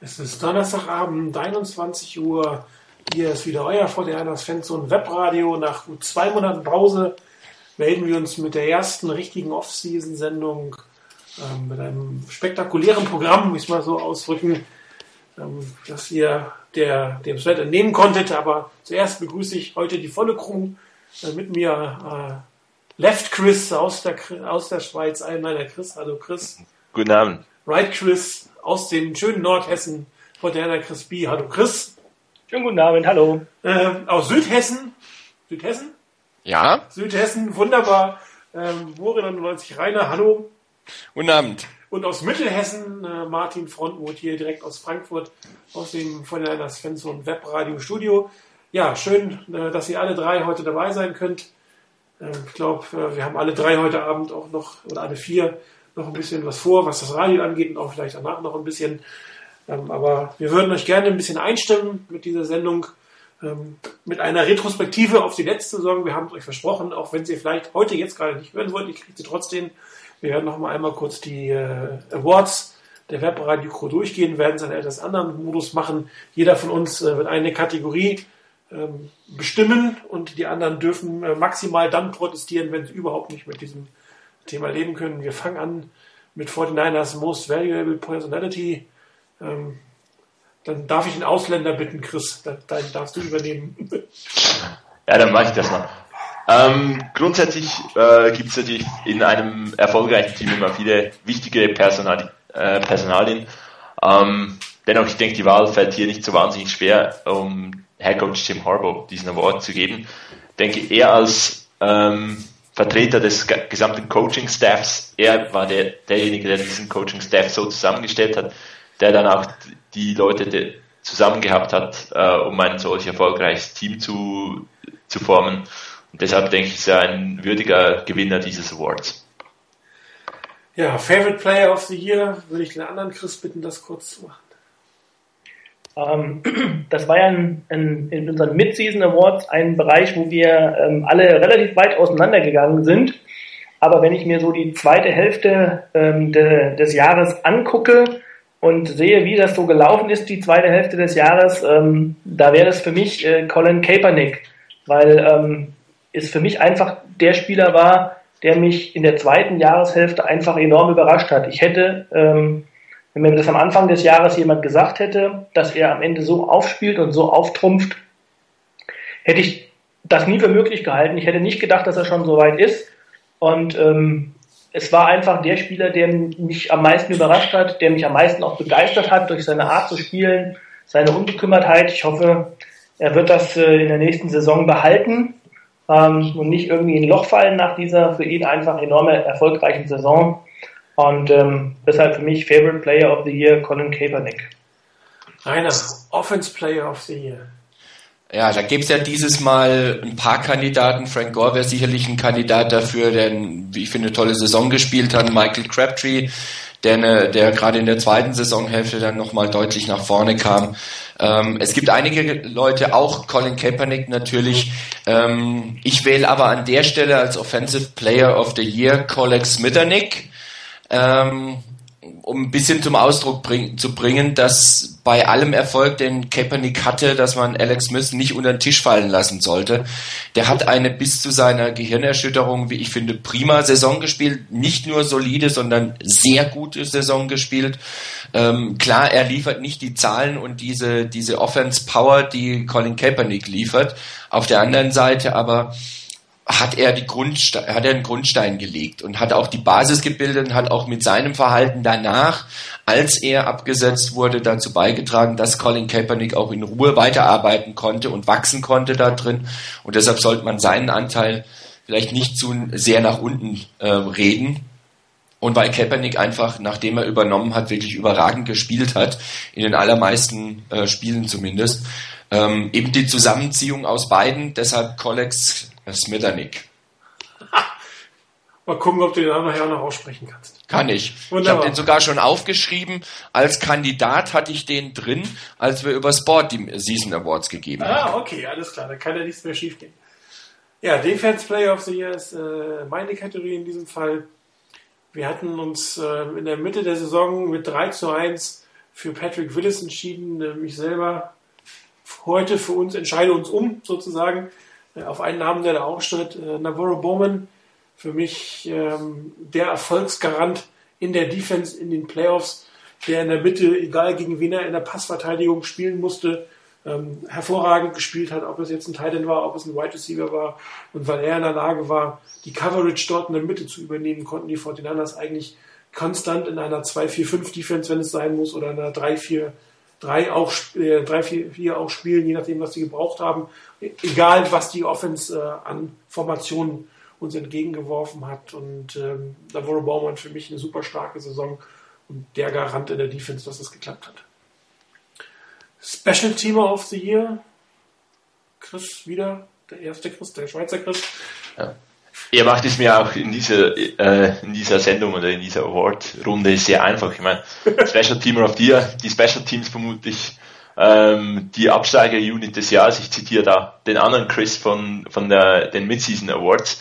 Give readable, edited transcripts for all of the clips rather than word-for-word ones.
Es ist Donnerstagabend, 21 Uhr. Hier ist wieder euer 49ers Fanzone Webradio. Nach gut 2 Monaten Pause melden wir uns mit der ersten richtigen Off-Season-Sendung mit einem spektakulären Programm, muss ich mal so ausdrücken, dass ihr dem Sled entnehmen konntet. Aber zuerst begrüße ich heute die volle Crew. Mit mir Left Chris aus der Schweiz, Allmeiner Chris. Hallo Chris. Guten Abend. Right Chris aus dem schönen Nordhessen, von der Chris B. Hallo Chris. Schönen guten Abend, hallo. Aus Südhessen. Südhessen? Ja. Südhessen, wunderbar. Morin99 Rainer, hallo. Guten Abend. Und aus Mittelhessen, Martin Frontmuth hier direkt aus Frankfurt, aus dem von der Fanzone Webradio Studio. Ja, schön, dass ihr alle drei heute dabei sein könnt. Ich glaube, wir haben alle drei heute Abend auch noch, oder alle vier, noch ein bisschen was vor, was das Radio angeht und auch vielleicht danach noch ein bisschen. Aber wir würden euch gerne ein bisschen einstimmen mit dieser Sendung, mit einer Retrospektive auf die letzte Saison. Wir haben es euch versprochen, auch wenn ihr vielleicht heute jetzt gerade nicht hören wollt, ihr kriegt sie trotzdem. Wir werden noch mal einmal kurz die Awards der Webradio-Crew durchgehen, werden es in einem etwas anderen Modus machen. Jeder von uns wird eine Kategorie bestimmen und die anderen dürfen maximal dann protestieren, wenn sie überhaupt nicht mit diesem Thema leben können. Wir fangen an mit 49ers Most Valuable Personality. Dann darf ich den Ausländer bitten, Chris. Dann darfst du übernehmen. Ja, dann mache ich das mal. Grundsätzlich gibt es natürlich in einem erfolgreichen Team immer viele wichtige Personalien. Dennoch, ich denke, die Wahl fällt hier nicht so wahnsinnig schwer, um Headcoach Jim Harbaugh diesen Award zu geben. Ich denke, er als Vertreter des gesamten Coaching-Staffs, er war derjenige, der diesen Coaching-Staff so zusammengestellt hat, der dann auch die Leute zusammen gehabt hat, um ein solch erfolgreiches Team zu formen. Und deshalb denke ich, ist er ein würdiger Gewinner dieses Awards. Ja, Favorite Player of the Year, würde ich den anderen Chris bitten, das kurz zu machen. Das war ja in unseren Mid-Season Awards ein Bereich, wo wir alle relativ weit auseinandergegangen sind. Aber wenn ich mir so die zweite Hälfte des Jahres angucke und sehe, wie das so gelaufen ist, die zweite Hälfte des Jahres, da wäre es für mich Colin Kaepernick, weil es für mich einfach der Spieler war, der mich in der zweiten Jahreshälfte einfach enorm überrascht hat. Ich hätte, wenn mir das am Anfang des Jahres jemand gesagt hätte, dass er am Ende so aufspielt und so auftrumpft, hätte ich das nie für möglich gehalten. Ich hätte nicht gedacht, dass er schon so weit ist. Und es war einfach der Spieler, der mich am meisten überrascht hat, der mich am meisten auch begeistert hat durch seine Art zu spielen, seine Unbekümmertheit. Ich hoffe, er wird das in der nächsten Saison behalten und nicht irgendwie in ein Loch fallen nach dieser für ihn einfach enorm erfolgreichen Saison. Und deshalb für mich Favorite Player of the Year, Colin Kaepernick. Rainer, Offense Player of the Year. Ja, da gibt es ja dieses Mal ein paar Kandidaten. Frank Gore wäre sicherlich ein Kandidat dafür, der, wie ich finde, eine tolle Saison gespielt hat. Michael Crabtree, der gerade in der zweiten Saisonhälfte dann nochmal deutlich nach vorne kam. Es gibt einige Leute, auch Colin Kaepernick natürlich. Ich wähle aber an der Stelle als Offensive Player of the Year Alex Smith, um ein bisschen zum Ausdruck zu bringen, dass bei allem Erfolg, den Kaepernick hatte, dass man Alex Smith nicht unter den Tisch fallen lassen sollte. Der hat eine bis zu seiner Gehirnerschütterung, wie ich finde, prima Saison gespielt. Nicht nur solide, sondern sehr gute Saison gespielt. Klar, er liefert nicht die Zahlen und diese Offense-Power, die Colin Kaepernick liefert. Auf der anderen Seite aber hat er einen Grundstein gelegt und hat auch die Basis gebildet und hat auch mit seinem Verhalten danach, als er abgesetzt wurde, dazu beigetragen, dass Colin Kaepernick auch in Ruhe weiterarbeiten konnte und wachsen konnte da drin. Und deshalb sollte man seinen Anteil vielleicht nicht zu sehr nach unten reden. Und weil Kaepernick einfach, nachdem er übernommen hat, wirklich überragend gespielt hat, in den allermeisten Spielen zumindest, eben die Zusammenziehung aus beiden, deshalb Alex Smith. Mal gucken, ob du den Namen nachher noch aussprechen kannst. Kann ich. Wunderbar. Ich habe den sogar schon aufgeschrieben. Als Kandidat hatte ich den drin, als wir über Sport die Season Awards gegeben haben. Okay, alles klar. Da kann ja nichts mehr schief gehen. Ja, Defense Player of the Year ist meine Kategorie in diesem Fall. Wir hatten uns in der Mitte der Saison mit 3:1 für Patrick Willis entschieden. Mich selber heute für uns entscheide uns sozusagen auf einen Namen, der da aufsteht. Navarro Bowman, für mich der Erfolgsgarant in der Defense in den Playoffs, der in der Mitte, egal gegen wen er in der Passverteidigung spielen musste, hervorragend gespielt hat, ob es jetzt ein Tight End war, ob es ein Wide Receiver war, und weil er in der Lage war, die Coverage dort in der Mitte zu übernehmen, konnten die 49ers eigentlich konstant in einer 2-4-5 Defense, wenn es sein muss, oder einer 3-4-3 auch 3-4 auch spielen, je nachdem, was sie gebraucht haben, egal was die Offense an Formationen uns entgegengeworfen hat. Und Navarro Bowman für mich eine super starke Saison und der Garant in der Defense, dass es geklappt hat. Special Teamer of the Year, Chris wieder, der erste Chris, der Schweizer Chris. Ja. Ihr macht es mir auch in dieser Sendung oder in dieser Award-Runde sehr einfach. Ich meine, Special Teamer of the Year, die Special Teams vermutlich die Absteiger-Unit des Jahres. Ich zitiere da den anderen Chris von den Mid-Season Awards.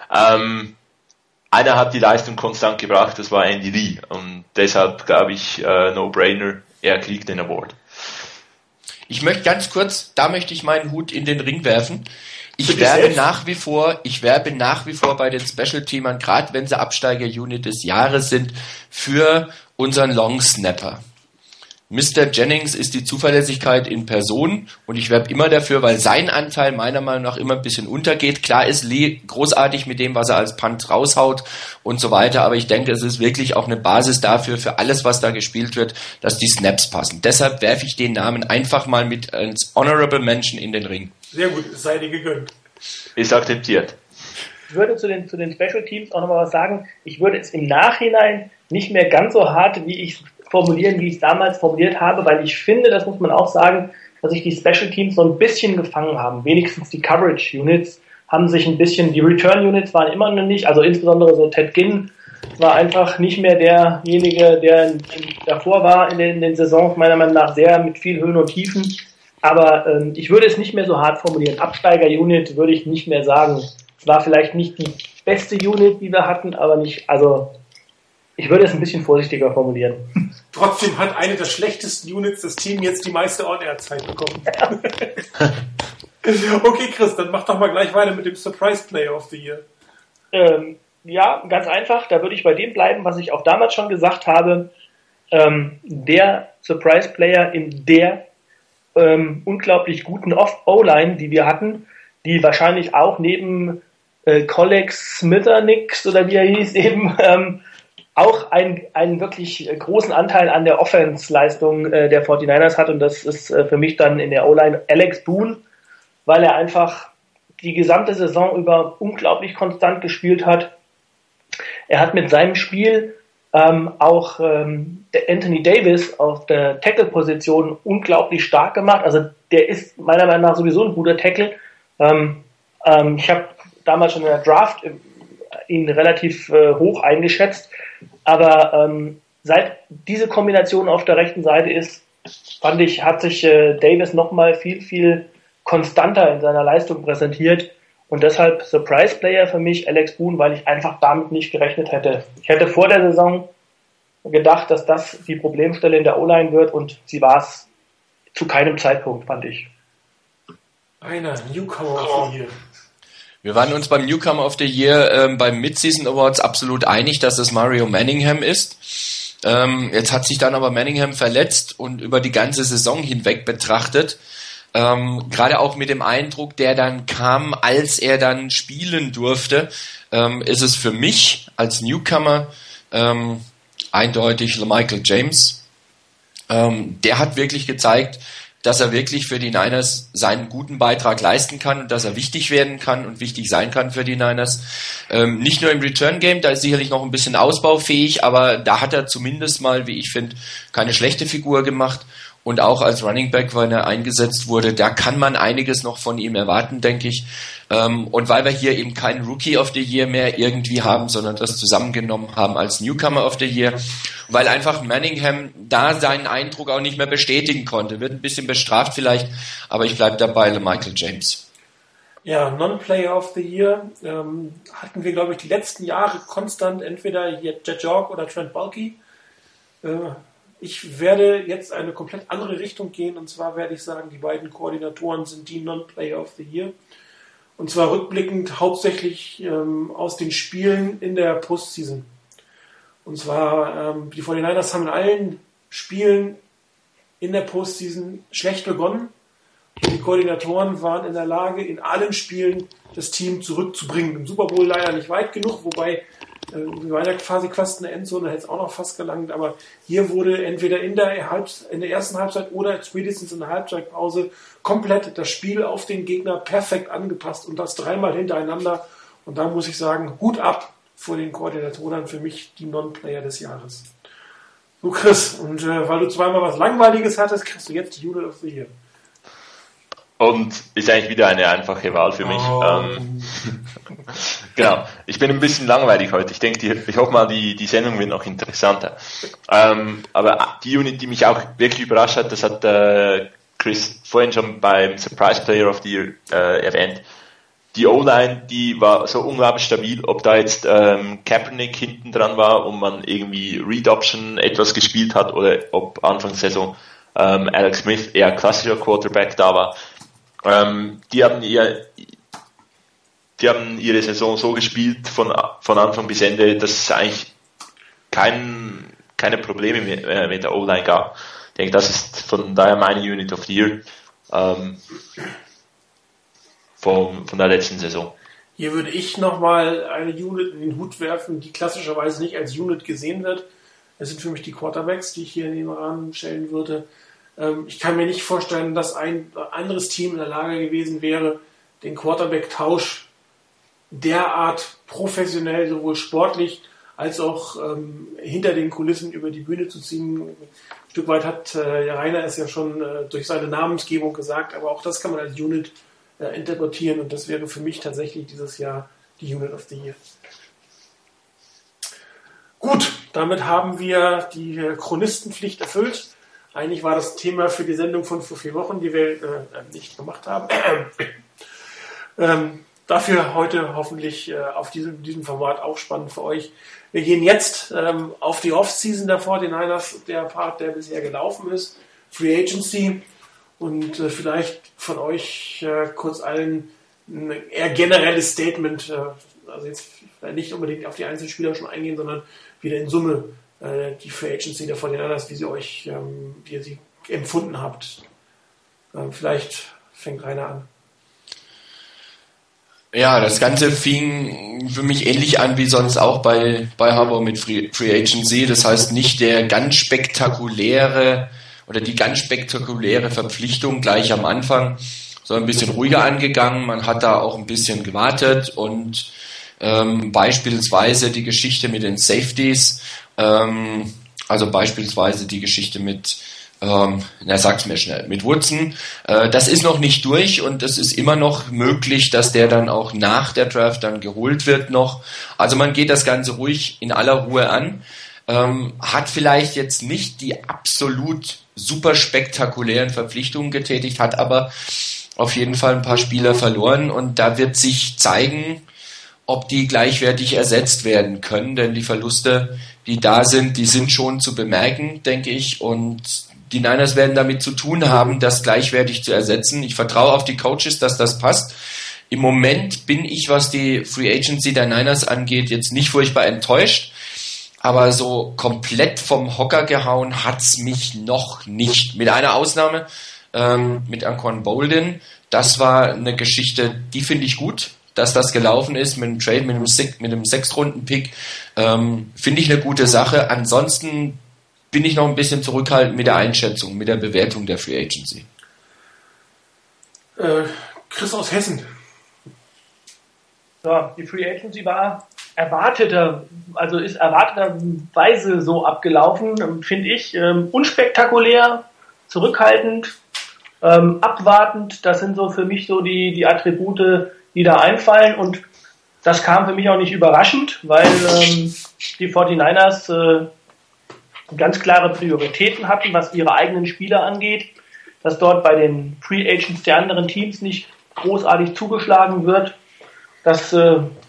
Einer hat die Leistung konstant gebracht, das war Andy Lee. Und deshalb glaube ich, No-Brainer, er kriegt den Award. Ich möchte ganz kurz, da möchte ich meinen Hut in den Ring werfen. Ich werbe nach wie vor bei den Special-Teamern, gerade wenn sie Absteiger-Unit des Jahres sind, für unseren Long-Snapper. Mr. Jennings ist die Zuverlässigkeit in Person und ich werbe immer dafür, weil sein Anteil meiner Meinung nach immer ein bisschen untergeht. Klar ist Lee großartig mit dem, was er als Punt raushaut und so weiter, aber ich denke, es ist wirklich auch eine Basis dafür, für alles, was da gespielt wird, dass die Snaps passen. Deshalb werfe ich den Namen einfach mal mit als Honorable Mention in den Ring. Sehr gut, es sei dir gegönnt. Ist akzeptiert. Ich würde zu den Special Teams auch nochmal was sagen. Ich würde es im Nachhinein nicht mehr ganz so hart, wie ich es damals formuliert habe, weil ich finde, das muss man auch sagen, dass sich die Special Teams so ein bisschen gefangen haben. Wenigstens die Coverage Units haben sich ein bisschen, die Return Units waren immer noch nicht, also insbesondere so Ted Ginn war einfach nicht mehr derjenige, der davor war in den Saisons, meiner Meinung nach sehr mit viel Höhen und Tiefen. Aber ich würde es nicht mehr so hart formulieren. Absteiger-Unit würde ich nicht mehr sagen. Es war vielleicht nicht die beste Unit, die wir hatten, aber nicht, also ich würde es ein bisschen vorsichtiger formulieren. Trotzdem hat eine der schlechtesten Units das Team jetzt die meiste On-Air-Zeit bekommen. Ja. Okay, Chris, dann mach doch mal gleich weiter mit dem Surprise Player of the Year. Ja, ganz einfach. Da würde ich bei dem bleiben, was ich auch damals schon gesagt habe. Der Surprise Player in der unglaublich guten O-Line, die wir hatten, die wahrscheinlich auch neben Collex Smithernicks oder wie er hieß eben auch einen wirklich großen Anteil an der Offense-Leistung der 49ers hat, und das ist für mich dann in der O-Line Alex Boone, weil er einfach die gesamte Saison über unglaublich konstant gespielt hat. Er hat mit seinem Spiel auch Anthony Davis auf der Tackle-Position unglaublich stark gemacht. Also der ist meiner Meinung nach sowieso ein guter Tackle. Ich habe damals schon in der Draft ihn relativ hoch eingeschätzt, aber seit diese Kombination auf der rechten Seite ist, fand ich, hat sich Davis nochmal viel, viel konstanter in seiner Leistung präsentiert. Und deshalb Surprise Player für mich Alex Boone, weil ich einfach damit nicht gerechnet hätte. Ich hätte vor der Saison gedacht, dass das die Problemstelle in der O-Line wird, und sie war es zu keinem Zeitpunkt, fand ich. Einer Newcomer of the Year. Wir waren uns beim Newcomer of the Year beim Mid-Season Awards absolut einig, dass es Mario Manningham ist. Jetzt hat sich dann aber Manningham verletzt, und über die ganze Saison hinweg betrachtet, gerade auch mit dem Eindruck, der dann kam, als er dann spielen durfte, ist es für mich als Newcomer eindeutig Michael James. Der hat wirklich gezeigt, dass er wirklich für die Niners seinen guten Beitrag leisten kann und dass er wichtig werden kann und wichtig sein kann für die Niners. Nicht nur im Return-Game, da ist sicherlich noch ein bisschen ausbaufähig, aber da hat er zumindest mal, wie ich finde, keine schlechte Figur gemacht. Und auch als Running Back, wenn er eingesetzt wurde, da kann man einiges noch von ihm erwarten, denke ich. Und weil wir hier eben keinen Rookie of the Year mehr irgendwie haben, sondern das zusammengenommen haben als Newcomer of the Year, weil einfach Manningham da seinen Eindruck auch nicht mehr bestätigen konnte. Wird ein bisschen bestraft vielleicht, aber ich bleibe dabei, Michael James. Ja, Non-Player of the Year hatten wir, glaube ich, die letzten Jahre konstant entweder Jet York oder Trent Baalke. Ich werde jetzt eine komplett andere Richtung gehen, und zwar werde ich sagen, die beiden Koordinatoren sind die Non-Player of the Year. Und zwar rückblickend hauptsächlich aus den Spielen in der Postseason. Und zwar, die 49ers haben in allen Spielen in der Postseason schlecht begonnen. Und die Koordinatoren waren in der Lage, in allen Spielen das Team zurückzubringen. Im Super Bowl leider nicht weit genug, wobei wir waren ja quasi fast in der Endzone, hätte es auch noch fast gelangt, aber hier wurde entweder in der ersten Halbzeit oder spätestens in der Halbzeitpause komplett das Spiel auf den Gegner perfekt angepasst und das 3-mal hintereinander. Und da muss ich sagen, Hut ab vor den Koordinatoren, für mich die Non-Player des Jahres. So, Chris, und weil du zweimal was Langweiliges hattest, kriegst du jetzt die Unit of the Year. Und ist eigentlich wieder eine einfache Wahl für mich. Genau. Ich bin ein bisschen langweilig heute. Ich hoffe mal, die Sendung wird noch interessanter. Aber die Unit, die mich auch wirklich überrascht hat, das hat Chris vorhin schon beim Surprise Player of the Year erwähnt. Die O-Line, die war so unglaublich stabil, ob da jetzt Kaepernick hinten dran war und man irgendwie Read Option etwas gespielt hat oder ob Anfang der Saison Alex Smith eher klassischer Quarterback da war. Die haben ihre Saison so gespielt von Anfang bis Ende, dass es eigentlich keine Probleme mehr mit der O-Line gab. Ich denke, das ist von daher meine Unit of the Year von der letzten Saison. Hier würde ich nochmal eine Unit in den Hut werfen, die klassischerweise nicht als Unit gesehen wird. Das sind für mich die Quarterbacks, die ich hier in den Rahmen stellen würde. Ich kann mir nicht vorstellen, dass ein anderes Team in der Lage gewesen wäre, den Quarterback-Tausch derart professionell, sowohl sportlich als auch hinter den Kulissen über die Bühne zu ziehen. Ein Stück weit hat Rainer es ja schon durch seine Namensgebung gesagt, aber auch das kann man als Unit interpretieren und das wäre für mich tatsächlich dieses Jahr die Unit of the Year. Gut, damit haben wir die Chronistenpflicht erfüllt. Eigentlich war das Thema für die Sendung von vor 4 Wochen, die wir nicht gemacht haben. Dafür heute hoffentlich auf diesem Format auch spannend für euch. Wir gehen jetzt auf die Off-Season der 49ers, der Part, der bisher gelaufen ist, Free Agency. Und vielleicht von euch kurz allen ein eher generelles Statement, also jetzt nicht unbedingt auf die Einzelspieler schon eingehen, sondern wieder in Summe die Free Agency der 49ers, wie ihr sie empfunden habt. Vielleicht fängt Rainer an. Ja, das Ganze fing für mich ähnlich an wie sonst auch bei Harbour mit Free Agency. Das heißt nicht der ganz spektakuläre oder die ganz spektakuläre Verpflichtung gleich am Anfang, sondern ein bisschen ruhiger angegangen. Man hat da auch ein bisschen gewartet und beispielsweise die Geschichte mit den Safeties, also beispielsweise die Geschichte mit sag's mir schnell, mit Woodson, das ist noch nicht durch und es ist immer noch möglich, dass der dann auch nach der Draft dann geholt wird noch. Also man geht das Ganze ruhig in aller Ruhe an. Hat vielleicht jetzt nicht die absolut super spektakulären Verpflichtungen getätigt, hat aber auf jeden Fall ein paar Spieler verloren und da wird sich zeigen, ob die gleichwertig ersetzt werden können, denn die Verluste, die da sind, die sind schon zu bemerken, denke ich, und die Niners werden damit zu tun haben, das gleichwertig zu ersetzen. Ich vertraue auf die Coaches, dass das passt. Im Moment bin ich, was die Free Agency der Niners angeht, jetzt nicht furchtbar enttäuscht, aber so komplett vom Hocker gehauen hat's mich noch nicht. Mit einer Ausnahme, mit Anquan Boldin. Das war eine Geschichte, die finde ich gut, dass das gelaufen ist mit dem Trade, mit dem 6-Runden-Pick. Finde ich eine gute Sache. Ansonsten bin ich noch ein bisschen zurückhaltend mit der Einschätzung, mit der Bewertung der Free Agency. Chris aus Hessen. Ja, die Free Agency ist erwarteterweise so abgelaufen, finde ich. Unspektakulär, zurückhaltend, abwartend. Das sind so für mich so die Attribute, die da einfallen. Und das kam für mich auch nicht überraschend, weil die 49ers ganz klare Prioritäten hatten, was ihre eigenen Spieler angeht, dass dort bei den Free Agents der anderen Teams nicht großartig zugeschlagen wird. Das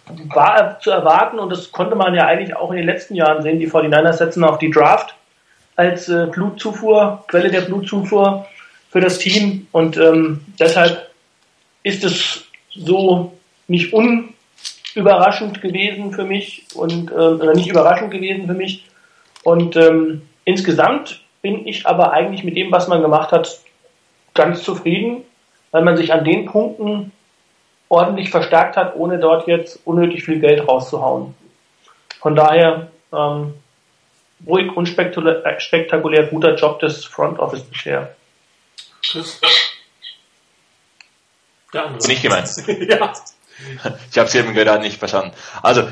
war zu erwarten und das konnte man ja eigentlich auch in den letzten Jahren sehen. Die 49ers setzen auf die Draft als Quelle der Blutzufuhr für das Team. Und deshalb ist es so nicht unüberraschend gewesen für mich oder nicht überraschend gewesen für mich. Und insgesamt bin ich aber eigentlich mit dem, was man gemacht hat, ganz zufrieden, weil man sich an den Punkten ordentlich verstärkt hat, ohne dort jetzt unnötig viel Geld rauszuhauen. Von daher ruhig und spektakulär guter Job des Front Office bisher. Chris? Der andere. Nicht gemeint. Ja. Ich habe es eben gerade nicht verstanden. Also,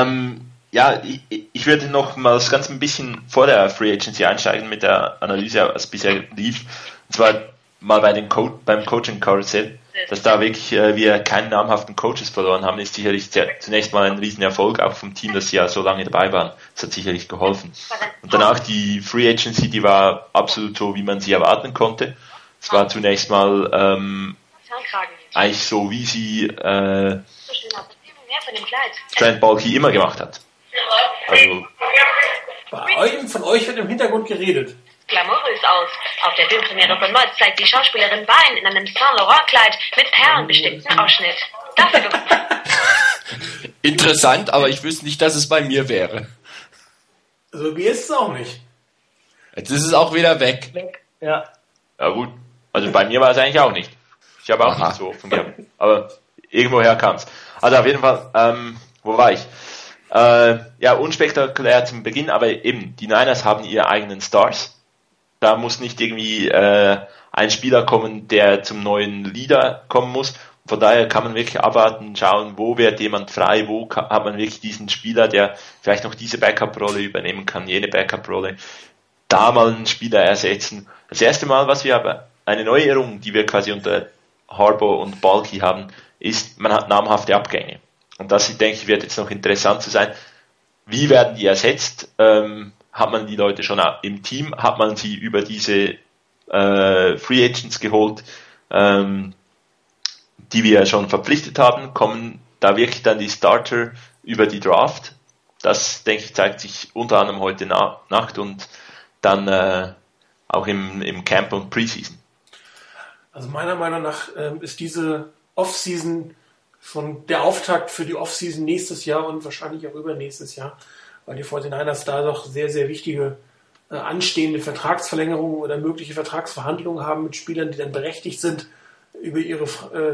ich würde noch mal ganz ein bisschen vor der Free Agency einsteigen mit der Analyse, was bisher lief. Und zwar mal beim Coaching Carousel, dass da wirklich wir keinen namhaften Coaches verloren haben, ist sicherlich zunächst mal ein Riesenerfolg, auch vom Team, das ja so lange dabei waren. Das hat sicherlich geholfen. Und danach die Free Agency, die war absolut so, wie man sie erwarten konnte. Es war zunächst mal eigentlich so, wie sie Trent Baalke immer gemacht hat. Also, Von euch wird im Hintergrund geredet. Glamourös aus. Auf der Filmpremiere von Mods zeigt die Schauspielerin Bein in einem Saint Laurent Kleid mit perlenbesticktem Ausschnitt. Dafür Interessant, aber ich wüsste nicht, dass es bei mir wäre. Also mir ist es auch nicht. Jetzt ist es auch wieder weg. Ja. Ja gut, also bei mir war es eigentlich auch nicht. Ich habe auch nicht so offen gehabt. Aber irgendwoher kam es. Also auf jeden Fall, wo war ich? Unspektakulär zum Beginn, aber eben, die Niners haben ihre eigenen Stars. Da muss nicht irgendwie ein Spieler kommen, der zum neuen Leader kommen muss. Von daher kann man wirklich abwarten, schauen, wo wird jemand frei, wo hat man wirklich diesen Spieler, der vielleicht noch diese Backup-Rolle übernehmen kann, jene Backup-Rolle. Da mal einen Spieler ersetzen. Das erste Mal, was wir aber, eine Neuerung, die wir quasi unter Harbaugh und Baalke haben, ist, man hat namhafte Abgänge. Und das, denke ich, wird jetzt noch interessant zu sein. Wie werden die ersetzt? Hat man die Leute schon im Team? Hat man sie über diese Free Agents geholt, die wir schon verpflichtet haben? Kommen da wirklich dann die Starter über die Draft? Das, denke ich, zeigt sich unter anderem heute Nacht und dann auch im Camp und Preseason. Also meiner Meinung nach ist diese Offseason von der Auftakt für die Offseason nächstes Jahr und wahrscheinlich auch übernächstes Jahr, weil die 49ers da doch sehr, sehr wichtige anstehende Vertragsverlängerungen oder mögliche Vertragsverhandlungen haben mit Spielern, die dann berechtigt sind, über ihre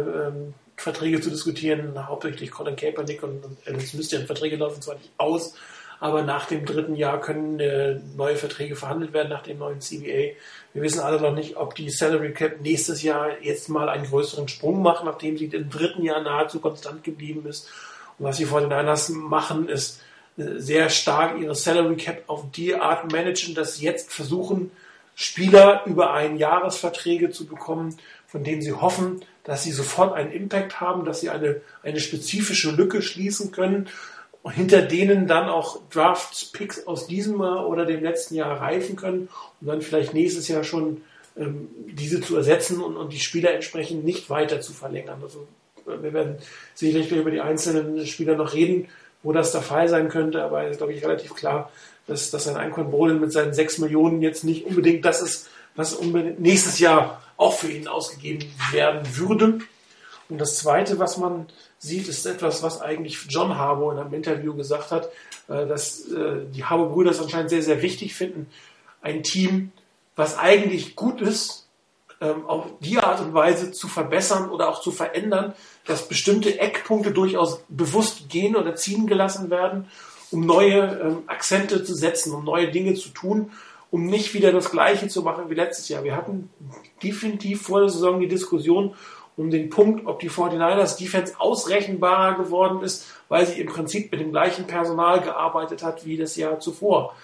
Verträge zu diskutieren. Hauptsächlich Colin Kaepernick und Alan Smith, deren Verträge laufen zwar nicht aus, aber nach dem 3. Jahr können neue Verträge verhandelt werden, nach dem neuen CBA. Wir wissen alle noch nicht, ob die Salary Cap nächstes Jahr jetzt mal einen größeren Sprung macht, nachdem sie im 3. Jahr nahezu konstant geblieben ist. Und was die 49ers machen, ist sehr stark ihre Salary Cap auf die Art managen, dass sie jetzt versuchen, Spieler über Jahresverträge zu bekommen, von denen sie hoffen, dass sie sofort einen Impact haben, dass sie eine spezifische Lücke schließen können, hinter denen dann auch Draft-Picks aus diesem Jahr oder dem letzten Jahr reifen können, um dann vielleicht nächstes Jahr schon diese zu ersetzen und die Spieler entsprechend nicht weiter zu verlängern. Also wir werden sicherlich über die einzelnen Spieler noch reden, wo das der Fall sein könnte, aber es ist, glaube ich, relativ klar, dass ein Anquan Boldin mit seinen 6 Millionen jetzt nicht unbedingt das ist, was unbedingt nächstes Jahr auch für ihn ausgegeben werden würde. Und das Zweite, was man sieht, ist etwas, was eigentlich John Harbaugh in einem Interview gesagt hat, dass die Harbaugh-Brüder es anscheinend sehr, sehr wichtig finden, ein Team, was eigentlich gut ist, auf die Art und Weise zu verbessern oder auch zu verändern, dass bestimmte Eckpunkte durchaus bewusst gehen oder ziehen gelassen werden, um neue Akzente zu setzen, um neue Dinge zu tun, um nicht wieder das Gleiche zu machen wie letztes Jahr. Wir hatten definitiv vor der Saison die Diskussion um den Punkt, ob die 49ers Defense ausrechenbarer geworden ist, weil sie im Prinzip mit dem gleichen Personal gearbeitet hat wie das Jahr zuvor.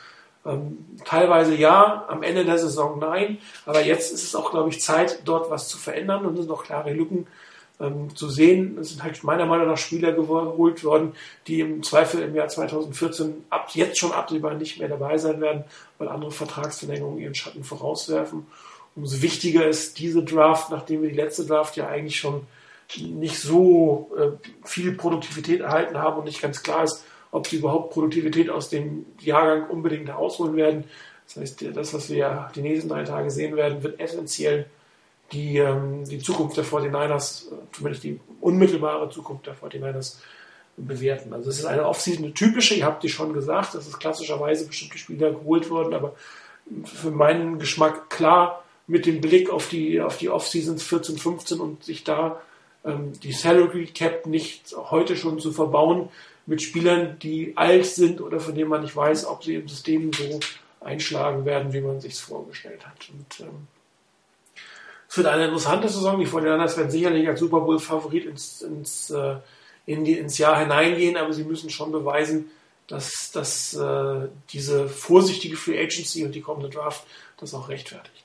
Teilweise ja, am Ende der Saison nein, aber jetzt ist es auch, glaube ich, Zeit, dort was zu verändern und es sind noch klare Lücken zu sehen. Es sind halt meiner Meinung nach Spieler geholt worden, die im Zweifel im Jahr 2014 jetzt schon absehbar nicht mehr dabei sein werden, weil andere Vertragsverlängerungen ihren Schatten vorauswerfen. Umso wichtiger ist diese Draft, nachdem wir die letzte Draft ja eigentlich schon nicht so viel Produktivität erhalten haben und nicht ganz klar ist, ob sie überhaupt Produktivität aus dem Jahrgang unbedingt herausholen werden, Das heißt, das, was wir die nächsten 3 Tage sehen werden, wird essentiell die Zukunft der 49ers, zumindest die unmittelbare Zukunft der 49ers bewerten. Also es ist eine Offseason, eine typische, ihr habt die schon gesagt, das ist klassischerweise bestimmte Spieler geholt worden, aber für meinen Geschmack klar mit dem Blick auf die Offseasons 14, 15 und sich da die Salary Cap nicht heute schon zu verbauen mit Spielern, die alt sind oder von denen man nicht weiß, ob sie im System so einschlagen werden, wie man sich es vorgestellt hat. Und es wird eine interessante Saison. Die 49ers werden sicherlich als Super Bowl-Favorit ins Jahr hineingehen, aber sie müssen schon beweisen, dass diese vorsichtige Free Agency und die kommende Draft das auch rechtfertigt.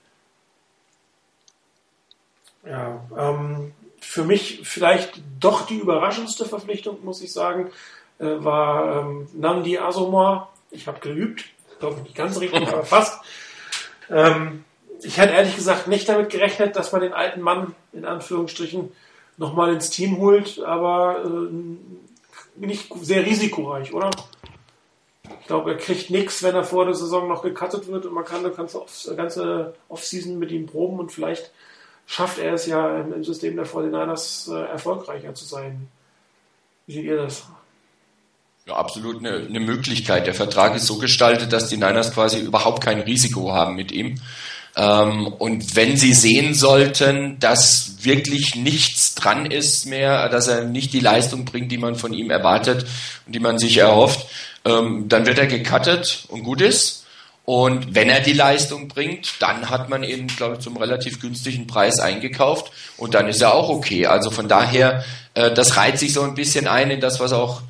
Ja, für mich vielleicht doch die überraschendste Verpflichtung, muss ich sagen, war Nnamdi Asomugha. Ich habe geübt, glaube ich nicht ganz richtig, aber fast. Ich hätte ehrlich gesagt nicht damit gerechnet, dass man den alten Mann, in Anführungsstrichen, nochmal ins Team holt, aber nicht sehr risikoreich, oder? Ich glaube, er kriegt nichts, wenn er vor der Saison noch gecuttet wird und man kann eine ganze Offseason mit ihm proben und vielleicht schafft er es ja im System der 49ers erfolgreicher zu sein. Wie seht ihr das? Ja, absolut eine Möglichkeit. Der Vertrag ist so gestaltet, dass die Niners quasi überhaupt kein Risiko haben mit ihm. Und wenn sie sehen sollten, dass wirklich nichts dran ist mehr, dass er nicht die Leistung bringt, die man von ihm erwartet und die man sich erhofft, dann wird er gecuttet und gut ist. Und wenn er die Leistung bringt, dann hat man ihn, glaube ich, zum relativ günstigen Preis eingekauft und dann ist er auch okay. Also von daher, das reiht sich so ein bisschen ein in das, was auch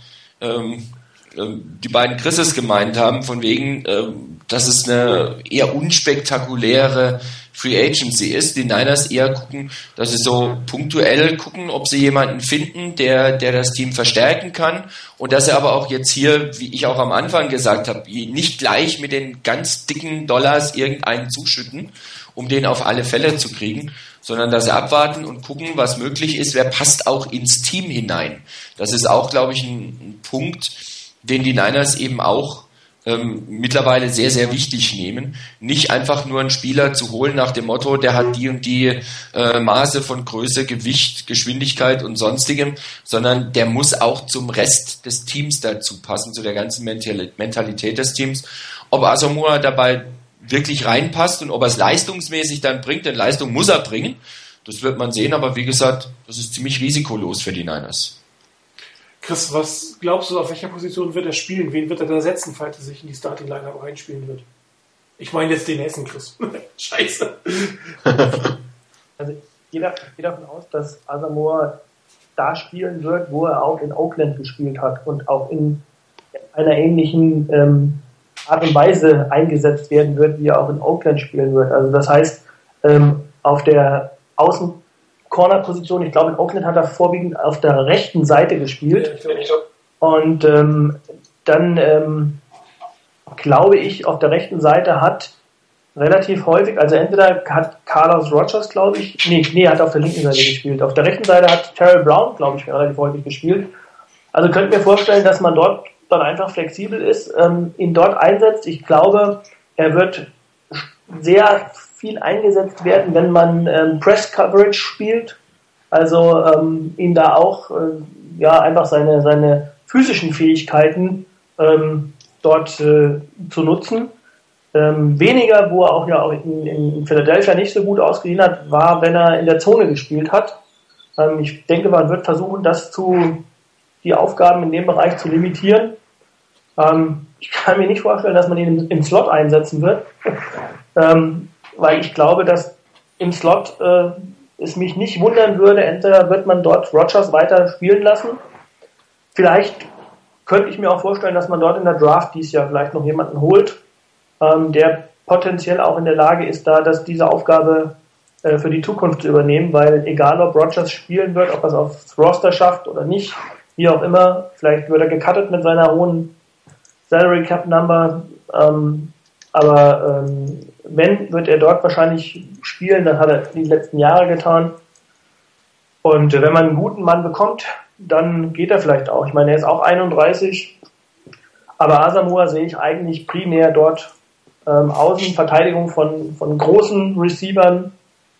die beiden Chrises gemeint haben, von wegen, dass es eine eher unspektakuläre Free Agency ist. Die Niners eher gucken, dass sie so punktuell gucken, ob sie jemanden finden, der das Team verstärken kann und dass sie aber auch jetzt hier, wie ich auch am Anfang gesagt habe, nicht gleich mit den ganz dicken Dollars irgendeinen zuschütten, um den auf alle Fälle zu kriegen, sondern dass sie abwarten und gucken, was möglich ist, wer passt auch ins Team hinein. Das ist auch, glaube ich, ein Punkt, den die Niners eben auch mittlerweile sehr, sehr wichtig nehmen. Nicht einfach nur einen Spieler zu holen nach dem Motto, der hat die und die Maße von Größe, Gewicht, Geschwindigkeit und sonstigem, sondern der muss auch zum Rest des Teams dazu passen, zu der ganzen Mentalität des Teams. Ob Asomugha dabei wirklich reinpasst und ob er es leistungsmäßig dann bringt, denn Leistung muss er bringen, das wird man sehen, aber wie gesagt, das ist ziemlich risikolos für die Niners. Chris, was glaubst du, auf welcher Position wird er spielen? Wen wird er da setzen, falls er sich in die Starting-Lineup reinspielen wird? Ich meine jetzt den Hessen, Chris. Scheiße. Also ich gehe davon aus, dass Asomugha da spielen wird, wo er auch in Oakland gespielt hat und auch in einer ähnlichen Art und Weise eingesetzt werden wird, wie er auch in Oakland spielen wird. Also das heißt, auf der Außen-Corner-Position, ich glaube in Oakland hat er vorwiegend auf der rechten Seite gespielt. Und dann glaube ich, auf der rechten Seite hat relativ häufig, also entweder hat Carlos Rogers, glaube ich, nee, hat auf der linken Seite gespielt. Auf der rechten Seite hat Terrell Brown, glaube ich, relativ häufig gespielt. Also könnt mir vorstellen, dass man dort dann einfach flexibel ist, ihn dort einsetzt. Ich glaube, er wird sehr viel eingesetzt werden, wenn man Press-Coverage spielt. Also ihn da auch einfach seine physischen Fähigkeiten dort zu nutzen. Weniger, wo er auch in Philadelphia nicht so gut ausgesehen hat, war, wenn er in der Zone gespielt hat. Ich denke, man wird versuchen, die Aufgaben in dem Bereich zu limitieren. Ich kann mir nicht vorstellen, dass man ihn im Slot einsetzen wird, weil ich glaube, dass im Slot es mich nicht wundern würde, entweder wird man dort Rogers weiter spielen lassen. Vielleicht könnte ich mir auch vorstellen, dass man dort in der Draft dieses Jahr vielleicht noch jemanden holt, der potenziell auch in der Lage ist, diese Aufgabe für die Zukunft zu übernehmen, weil egal, ob Rogers spielen wird, ob er es aufs Roster schafft oder nicht, wie auch immer, vielleicht wird er gecuttet mit seiner hohen Salary Cap Number, aber wenn, wird er dort wahrscheinlich spielen, das hat er die letzten Jahre getan. Und wenn man einen guten Mann bekommt, dann geht er vielleicht auch. Ich meine, er ist auch 31, aber Asomugha sehe ich eigentlich primär dort Außenverteidigung von großen Receivern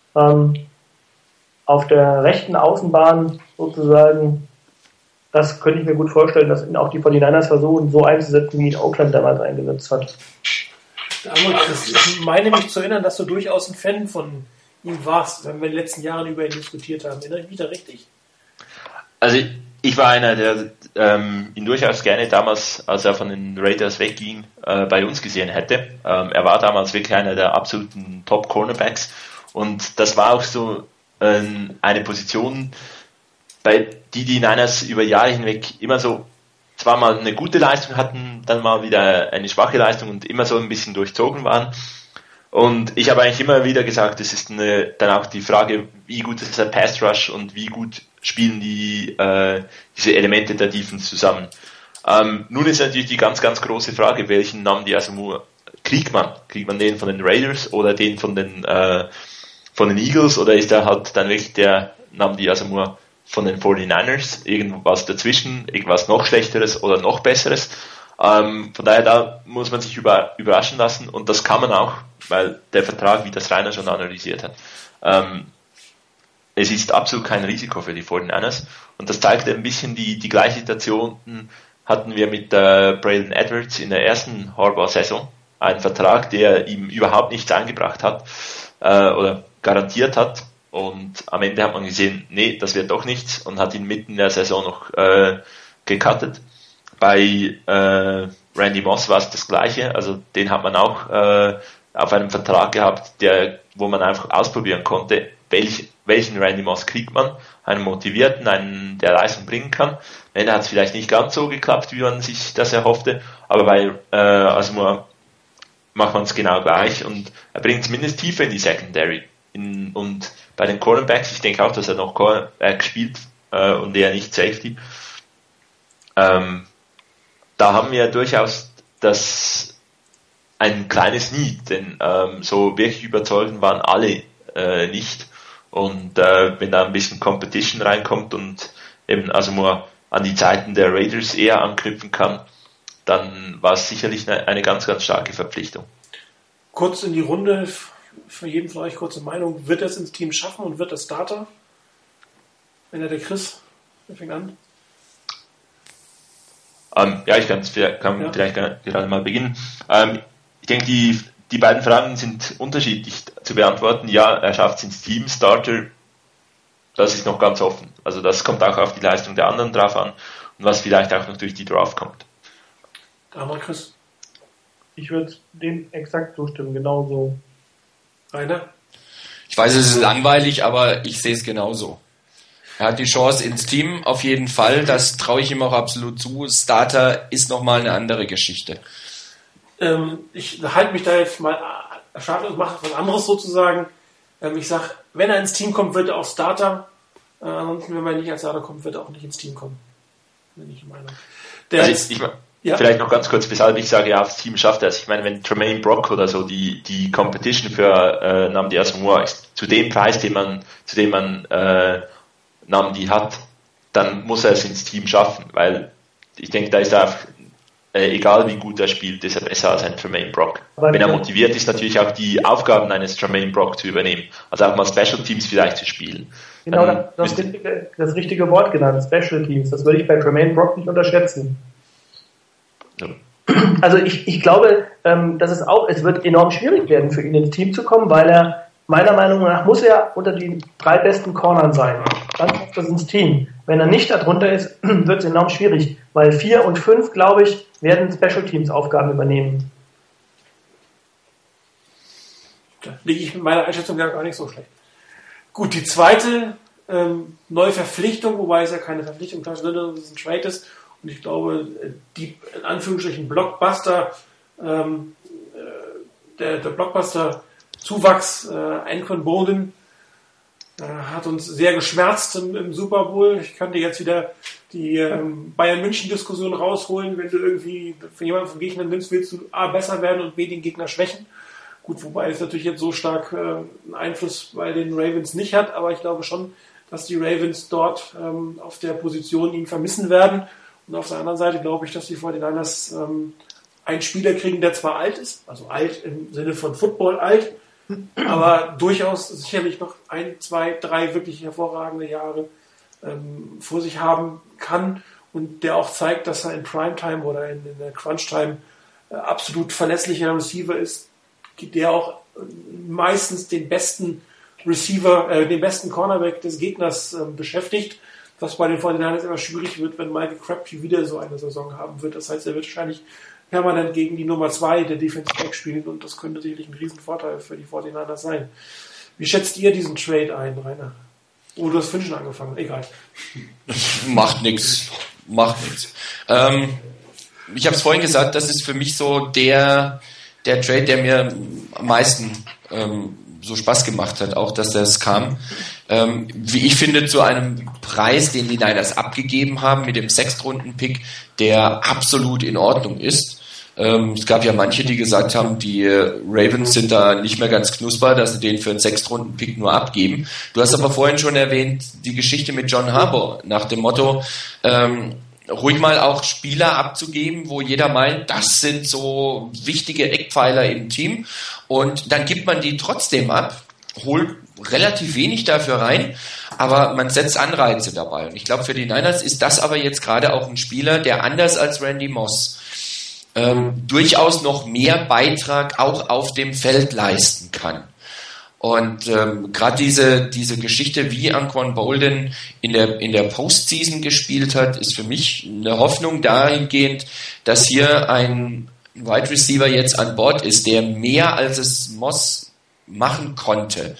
auf der rechten Außenbahn sozusagen. Das könnte ich mir gut vorstellen, dass ihn auch die 49ers versuchen, so einzusetzen, wie ihn Oakland damals eingesetzt hat. Ich meine mich zu erinnern, dass du durchaus ein Fan von ihm warst, wenn wir in den letzten Jahren über ihn diskutiert haben. Erinnere ich mich da richtig? Also ich war einer, der ihn durchaus gerne damals, als er von den Raiders wegging, bei uns gesehen hätte. Er war damals wirklich einer der absoluten Top-Cornerbacks und das war auch so eine Position, bei die Niners über Jahre hinweg immer so zwar mal eine gute Leistung hatten, dann mal wieder eine schwache Leistung und immer so ein bisschen durchzogen waren. Und ich habe eigentlich immer wieder gesagt, es ist dann auch die Frage, wie gut ist der Pass Rush und wie gut spielen diese Elemente der Defense zusammen. Nun ist natürlich die ganz, ganz große Frage, welchen Namen die Asamoah kriegt man? Kriegt man den von den Raiders oder den von den Eagles oder ist er halt dann wirklich der Namen die Asamoah von den 49ers, irgendwas dazwischen, irgendwas noch Schlechteres oder noch Besseres. Von daher, da muss man sich überraschen lassen und das kann man auch, weil der Vertrag, wie das Rainer schon analysiert hat, es ist absolut kein Risiko für die 49ers und das zeigt ein bisschen die gleiche Situation hatten wir mit Braylon Edwards in der ersten Harbaugh-Saison, einen Vertrag, der ihm überhaupt nichts eingebracht hat oder garantiert hat. Und am Ende hat man gesehen, nee, das wird doch nichts und hat ihn mitten in der Saison noch gecuttet. Bei Randy Moss war es das Gleiche, also den hat man auch auf einem Vertrag gehabt, wo man einfach ausprobieren konnte, welchen Randy Moss kriegt man, einen motivierten, einen, der Leistung bringen kann. Am Ende hat es vielleicht nicht ganz so geklappt, wie man sich das erhoffte, aber bei Asamoah macht man es genau gleich und er bringt zumindest Tiefe in die Secondary. Und bei den Cornerbacks, ich denke auch, dass er noch Cornerback spielt und eher nicht Safety. Da haben wir durchaus ein kleines Need, denn so wirklich überzeugend waren alle nicht. Und wenn da ein bisschen Competition reinkommt und eben Asamoah an die Zeiten der Raiders eher anknüpfen kann, dann war es sicherlich eine ganz, ganz starke Verpflichtung. Kurz in die Runde. Für jeden von euch kurze Meinung. Wird er es ins Team schaffen und wird er Starter? Wenn er der Chris, wer fängt an? Ja, ich kann vielleicht gerade mal beginnen. Ich denke, die beiden Fragen sind unterschiedlich zu beantworten. Ja, er schafft es ins Team. Starter, das ist noch ganz offen. Also das kommt auch auf die Leistung der anderen drauf an und was vielleicht auch noch durch die Draft kommt. Da mal Chris. Ich würde dem exakt zustimmen, genauso. Rainer? Ich weiß, es ist langweilig, aber ich sehe es genauso. Er hat die Chance ins Team, auf jeden Fall. Das traue ich ihm auch absolut zu. Starter ist nochmal eine andere Geschichte. Ich halte mich da jetzt mal schade und mache was anderes sozusagen. Ich sage, wenn er ins Team kommt, wird er auch Starter. Ansonsten, wenn er nicht als Starter kommt, wird er auch nicht ins Team kommen. Bin ich der Meinung. Ja. Vielleicht noch ganz kurz, weshalb ich sage, ja, das Team schafft es. Ich meine, wenn Tremaine Brock oder so die Competition für Nnamdi Asomugha ist, zu dem Preis, zu dem man Nnamdi hat, dann muss er es ins Team schaffen, weil ich denke, da ist er einfach, egal wie gut er spielt, ist er besser als ein Tremaine Brock. Wenn er motiviert ist, natürlich auch die Aufgaben eines Tremaine Brock zu übernehmen, also auch mal Special Teams vielleicht zu spielen. Genau, das richtige Wort genannt, Special Teams. Das würde ich bei Tremaine Brock nicht unterschätzen. Also ich glaube, dass es wird enorm schwierig werden für ihn ins Team zu kommen, weil er meiner Meinung nach muss er unter den 3 besten Cornern sein. Dann kommt das ins Team. Wenn er nicht darunter ist, wird es enorm schwierig, weil 4 und 5, glaube ich, werden Special Teams Aufgaben übernehmen. Da liege ich mit meiner Einschätzung gar nicht so schlecht. Gut, die zweite neue Verpflichtung, wobei es ja keine Verpflichtung ist, sondern es ein Trade ist. Und ich glaube, die in Anführungsstrichen Blockbuster, der Blockbuster-Zuwachs, Anquan Boldin, hat uns sehr geschmerzt im Super Bowl. Ich könnte jetzt wieder die Bayern-München-Diskussion rausholen. Wenn du irgendwie von jemandem vom Gegner nimmst, willst du A, besser werden und B, den Gegner schwächen. Gut, wobei es natürlich jetzt so stark einen Einfluss bei den Ravens nicht hat, aber ich glaube schon, dass die Ravens dort auf der Position ihn vermissen werden. Und auf der anderen Seite glaube ich, dass die 49ers einen Spieler kriegen, der zwar alt ist, also alt im Sinne von Football alt, aber durchaus sicherlich noch 1, 2, 3 wirklich hervorragende Jahre vor sich haben kann und der auch zeigt, dass er in Primetime oder in der Crunch-Time absolut verlässlicher Receiver ist, der auch meistens den besten Receiver, den besten Cornerback des Gegners beschäftigt, was bei den 49ers immer schwierig wird, wenn Michael Crabtree wieder so eine Saison haben wird. Das heißt, er wird wahrscheinlich permanent gegen die Nummer 2 der Defensive Back spielen und das könnte sicherlich ein Riesenvorteil für die 49ers sein. Wie schätzt ihr diesen Trade ein, Rainer? Oh, du hast vorhin schon angefangen. Egal. Macht nichts. Ich habe es vorhin gesagt, das ist für mich so der Trade, der mir am meisten so Spaß gemacht hat, auch dass das kam. Wie ich finde, zu einem Preis, den die Niners abgegeben haben mit dem 6-Runden-Pick, der absolut in Ordnung ist. Es gab ja manche, die gesagt haben, die Ravens sind da nicht mehr ganz knusper, dass sie den für einen 6-Runden-Pick nur abgeben. Du hast aber vorhin schon erwähnt, die Geschichte mit John Harbaugh nach dem Motto, ruhig mal auch Spieler abzugeben, wo jeder meint, das sind so wichtige Eckpfeiler im Team und dann gibt man die trotzdem ab, holt relativ wenig dafür rein, aber man setzt Anreize dabei und ich glaube, für die Niners ist das aber jetzt gerade auch ein Spieler, der anders als Randy Moss durchaus noch mehr Beitrag auch auf dem Feld leisten kann. Und gerade diese Geschichte, wie Anquan Boldin in der Postseason gespielt hat, ist für mich eine Hoffnung dahingehend, dass hier ein Wide Receiver jetzt an Bord ist, der mehr als es Moss machen konnte,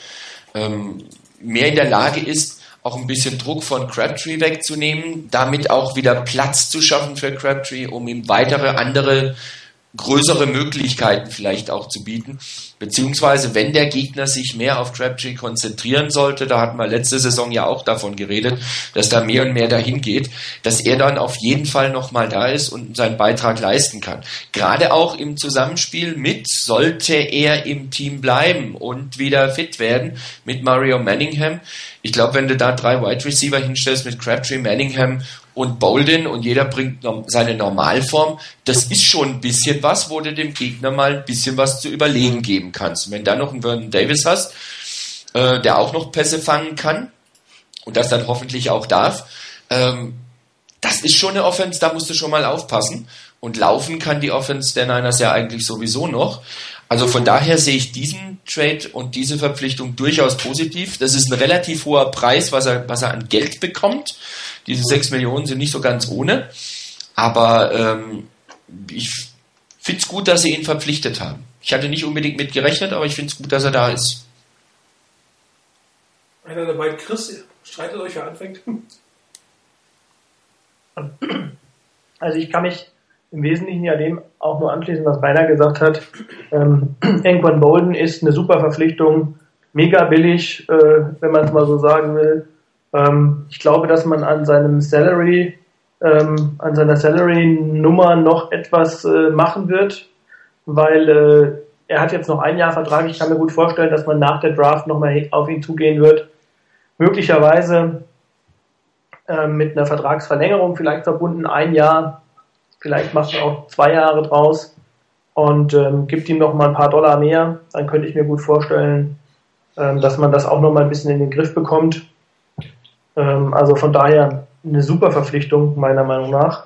mehr in der Lage ist, auch ein bisschen Druck von Crabtree wegzunehmen, damit auch wieder Platz zu schaffen für Crabtree, um ihm weitere andere größere Möglichkeiten vielleicht auch zu bieten, beziehungsweise wenn der Gegner sich mehr auf Crabtree konzentrieren sollte, da hatten wir letzte Saison ja auch davon geredet, dass da mehr und mehr dahin geht, dass er dann auf jeden Fall nochmal da ist und seinen Beitrag leisten kann. Gerade auch im Zusammenspiel mit, sollte er im Team bleiben und wieder fit werden, mit Mario Manningham. Ich glaube, wenn du da 3 Wide Receiver hinstellst mit Crabtree, Manningham und Boldin und jeder bringt seine Normalform, das ist schon ein bisschen was, wo du dem Gegner mal ein bisschen was zu überlegen geben kannst. Und wenn du dann noch einen Vernon Davis hast, der auch noch Pässe fangen kann und das dann hoffentlich auch darf, das ist schon eine Offense, da musst du schon mal aufpassen. Und laufen kann die Offense der Niners ja eigentlich sowieso noch. Also von daher sehe ich diesen Trade und diese Verpflichtung durchaus positiv. Das ist ein relativ hoher Preis, was er an Geld bekommt. Diese 6 Millionen sind nicht so ganz ohne. Aber ich finde es gut, dass sie ihn verpflichtet haben. Ich hatte nicht unbedingt mit gerechnet, aber ich finde es gut, dass er da ist. Einer dabei, Chris, streitet euch, wer anfängt. Also ich kann mich im Wesentlichen ja dem auch nur anschließen, was Rainer gesagt hat. Anquan Boldin ist eine super Verpflichtung, mega billig, wenn man es mal so sagen will. Ich glaube, dass man an seiner Salary-Nummer noch etwas machen wird, weil er hat jetzt noch ein Jahr Vertrag. Ich kann mir gut vorstellen, dass man nach der Draft nochmal auf ihn zugehen wird. Möglicherweise mit einer Vertragsverlängerung vielleicht verbunden, 1 Jahr. Vielleicht macht man auch 2 Jahre draus und gibt ihm noch mal ein paar Dollar mehr. Dann könnte ich mir gut vorstellen, dass man das auch noch mal ein bisschen in den Griff bekommt. Also von daher eine super Verpflichtung, meiner Meinung nach.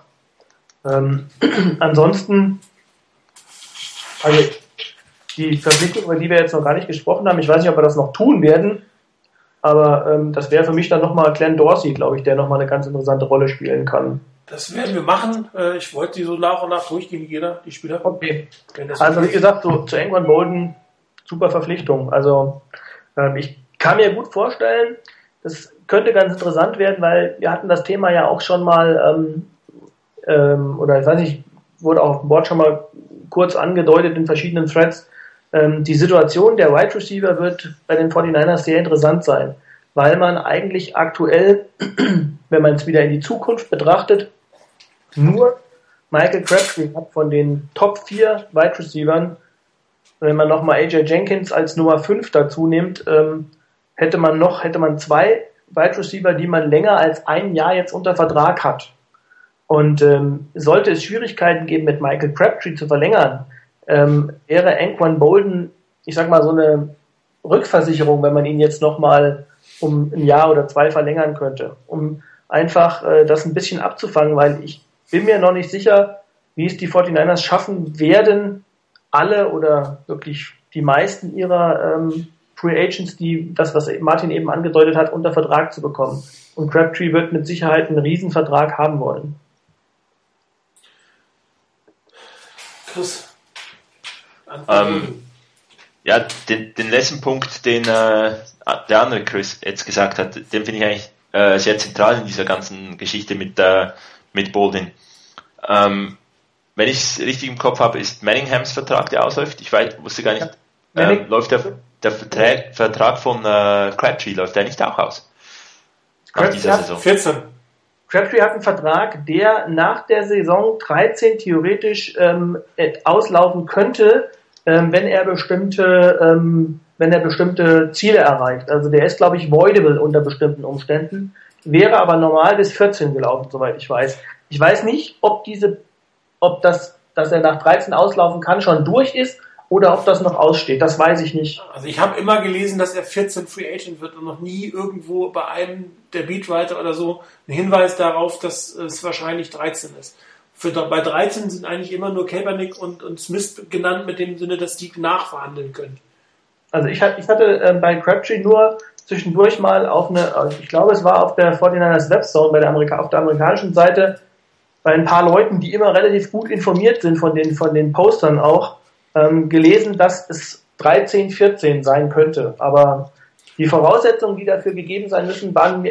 Ansonsten, also die Verpflichtung, über die wir jetzt noch gar nicht gesprochen haben, ich weiß nicht, ob wir das noch tun werden, aber das wäre für mich dann nochmal Glenn Dorsey, glaube ich, der nochmal eine ganz interessante Rolle spielen kann. Das werden wir machen. Ich wollte die so nach und nach durchgehen, die Spieler. Okay. Also wie gesagt, so zu Anquan Boldin, super Verpflichtung. Also ich kann mir gut vorstellen, das könnte ganz interessant werden, weil wir hatten das Thema ja auch schon mal, oder ich weiß nicht, wurde auch auf dem Board schon mal kurz angedeutet in verschiedenen Threads. Die Situation der Wide Receiver wird bei den 49ers sehr interessant sein, weil man eigentlich aktuell, wenn man es wieder in die Zukunft betrachtet, nur Michael Crabtree hat von den Top 4 Wide Receivern, wenn man nochmal AJ Jenkins als Nummer 5 dazu nimmt, hätte man 2 Wide Receiver, die man länger als 1 Jahr jetzt unter Vertrag hat. Und sollte es Schwierigkeiten geben, mit Michael Crabtree zu verlängern, wäre Anquan Boldin, ich sag mal, so eine Rückversicherung, wenn man ihn jetzt nochmal um ein Jahr oder 2 verlängern könnte, um einfach das ein bisschen abzufangen, weil ich bin mir noch nicht sicher, wie es die 49ers schaffen werden, alle oder wirklich die meisten ihrer Free Agents, die das, was Martin eben angedeutet hat, unter Vertrag zu bekommen. Und Crabtree wird mit Sicherheit einen Riesenvertrag haben wollen. Chris. Ja, den letzten Punkt, den der andere Chris jetzt gesagt hat, den finde ich eigentlich sehr zentral in dieser ganzen Geschichte mit Boldin. Wenn ich es richtig im Kopf habe, ist Manninghams Vertrag, der ausläuft. Ich wusste gar nicht, läuft der Vertrag von Crabtree, läuft der nicht auch aus? Nach dieser Saison. 14. Crabtree hat einen Vertrag, der nach der Saison 13 theoretisch auslaufen könnte, wenn er bestimmte Ziele erreicht. Also der ist, glaube ich, voidable unter bestimmten Umständen, wäre aber normal bis 14 gelaufen, soweit ich weiß. Ich weiß nicht, ob das, dass er nach 13 auslaufen kann, schon durch ist oder ob das noch aussteht. Das weiß ich nicht. Also ich habe immer gelesen, dass er 14 Free Agent wird und noch nie irgendwo bei einem der Beatwriter oder so einen Hinweis darauf, dass es wahrscheinlich 13 ist. Bei 13 sind eigentlich immer nur Kaepernick und Smith genannt, mit dem Sinne, dass die nachverhandeln können. Also ich hatte bei Crabtree nur zwischendurch mal ich glaube, es war auf der 49ers Webzone auf der amerikanischen Seite, bei ein paar Leuten, die immer relativ gut informiert sind von den Postern auch, gelesen, dass es 13, 14 sein könnte. Aber die Voraussetzungen, die dafür gegeben sein müssen,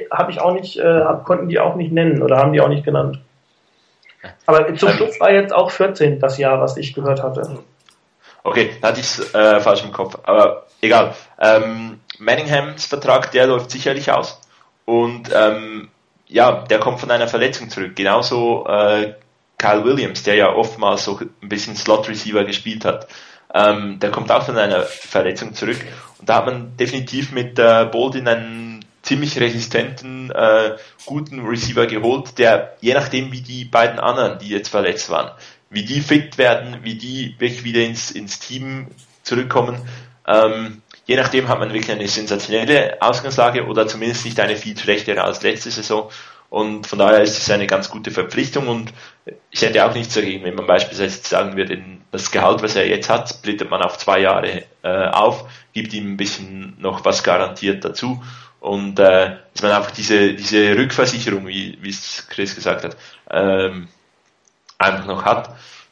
konnten die auch nicht nennen oder haben die auch nicht genannt. Aber zum Schluss war jetzt auch 14 das Jahr, was ich gehört hatte. Okay, da hatte ich es falsch im Kopf. Aber egal. Manninghams Vertrag, der läuft sicherlich aus. Und der kommt von einer Verletzung zurück. Genauso Kyle Williams, der ja oftmals so ein bisschen Slot-Receiver gespielt hat. Der kommt auch von einer Verletzung zurück. Und da hat man definitiv mit Boldin einen ziemlich resistenten, guten Receiver geholt, der je nachdem, wie die beiden anderen, die jetzt verletzt waren, wie die fit werden, wie die wirklich wieder ins Team zurückkommen, je nachdem hat man wirklich eine sensationelle Ausgangslage oder zumindest nicht eine viel schlechtere als letzte Saison. Und von daher ist es eine ganz gute Verpflichtung und ich hätte auch nichts dagegen, wenn man beispielsweise sagen würde, das Gehalt, was er jetzt hat, splittet man auf 2 Jahre auf, gibt ihm ein bisschen noch was garantiert dazu und dass man einfach diese Rückversicherung, wie es Chris gesagt hat, einfach noch hat.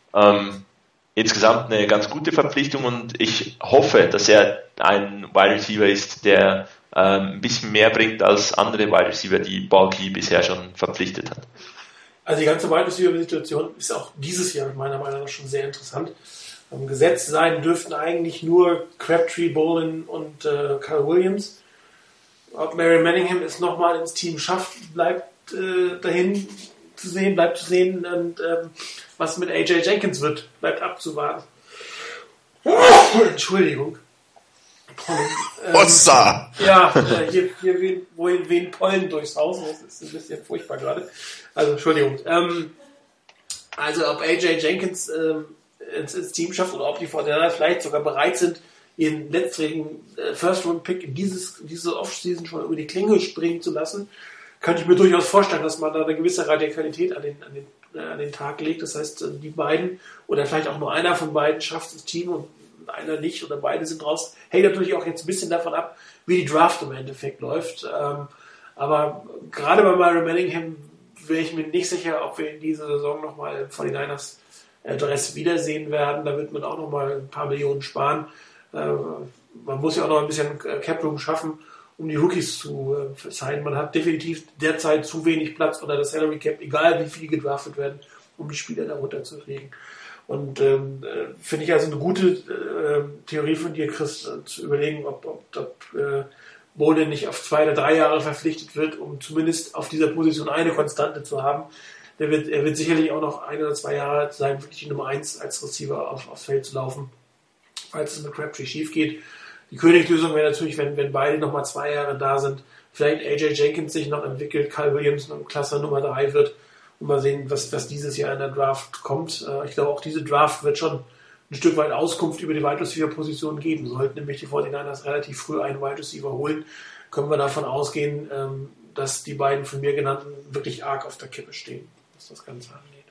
Insgesamt eine ganz gute Verpflichtung und ich hoffe, dass er ein Wide Receiver ist, der ein bisschen mehr bringt als andere Wide Receiver, die Balky bisher schon verpflichtet hat. Also die ganze Wide Receiver-Situation ist auch dieses Jahr meiner Meinung nach schon sehr interessant. Gesetzt sein dürften eigentlich nur Crabtree, Boldin und Kyle Williams. Ob Mary Manningham es nochmal ins Team schafft, bleibt zu sehen und was mit AJ Jenkins wird, bleibt abzuwarten. Entschuldigung. Ja, hier wehen Pollen durchs Haus, das ist ein bisschen furchtbar gerade. Also, Entschuldigung. Also, ob AJ Jenkins ins Team schafft oder ob die 49ers vielleicht sogar bereit sind, ihren letztjährigen First-Round-Pick in diese Offseason schon über die Klinge springen zu lassen, könnte ich mir durchaus vorstellen, dass man da eine gewisse Radikalität an den Tag legt. Das heißt, die beiden oder vielleicht auch nur einer von beiden schafft das Team und einer nicht oder beide sind raus. Hängt natürlich auch jetzt ein bisschen davon ab, wie die Draft im Endeffekt läuft. Aber gerade bei Myron Manningham wäre ich mir nicht sicher, ob wir in dieser Saison nochmal von den Niners Dress wiedersehen werden. Da wird man auch nochmal ein paar Millionen sparen. Man muss ja auch noch ein bisschen Cap-Room schaffen, um die Rookies zu signen. Man hat definitiv derzeit zu wenig Platz unter der Salary Cap, egal wie viele gedraftet werden, um die Spieler darunter zu legen. Und finde ich also eine gute Theorie von dir, Chris, zu überlegen, ob Boldin nicht auf 2 oder 3 Jahre verpflichtet wird, um zumindest auf dieser Position eine Konstante zu haben. Er wird sicherlich auch noch 1 oder 2 Jahre sein, wirklich die Nummer 1 als Receiver aufs Feld zu laufen, falls es mit Crabtree schief geht. Die Königslösung wäre natürlich, wenn beide nochmal 2 Jahre da sind, vielleicht AJ Jenkins sich noch entwickelt, Kyle Williams noch Klasse Nummer 3 wird Und mal sehen, was dieses Jahr in der Draft kommt. Ich glaube, auch diese Draft wird schon ein Stück weit Auskunft über die Wide Receiver-Position geben. Sollten nämlich die 49ers relativ früh einen Wide Receiver holen, können wir davon ausgehen, dass die beiden von mir genannten wirklich arg auf der Kippe stehen, was das Ganze angeht.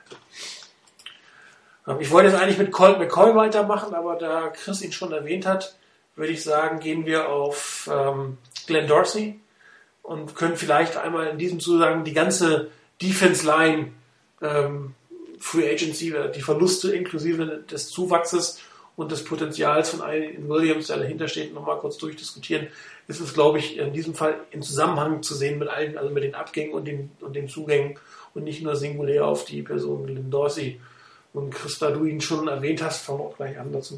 Ich wollte jetzt eigentlich mit Colt McCoy weitermachen, aber da Chris ihn schon erwähnt hat, würde ich sagen, gehen wir auf Glenn Dorsey und können vielleicht einmal in diesem Zusammenhang die ganze Defense Line, Free Agency, die Verluste inklusive des Zuwachses und des Potenzials von Ian Williams, der dahinter steht, nochmal kurz durchdiskutieren. Ist es, glaube ich, in diesem Fall im Zusammenhang zu sehen mit allen, also mit den Abgängen und den Zugängen und nicht nur singulär auf die Person Glenn Dorsey. Und Chris, da du ihn schon erwähnt hast, fangen wir auch gleich an dazu.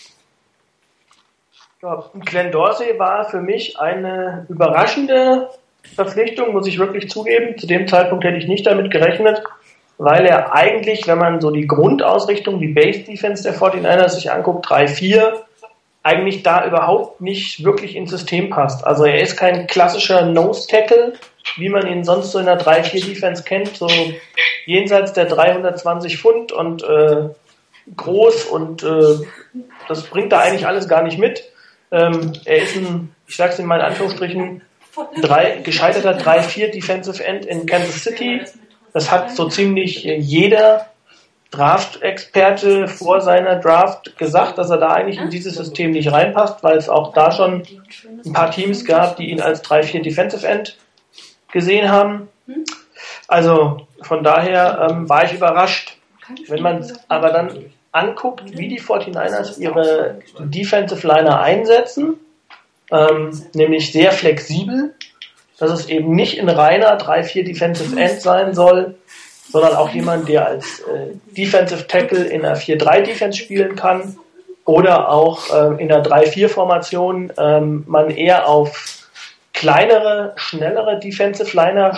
Ja, Glenn Dorsey war für mich eine überraschende Verpflichtung, muss ich wirklich zugeben. Zu dem Zeitpunkt hätte ich nicht damit gerechnet, weil er eigentlich, wenn man so die Grundausrichtung, die Base-Defense der 49ers sich anguckt, 3-4, eigentlich da überhaupt nicht wirklich ins System passt. Also er ist kein klassischer Nose-Tackle, wie man ihn sonst so in der 3-4-Defense kennt, so jenseits der 320 Pfund und groß und das bringt da eigentlich alles gar nicht mit. Er ist ich sag's in meinen Anführungsstrichen, gescheiterter 3-4 Defensive End in Kansas City. Das hat so ziemlich jeder Draft-Experte vor seiner Draft gesagt, dass er da eigentlich in dieses System nicht reinpasst, weil es auch da schon ein paar Teams gab, die ihn als 3-4 Defensive End gesehen haben. Also von daher war ich überrascht. Wenn man aber dann anguckt, wie die 49ers ihre Defensive Liner einsetzen, nämlich sehr flexibel, dass es eben nicht ein reiner 3-4 Defensive End sein soll, sondern auch jemand, der als Defensive Tackle in einer 4-3 Defense spielen kann oder auch in einer 3-4 Formation man eher auf kleinere, schnellere Defensive Liner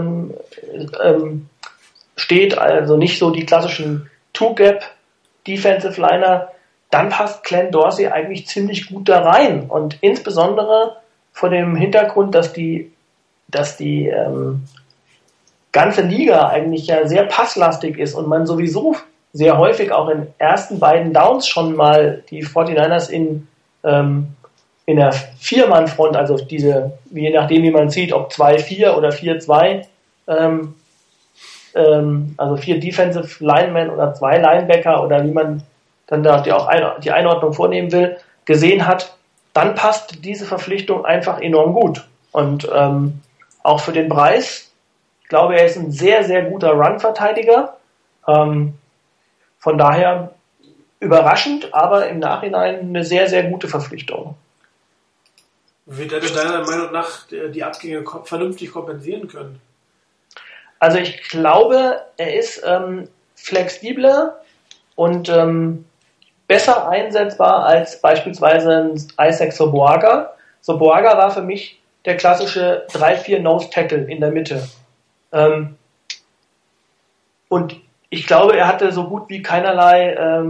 steht, also nicht so die klassischen Two-Gap Defensive Liner, dann passt Glenn Dorsey eigentlich ziemlich gut da rein. Und insbesondere vor dem Hintergrund, dass die ganze Liga eigentlich ja sehr passlastig ist und man sowieso sehr häufig auch in ersten beiden Downs schon mal die 49ers in der Viermann-Front, also diese, je nachdem wie man sieht, ob 2-4 oder 4-2, also 4 Defensive Linemen oder 2 Linebacker oder wie man dann da die Einordnung vornehmen will, gesehen hat, dann passt diese Verpflichtung einfach enorm gut. Und auch für den Preis, ich glaube, er ist ein sehr, sehr guter Run-Verteidiger. Von daher überraschend, aber im Nachhinein eine sehr, sehr gute Verpflichtung. Wird er deiner Meinung nach die Abgänge vernünftig kompensieren können? Also ich glaube, er ist flexibler und besser einsetzbar als beispielsweise Isaac Soboaga. Soboaga war für mich der klassische 3-4 Nose Tackle in der Mitte. Und ich glaube, er hatte so gut wie keinerlei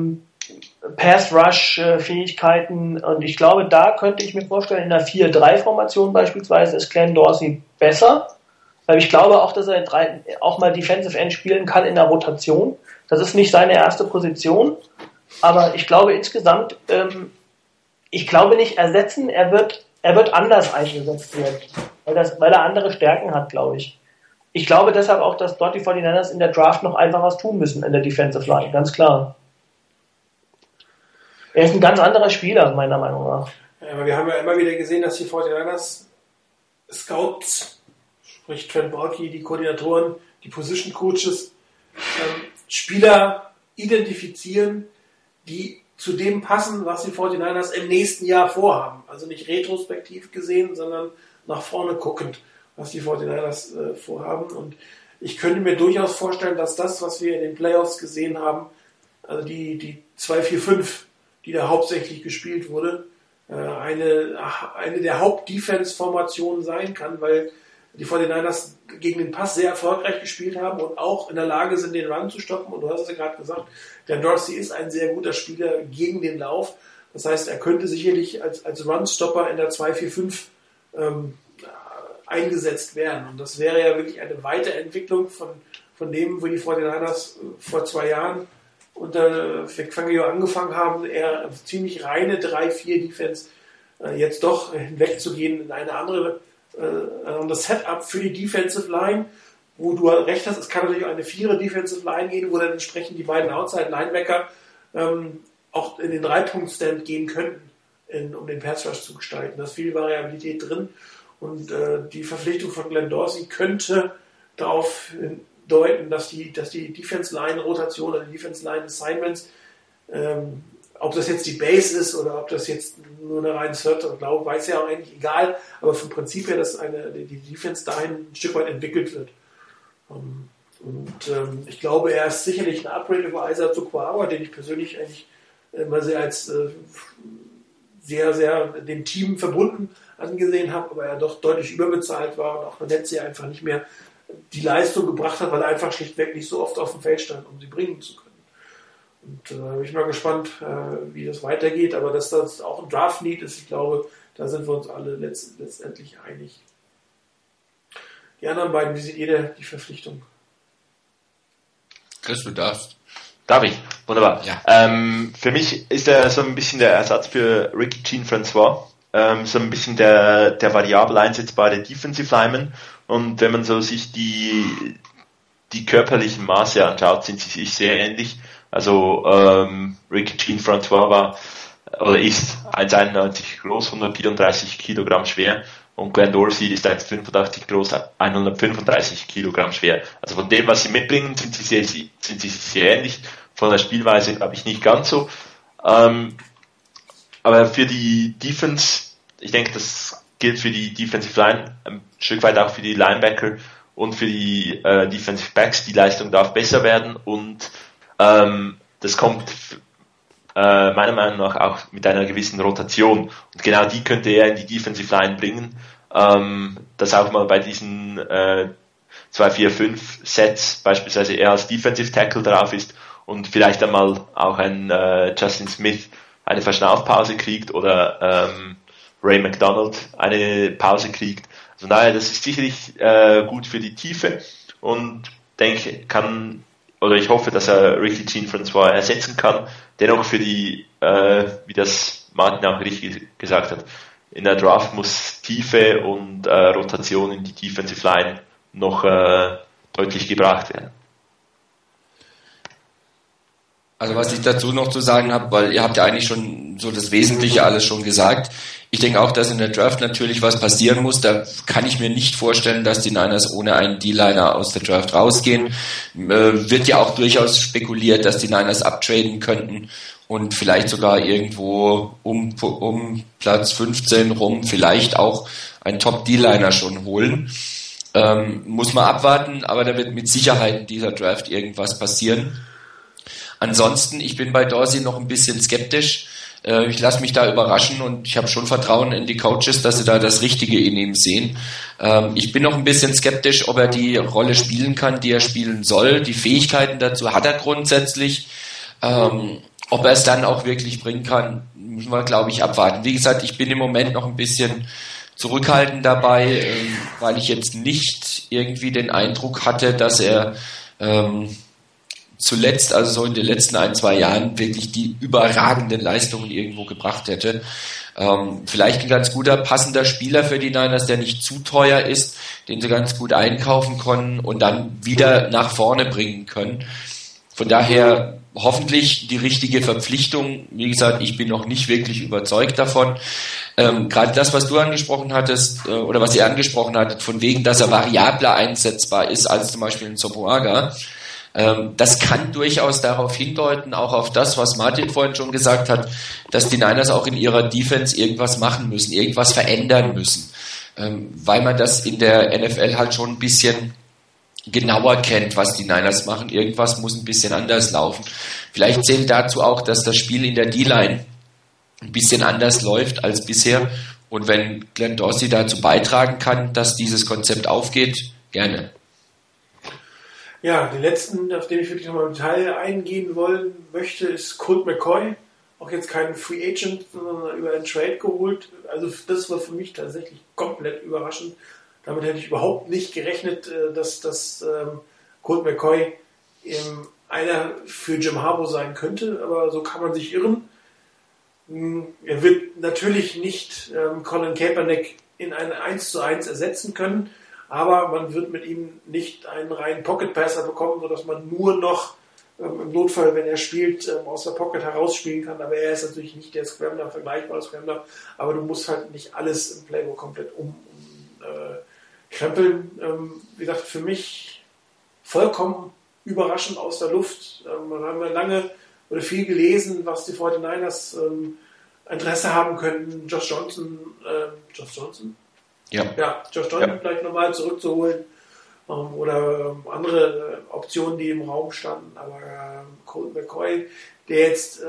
Pass-Rush-Fähigkeiten und ich glaube, da könnte ich mir vorstellen, in der 4-3-Formation beispielsweise ist Glenn Dorsey besser. Ich glaube auch, dass er auch mal Defensive End spielen kann in der Rotation. Das ist nicht seine erste Position, aber ich glaube insgesamt, ich glaube nicht ersetzen, er wird anders eingesetzt werden, weil er andere Stärken hat, glaube ich. Ich glaube deshalb auch, dass dort die 49ers in der Draft noch einfach was tun müssen in der Defensive Line, ganz klar. Er ist ein ganz anderer Spieler, meiner Meinung nach. Ja, aber wir haben ja immer wieder gesehen, dass die 49ers Scouts, sprich Trent Baalke, die Koordinatoren, die Position Coaches, Spieler identifizieren, die zu dem passen, was die 49ers im nächsten Jahr vorhaben. Also nicht retrospektiv gesehen, sondern nach vorne guckend, was die 49ers vorhaben. Und ich könnte mir durchaus vorstellen, dass das, was wir in den Playoffs gesehen haben, also die 2-4-5, die da hauptsächlich gespielt wurde, eine der Haupt-Defense-Formationen sein kann, weil die 49ers gegen den Pass sehr erfolgreich gespielt haben und auch in der Lage sind, den Run zu stoppen. Und du hast es ja gerade gesagt, der Dorsey ist ein sehr guter Spieler gegen den Lauf. Das heißt, er könnte sicherlich als Run-Stopper in der 2-4-5 eingesetzt werden. Und das wäre ja wirklich eine Weiterentwicklung von dem, wo die 49ers vor 2 Jahren unter Vic Fangio angefangen haben, eher ziemlich reine 3-4-Defense, jetzt doch hinwegzugehen in eine andere das Setup für die Defensive Line, wo du recht hast, es kann natürlich auch eine 4er Defensive Line gehen, wo dann entsprechend die beiden Outside-Linebacker auch in den 3-Punkt-Stand gehen könnten, um den Pass Rush zu gestalten. Da ist viel Variabilität drin und die Verpflichtung von Glenn Dorsey könnte darauf deuten, dass die Defense-Line-Rotation oder die Defense-Line-Assignments, ob das jetzt die Base ist oder ob das jetzt nur eine reine Third und glaube, weiß ja auch eigentlich egal, aber vom Prinzip her, dass die Defense dahin ein Stück weit entwickelt wird. Ich glaube, er ist sicherlich ein Upgrade über Isaac Suquawa, den ich persönlich eigentlich immer sehr als sehr, sehr dem Team verbunden angesehen habe, aber er doch deutlich überbezahlt war und auch letztes Jahr einfach nicht mehr die Leistung gebracht hat, weil er einfach schlichtweg nicht so oft auf dem Feld stand, um sie bringen zu können. Und da bin ich mal gespannt, wie das weitergeht, aber dass das auch ein Draft-Need ist, ich glaube, da sind wir uns alle letztendlich einig. Die anderen beiden, wie seht ihr die Verpflichtung? Chris, du darfst. Darf ich? Wunderbar. Ja. Für mich ist er so ein bisschen der Ersatz für Ricky Jean-François, so ein bisschen der variabel einsetzbare Defensive Lineman. Und wenn man so sich die körperlichen Maße anschaut, sind sie sich sehr ähnlich. Also Ricky Jean-François ist 1,91 groß, 134 Kilogramm schwer und Glenn Dorsey ist 1,85 groß, 135 Kilogramm schwer. Also von dem, was sie mitbringen, sind sie sehr ähnlich. Von der Spielweise glaube ich nicht ganz so. Aber für die Defense, ich denke, das gilt für die Defensive Line, ein Stück weit auch für die Linebacker und für die Defensive Backs. Die Leistung darf besser werden und das kommt meiner Meinung nach auch mit einer gewissen Rotation. Und genau die könnte er in die Defensive Line bringen, dass auch mal bei diesen 2-4-5 Sets beispielsweise er als Defensive Tackle drauf ist und vielleicht einmal auch ein Justin Smith eine Verschnaufpause kriegt oder Ray McDonald eine Pause kriegt. Also daher, das ist sicherlich gut für die Tiefe und ich hoffe, dass er Ricky Jean-François ersetzen kann. Dennoch für die, wie das Martin auch richtig gesagt hat, in der Draft muss Tiefe und Rotation in die Defensive Line noch deutlich gebracht werden. Also was ich dazu noch zu sagen habe, weil ihr habt ja eigentlich schon so das Wesentliche alles schon gesagt. Ich denke auch, dass in der Draft natürlich was passieren muss. Da kann ich mir nicht vorstellen, dass die Niners ohne einen D-Liner aus der Draft rausgehen. Wird ja auch durchaus spekuliert, dass die Niners uptraden könnten und vielleicht sogar irgendwo um Platz 15 rum vielleicht auch einen Top-D-Liner schon holen. Muss man abwarten, aber da wird mit Sicherheit in dieser Draft irgendwas passieren. Ansonsten, ich bin bei Dorsey noch ein bisschen skeptisch. Ich lasse mich da überraschen und ich habe schon Vertrauen in die Coaches, dass sie da das Richtige in ihm sehen. Ich bin noch ein bisschen skeptisch, ob er die Rolle spielen kann, die er spielen soll. Die Fähigkeiten dazu hat er grundsätzlich. Ob er es dann auch wirklich bringen kann, müssen wir, glaube ich, abwarten. Wie gesagt, ich bin im Moment noch ein bisschen zurückhaltend dabei, weil ich jetzt nicht irgendwie den Eindruck hatte, dass er zuletzt, also so in den letzten 1-2 Jahren, wirklich die überragenden Leistungen irgendwo gebracht hätte. Vielleicht ein ganz guter, passender Spieler für die Niners, der nicht zu teuer ist, den sie ganz gut einkaufen können und dann wieder nach vorne bringen können. Von daher hoffentlich die richtige Verpflichtung. Wie gesagt, ich bin noch nicht wirklich überzeugt davon. Gerade das, was du angesprochen hattest, oder was ihr angesprochen hattet, von wegen, dass er variabler einsetzbar ist als zum Beispiel in Sopoaga. Das kann durchaus darauf hindeuten, auch auf das, was Martin vorhin schon gesagt hat, dass die Niners auch in ihrer Defense irgendwas machen müssen, irgendwas verändern müssen, weil man das in der NFL halt schon ein bisschen genauer kennt, was die Niners machen. Irgendwas muss ein bisschen anders laufen. Vielleicht zählt dazu auch, dass das Spiel in der D-Line ein bisschen anders läuft als bisher und wenn Glenn Dorsey dazu beitragen kann, dass dieses Konzept aufgeht, gerne. Ja, den letzten, auf den ich wirklich nochmal im Detail eingehen wollen möchte, ist Colt McCoy. Auch jetzt kein Free Agent, sondern über einen Trade geholt. Also das war für mich tatsächlich komplett überraschend. Damit hätte ich überhaupt nicht gerechnet, dass das Colt McCoy einer für Jim Harbaugh sein könnte, aber so kann man sich irren. Er wird natürlich nicht Colin Kaepernick in ein 1:1 ersetzen können, aber man wird mit ihm nicht einen reinen Pocket-Passer bekommen, sodass man nur noch im Notfall, wenn er spielt, aus der Pocket herausspielen kann. Aber er ist natürlich nicht der Scrambler, vergleichbarer Scrambler, aber du musst halt nicht alles im Playbook komplett krempeln. Wie gesagt, für mich vollkommen überraschend aus der Luft. Man hat ja lange oder viel gelesen, was die 49ers Interesse haben können, Josh Johnson? Ja, Josh Johnson vielleicht nochmal zurückzuholen oder andere Optionen, die im Raum standen. Aber Colt McCoy, der jetzt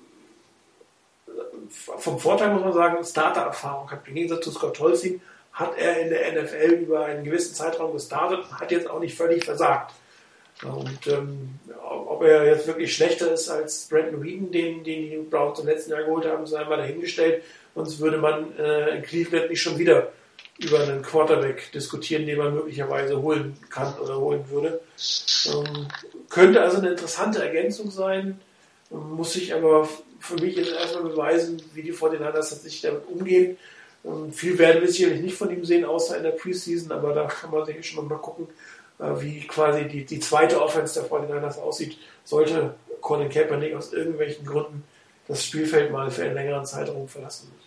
vom Vorteil, muss man sagen, Starter-Erfahrung hat. Im Gegensatz zu Scott Tolzien hat er in der NFL über einen gewissen Zeitraum gestartet und hat jetzt auch nicht völlig versagt. Und ob er jetzt wirklich schlechter ist als Brandon Weeden, den die Browns im letzten Jahr geholt haben, sei mal dahingestellt. Sonst würde man in Cleveland nicht schon wieder über einen Quarterback diskutieren, den man möglicherweise holen kann oder holen würde. Könnte also eine interessante Ergänzung sein, muss sich aber für mich jetzt erstmal beweisen, wie die 49ers tatsächlich damit umgehen. Viel werden wir sicherlich nicht von ihm sehen, außer in der Preseason, aber da kann man sicher schon mal gucken, wie quasi die zweite Offense der 49ers aussieht, sollte Colin Kaepernick aus irgendwelchen Gründen das Spielfeld mal für einen längeren Zeitraum verlassen müssen.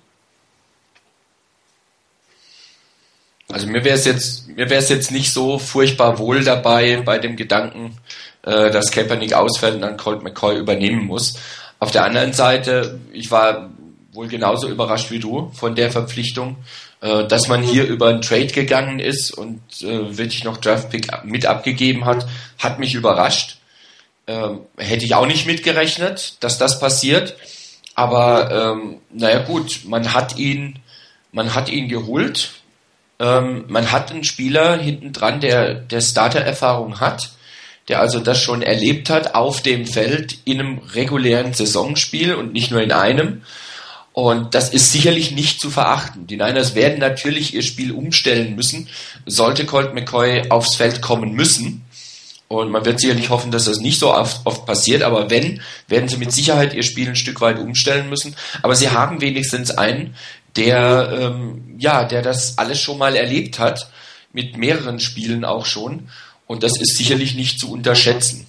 Also mir wäre es jetzt nicht so furchtbar wohl dabei bei dem Gedanken, dass Kaepernick ausfällt und dann Colt McCoy übernehmen muss. Auf der anderen Seite, ich war wohl genauso überrascht wie du von der Verpflichtung, dass man hier über einen Trade gegangen ist und wirklich noch Draftpick mit abgegeben hat mich überrascht. Hätte ich auch nicht mitgerechnet, dass das passiert. Aber naja gut, man hat ihn geholt. Man hat einen Spieler hinten dran, der Starter-Erfahrung hat, der also das schon erlebt hat auf dem Feld in einem regulären Saisonspiel und nicht nur in einem. Und das ist sicherlich nicht zu verachten. Die Niners werden natürlich ihr Spiel umstellen müssen, sollte Colt McCoy aufs Feld kommen müssen. Und man wird sicherlich hoffen, dass das nicht so oft passiert, aber wenn, werden sie mit Sicherheit ihr Spiel ein Stück weit umstellen müssen. Aber sie haben wenigstens einen, der das alles schon mal erlebt hat, mit mehreren Spielen auch schon. Und das ist sicherlich nicht zu unterschätzen.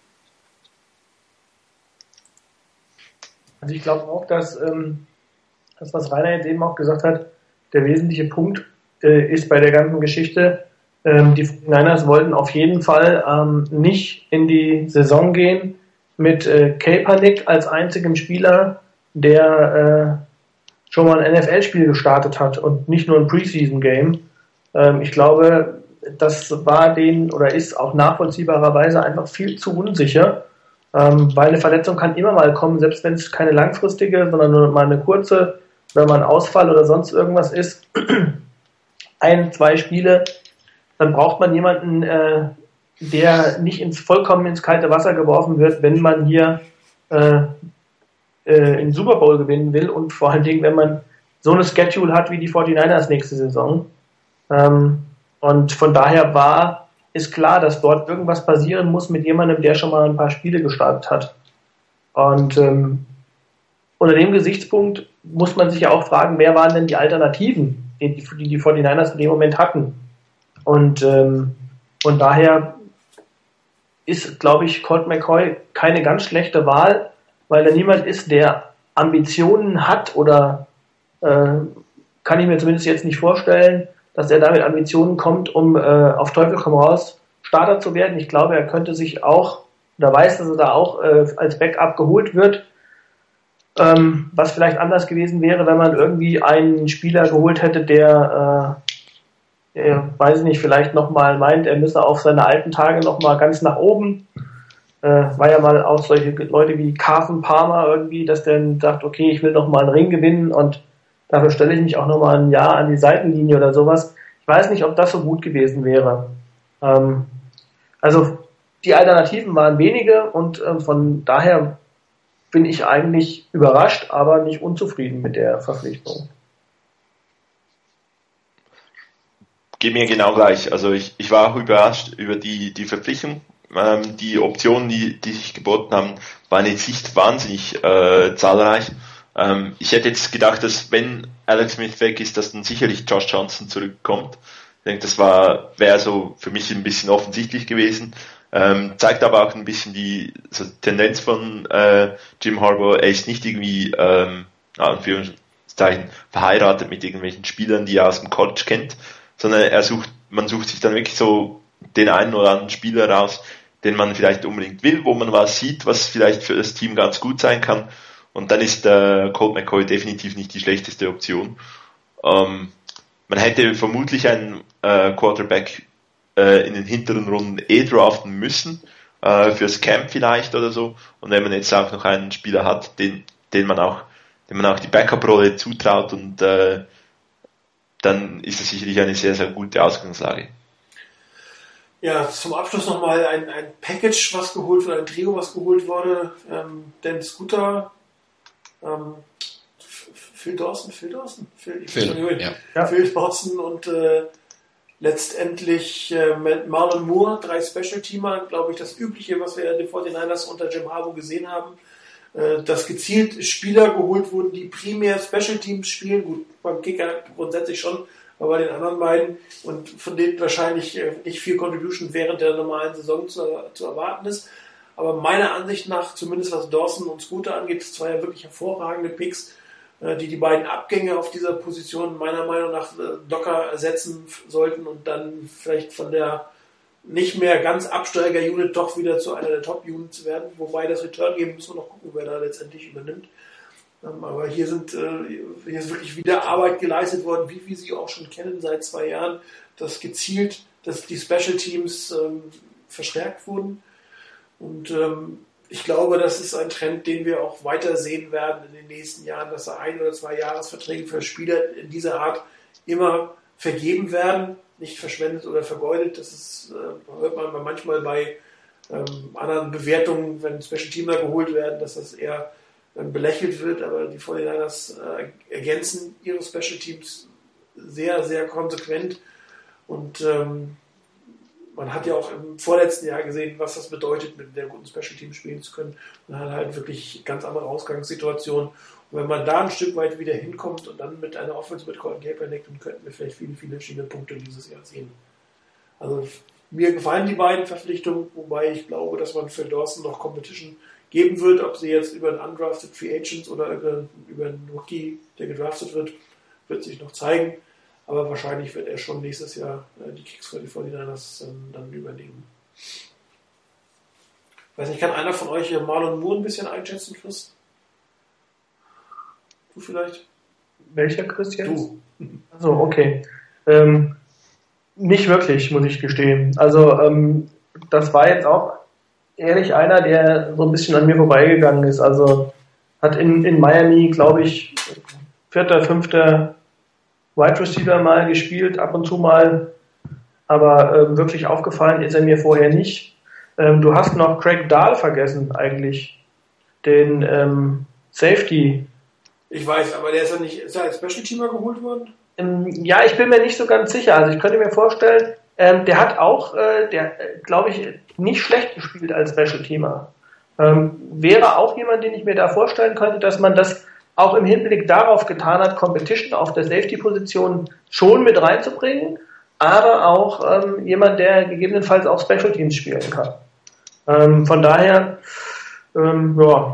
Also ich glaube auch, dass das, was Rainer jetzt eben auch gesagt hat, der wesentliche Punkt ist bei der ganzen Geschichte, die Niners wollten auf jeden Fall nicht in die Saison gehen mit Kaepernick als einzigem Spieler, der schon mal ein NFL-Spiel gestartet hat und nicht nur ein Preseason-Game. Ich glaube, das war denen oder ist auch nachvollziehbarerweise einfach viel zu unsicher, weil eine Verletzung kann immer mal kommen, selbst wenn es keine langfristige, sondern nur mal eine kurze, wenn man ein Ausfall oder sonst irgendwas ist, 1-2 Spiele, dann braucht man jemanden, der nicht vollkommen ins kalte Wasser geworfen wird, wenn man hier den Super Bowl gewinnen will und vor allen Dingen, wenn man so eine Schedule hat wie die 49ers nächste Saison. Und von daher ist klar, dass dort irgendwas passieren muss mit jemandem, der schon mal ein paar Spiele gestartet hat. Und unter dem Gesichtspunkt muss man sich ja auch fragen, wer waren denn die Alternativen, die 49ers in dem Moment hatten. Und von daher ist, glaube ich, Colt McCoy keine ganz schlechte Wahl, weil er niemand ist, der Ambitionen hat oder kann ich mir zumindest jetzt nicht vorstellen, dass er da mit Ambitionen kommt, um auf Teufel komm raus Starter zu werden. Ich glaube, er könnte sich auch, oder weiß, dass er da auch als Backup geholt wird, was vielleicht anders gewesen wäre, wenn man irgendwie einen Spieler geholt hätte, der weiß ich nicht, vielleicht nochmal meint, er müsse auf seine alten Tage nochmal ganz nach oben. War ja mal auch solche Leute wie Carson Palmer irgendwie, dass der dann sagt, okay, ich will nochmal einen Ring gewinnen und dafür stelle ich mich auch nochmal ein Jahr an die Seitenlinie oder sowas. Ich weiß nicht, ob das so gut gewesen wäre. Also die Alternativen waren wenige und von daher bin ich eigentlich überrascht, aber nicht unzufrieden mit der Verpflichtung. geht mir genau gleich. Also ich war auch überrascht über die Verpflichtung. Die Optionen, die sich geboten haben, waren jetzt nicht wahnsinnig zahlreich. Ich hätte jetzt gedacht, dass wenn Alex Smith weg ist, dass dann sicherlich Josh Johnson zurückkommt. Ich denke, das wäre so für mich ein bisschen offensichtlich gewesen. Zeigt aber auch ein bisschen die Tendenz von Jim Harbaugh. Er ist nicht irgendwie Anführungszeichen verheiratet mit irgendwelchen Spielern, die er aus dem College kennt, sondern man sucht sich dann wirklich so den einen oder anderen Spieler raus, den man vielleicht unbedingt will, wo man was sieht, was vielleicht für das Team ganz gut sein kann. Und dann ist Colt McCoy definitiv nicht die schlechteste Option. Man hätte vermutlich einen Quarterback in den hinteren Runden draften müssen, fürs Camp vielleicht oder so. Und wenn man jetzt auch noch einen Spieler hat, den man auch die Backup-Rolle zutraut, und dann ist es sicherlich eine sehr, sehr gute Ausgangslage. Ja, zum Abschluss nochmal ein Package, was geholt wurde, ein Trio, was geholt wurde. Dan Scooter, Phil Dawson und letztendlich Marlon Moore, 3 Special-Teamer, glaube ich, das Übliche, was wir den 49ers unter Jim Harbaugh gesehen haben. Dass gezielt Spieler geholt wurden, die primär Special Teams spielen, gut, beim Kicker grundsätzlich schon, aber bei den anderen beiden, und von denen wahrscheinlich nicht viel Contribution während der normalen Saison zu erwarten ist. Aber meiner Ansicht nach, zumindest was Dawson und Scooter angeht, 2 ja wirklich hervorragende Picks, die beiden Abgänge auf dieser Position meiner Meinung nach locker ersetzen sollten und dann vielleicht von der nicht mehr ganz Absteiger-Unit doch wieder zu einer der Top-Units werden, wobei das Return geben müssen wir noch gucken, wer da letztendlich übernimmt. Aber hier ist wirklich wieder Arbeit geleistet worden, wie wir sie auch schon kennen seit 2 Jahren, dass gezielt, dass die Special Teams verstärkt wurden. Und ich glaube, das ist ein Trend, den wir auch weiter sehen werden in den nächsten Jahren, dass da 1 oder 2 Jahresverträge für Spieler in dieser Art immer vergeben werden, nicht verschwendet oder vergeudet. Das ist, hört man manchmal bei anderen Bewertungen, wenn Special Teamer geholt werden, dass das eher belächelt wird, aber die 49ers ergänzen ihre Special Teams sehr, sehr konsequent, und man hat ja auch im vorletzten Jahr gesehen, was das bedeutet, mit der guten Special Teams spielen zu können. Man hat halt wirklich ganz andere Ausgangssituationen. Und wenn man da ein Stück weit wieder hinkommt und dann mit einer Offense mit Colin Kaepernick, dann könnten wir vielleicht viele, viele verschiedene Punkte dieses Jahr sehen. Also mir gefallen die beiden Verpflichtungen, wobei ich glaube, dass man für Dawson noch Competition geben wird, ob sie jetzt über einen Undrafted Free Agents oder über einen Rookie, der gedraftet wird sich noch zeigen. Aber wahrscheinlich wird er schon nächstes Jahr die Kicks für die 49ers dann übernehmen. Weiß nicht, kann einer von euch Marlon Moore ein bisschen einschätzen, Chris? Du vielleicht? Welcher Chris jetzt? Du. Also okay. Nicht wirklich, muss ich gestehen. Also das war jetzt auch ehrlich einer, der so ein bisschen an mir vorbeigegangen ist. Also hat in Miami, glaube ich, 4., 5. Wide Receiver mal gespielt, ab und zu mal, aber wirklich aufgefallen ist er mir vorher nicht. Du hast noch Craig Dahl vergessen eigentlich, den Safety. Ich weiß, aber der ist er als Special Teamer geholt worden? Ja, ich bin mir nicht so ganz sicher. Also ich könnte mir vorstellen, der hat auch, glaube ich, nicht schlecht gespielt als Special Teamer. Wäre auch jemand, den ich mir da vorstellen könnte, dass man das auch im Hinblick darauf getan hat, Competition auf der Safety-Position schon mit reinzubringen, aber auch jemand, der gegebenenfalls auch Special Teams spielen kann. Von daher, ja.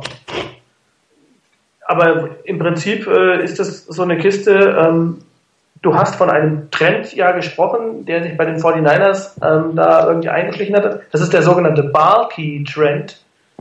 Aber im Prinzip ist das so eine Kiste, du hast von einem Trend ja gesprochen, der sich bei den 49ers da irgendwie eingeschlichen hat. Das ist der sogenannte Barkey-Trend.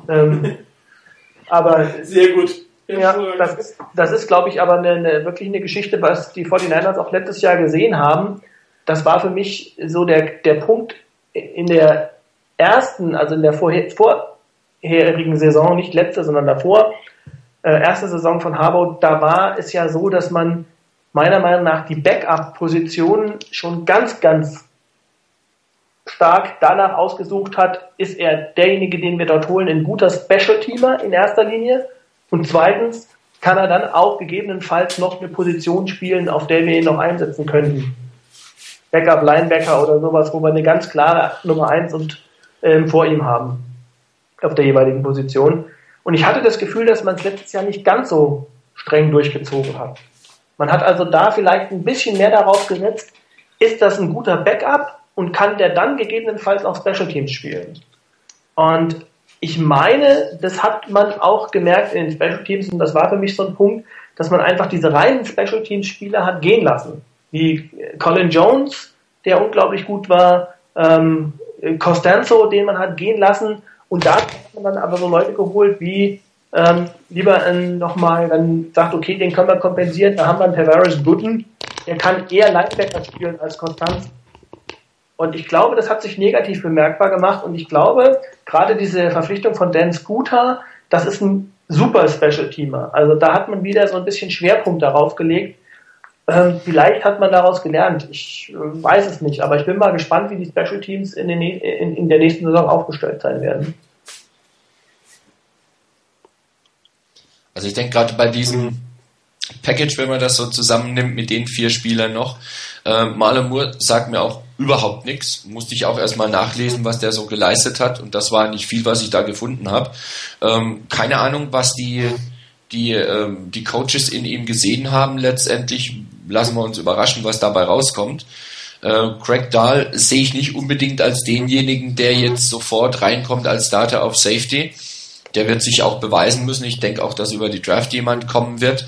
Aber sehr gut. Ja, das ist, glaube ich, aber wirklich eine Geschichte, was die 49ers auch letztes Jahr gesehen haben. Das war für mich so der Punkt in der ersten, also in der vorherigen Saison, nicht letzte, sondern davor, erste Saison von Harbaugh, da war es ja so, dass man meiner Meinung nach die Backup-Position schon ganz, ganz stark danach ausgesucht hat, ist er derjenige, den wir dort holen, ein guter Special-Teamer in erster Linie. Und zweitens kann er dann auch gegebenenfalls noch eine Position spielen, auf der wir ihn noch einsetzen könnten. Backup-Linebacker oder sowas, wo wir eine ganz klare Nummer 1 und vor ihm haben auf der jeweiligen Position. Und ich hatte das Gefühl, dass man es letztes Jahr nicht ganz so streng durchgezogen hat. Man hat also da vielleicht ein bisschen mehr darauf gesetzt, ist das ein guter Backup und kann der dann gegebenenfalls auch Special Teams spielen. Und ich meine, das hat man auch gemerkt in den Special Teams, und das war für mich so ein Punkt, dass man einfach diese reinen Special Teams Spieler hat gehen lassen. Wie Colin Jones, der unglaublich gut war, Costanzo, den man hat gehen lassen, und da hat man dann aber so Leute geholt, wie lieber nochmal dann sagt, okay, den können wir kompensieren, da haben wir einen Tavares Gooden, der kann eher Linebacker spielen als Costanzo. Und ich glaube, das hat sich negativ bemerkbar gemacht, und ich glaube, gerade diese Verpflichtung von Dan Scooter, das ist ein super Special-Teamer. Also da hat man wieder so ein bisschen Schwerpunkt darauf gelegt. Vielleicht hat man daraus gelernt. Ich weiß es nicht, aber ich bin mal gespannt, wie die Special Teams in der nächsten Saison aufgestellt sein werden. Also ich denke gerade bei diesem Package, wenn man das so zusammennimmt mit den 4 Spielern noch, Marlon Moore sagt mir auch überhaupt nichts. Musste ich auch erstmal nachlesen, was der so geleistet hat, und das war nicht viel, was ich da gefunden habe. Keine Ahnung, was die Coaches in ihm gesehen haben letztendlich. Lassen wir uns überraschen, was dabei rauskommt. Greg Dahl sehe ich nicht unbedingt als denjenigen, der jetzt sofort reinkommt als Starter auf Safety. Der wird sich auch beweisen müssen. Ich denke auch, dass über die Draft jemand kommen wird.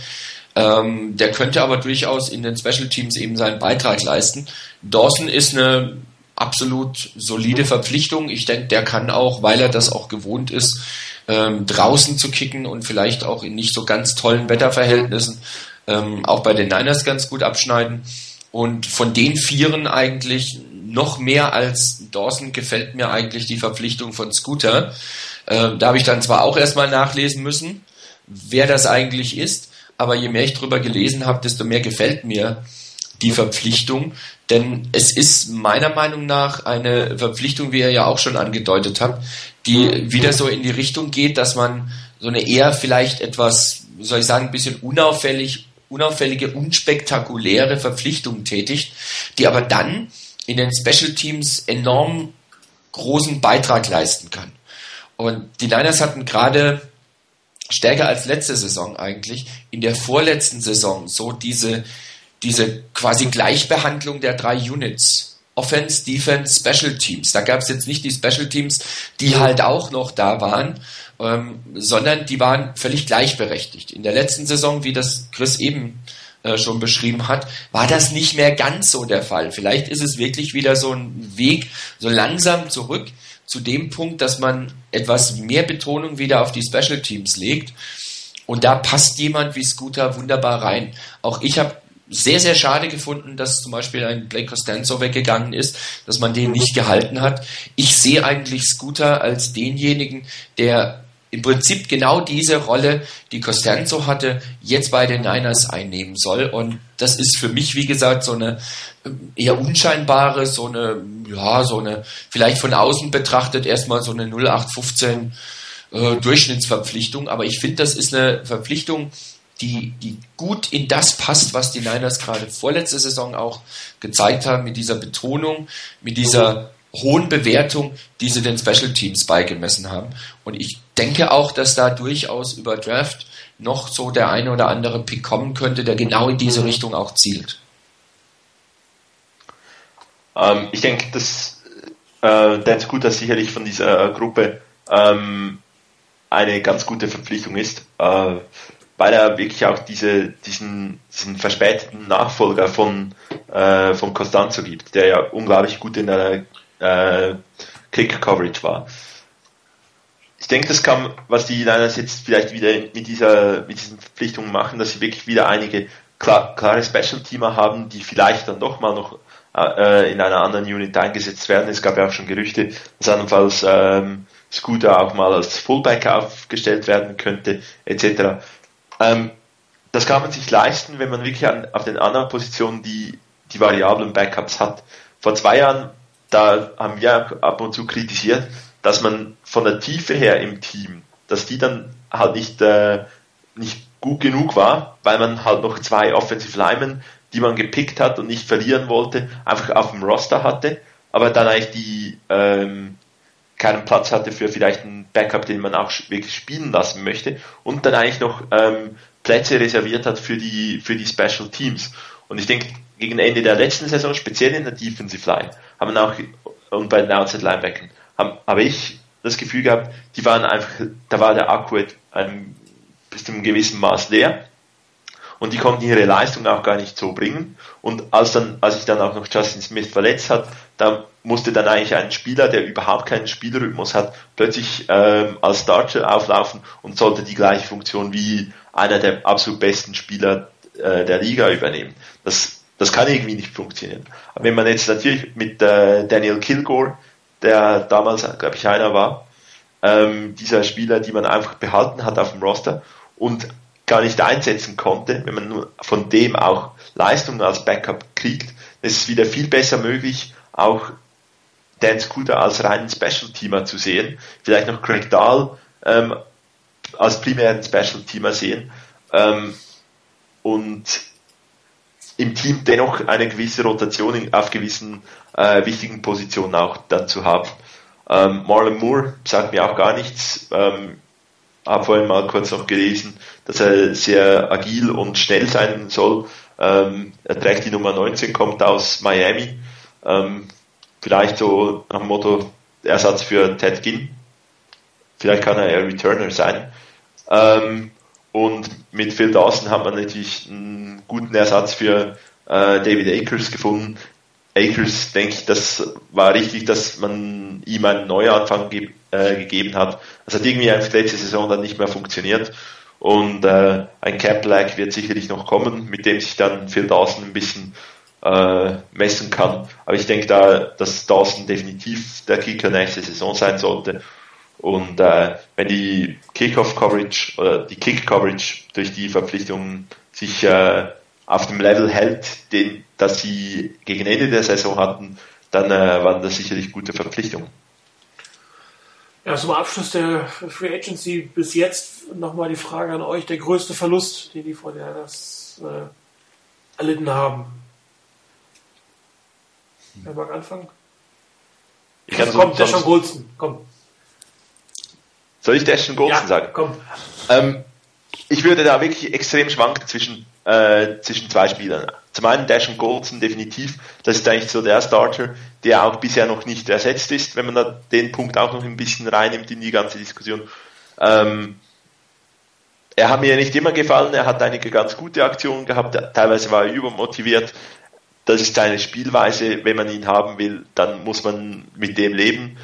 Der könnte aber durchaus in den Special Teams eben seinen Beitrag leisten. Dawson ist eine absolut solide Verpflichtung. Ich denke, der kann auch, weil er das auch gewohnt ist, draußen zu kicken und vielleicht auch in nicht so ganz tollen Wetterverhältnissen auch bei den Niners ganz gut abschneiden. Und von den 4 eigentlich noch mehr als Dawson gefällt mir eigentlich die Verpflichtung von Scooter. Da habe ich dann zwar auch erstmal nachlesen müssen, wer das eigentlich ist, aber je mehr ich drüber gelesen habe, desto mehr gefällt mir die Verpflichtung, denn es ist meiner Meinung nach eine Verpflichtung, wie ihr ja auch schon angedeutet habt, die wieder so in die Richtung geht, dass man so eine eher vielleicht etwas, soll ich sagen, ein bisschen unauffällige, unspektakuläre Verpflichtung tätigt, die aber dann in den Special Teams enorm großen Beitrag leisten kann. Und die Niners hatten gerade stärker als letzte Saison eigentlich in der vorletzten Saison so diese quasi Gleichbehandlung der 3 Units. Offense, Defense, Special Teams. Da gab es jetzt nicht die Special Teams, die halt auch noch da waren, sondern die waren völlig gleichberechtigt. In der letzten Saison, wie das Chris eben schon beschrieben hat, war das nicht mehr ganz so der Fall. Vielleicht ist es wirklich wieder so ein Weg, so langsam zurück zu dem Punkt, dass man etwas mehr Betonung wieder auf die Special Teams legt. Und da passt jemand wie Scooter wunderbar rein. Auch ich habe sehr, sehr schade gefunden, dass zum Beispiel ein Blake Costanzo weggegangen ist, dass man den nicht gehalten hat. Ich sehe eigentlich Scooter als denjenigen, der im Prinzip genau diese Rolle, die Costanzo hatte, jetzt bei den Niners einnehmen soll. Und das ist für mich, wie gesagt, so eine eher unscheinbare, so eine vielleicht von außen betrachtet erstmal so eine 0815 Durchschnittsverpflichtung. Aber ich finde, das ist eine Verpflichtung, die gut in das passt, was die Niners gerade vorletzte Saison auch gezeigt haben, mit dieser Betonung, mit dieser hohen Bewertung, die sie den Special Teams beigemessen haben. Und ich denke auch, dass da durchaus über Draft noch so der eine oder andere Pick kommen könnte, der genau in diese Richtung auch zielt. Ich denke, dass Dan Scooter sicherlich von dieser Gruppe eine ganz gute Verpflichtung ist, weil er wirklich auch diesen verspäteten Nachfolger von Costanzo gibt, der ja unglaublich gut in der Kick-Coverage war. Ich denke, das kann, was die Niners jetzt vielleicht wieder mit diesen Verpflichtungen machen, dass sie wirklich wieder einige klare Special-Teamer haben, die vielleicht dann doch mal noch in einer anderen Unit eingesetzt werden. Es gab ja auch schon Gerüchte, dass andernfalls Scooter auch mal als Fullback aufgestellt werden könnte, etc. Das kann man sich leisten, wenn man wirklich auf den anderen Positionen die variablen Backups hat. Vor 2 Jahren, da haben wir ab und zu kritisiert, dass man von der Tiefe her im Team, dass die dann halt nicht gut genug war, weil man halt noch 2 Offensive Linemen die man gepickt hat und nicht verlieren wollte, einfach auf dem Roster hatte, aber dann eigentlich keinen Platz hatte für vielleicht einen Backup, den man auch wirklich spielen lassen möchte, und dann eigentlich noch Plätze reserviert hat für die Special Teams. Und ich denke, gegen Ende der letzten Saison, speziell in der Defensive Line, haben auch, und bei den Outside Linebackern, habe ich das Gefühl gehabt, die waren einfach, da war der Akku bis zu einem gewissen Maß leer. Und die konnten ihre Leistung auch gar nicht so bringen. Und als sich dann auch noch Justin Smith verletzt hat, da musste dann eigentlich ein Spieler, der überhaupt keinen Spielrhythmus hat, plötzlich als Starter auflaufen und sollte die gleiche Funktion wie einer der absolut besten Spieler der Liga übernehmen. Das kann irgendwie nicht funktionieren. Aber wenn man jetzt natürlich mit Daniel Kilgore, der damals, glaube ich, einer war, dieser Spieler, die man einfach behalten hat auf dem Roster und gar nicht einsetzen konnte, wenn man nur von dem auch Leistungen als Backup kriegt, dann ist es wieder viel besser möglich, auch Dan Scooter als reinen Special-Teamer zu sehen, vielleicht noch Craig Dahl als primären Special-Teamer sehen und im Team dennoch eine gewisse Rotation auf gewissen wichtigen Positionen auch dann zu haben. Marlon Moore sagt mir auch gar nichts. Habe vorhin mal kurz noch gelesen, dass er sehr agil und schnell sein soll. Er trägt die Nummer 19, kommt aus Miami. Vielleicht so nach dem Motto Ersatz für Ted Ginn. Vielleicht kann er Returner sein. Und mit Phil Dawson hat man natürlich einen guten Ersatz für David Akers gefunden. Akers, denke ich, das war richtig, dass man ihm einen Neuanfang gegeben hat. Das hat irgendwie einfach letzte Saison dann nicht mehr funktioniert. Und ein Cap-Lag wird sicherlich noch kommen, mit dem sich dann Phil Dawson ein bisschen messen kann. Aber ich denke dass Dawson definitiv der Kicker nächste Saison sein sollte. Und wenn die Kick-Off-Coverage oder die Kick-Coverage durch die Verpflichtungen sich auf dem Level hält, das sie gegen Ende der Saison hatten, dann waren das sicherlich gute Verpflichtungen. Ja, zum Abschluss der Free Agency bis jetzt nochmal die Frage an euch, der größte Verlust, den die 49ers erlitten haben. Wer mag anfangen? Komm, Deshaun Goldson, komm. Soll ich Deshaun Goldson sagen? Komm. Ich würde da wirklich extrem schwanken zwischen zwei Spielern. Zum einen Deshaun Goldson definitiv, das ist eigentlich so der Starter, der auch bisher noch nicht ersetzt ist, wenn man da den Punkt auch noch ein bisschen reinnimmt in die ganze Diskussion. Er hat mir nicht immer gefallen, er hat einige ganz gute Aktionen gehabt, teilweise war er übermotiviert. Das ist seine Spielweise, wenn man ihn haben will, dann muss man mit dem leben.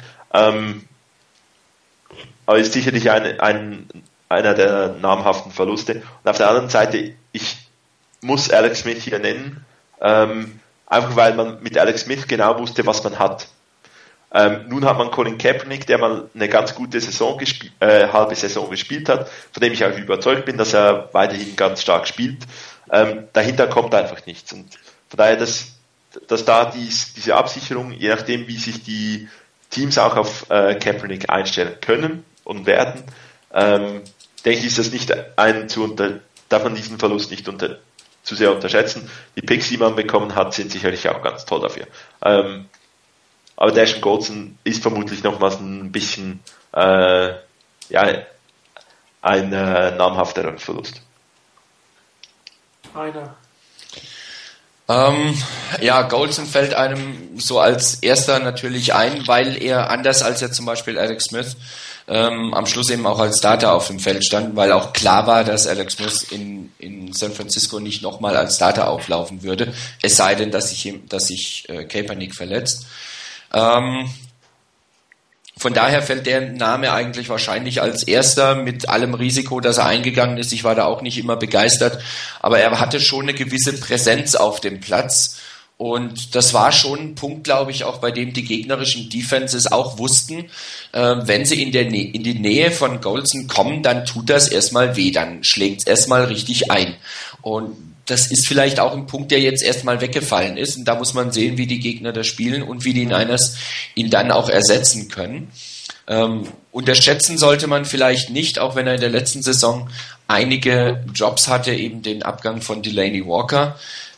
Aber ist sicherlich einer der namhaften Verluste. Und auf der anderen Seite, ich muss Alex Smith hier nennen, einfach weil man mit Alex Smith genau wusste, was man hat. Nun hat man Colin Kaepernick, der mal eine ganz gute halbe Saison gespielt hat, von dem ich auch überzeugt bin, dass er weiterhin ganz stark spielt. Dahinter kommt einfach nichts. Und von daher, dass da diese Absicherung, je nachdem, wie sich die Teams auch auf Kaepernick einstellen können und werden, denke ich, ist das nicht darf man diesen Verlust nicht zu sehr unterschätzen. Die Picks, die man bekommen hat, sind sicherlich auch ganz toll dafür. Aber Deshaun Goldson ist vermutlich nochmals ein bisschen ein namhafterer Verlust. Goldson fällt einem so als erster natürlich ein, weil er anders als ja zum Beispiel Alex Smith am Schluss eben auch als Starter auf dem Feld stand, weil auch klar war, dass Alex Smith in San Francisco nicht nochmal als Starter auflaufen würde, es sei denn, dass sich Kaepernick verletzt. Von daher fällt der Name eigentlich wahrscheinlich als erster mit allem Risiko, dass er eingegangen ist. Ich war da auch nicht immer begeistert, aber er hatte schon eine gewisse Präsenz auf dem Platz. Und das war schon ein Punkt, glaube ich, auch bei dem die gegnerischen Defenses auch wussten, wenn sie in die Nähe von Goldson kommen, dann tut das erstmal weh, dann schlägt es erstmal richtig ein. Und das ist vielleicht auch ein Punkt, der jetzt erstmal weggefallen ist. Und da muss man sehen, wie die Gegner das spielen und wie die Niners ihn dann auch ersetzen können. Unterschätzen sollte man vielleicht nicht, auch wenn er in der letzten Saison einige Jobs hatte, eben den Abgang von Delaney Walker.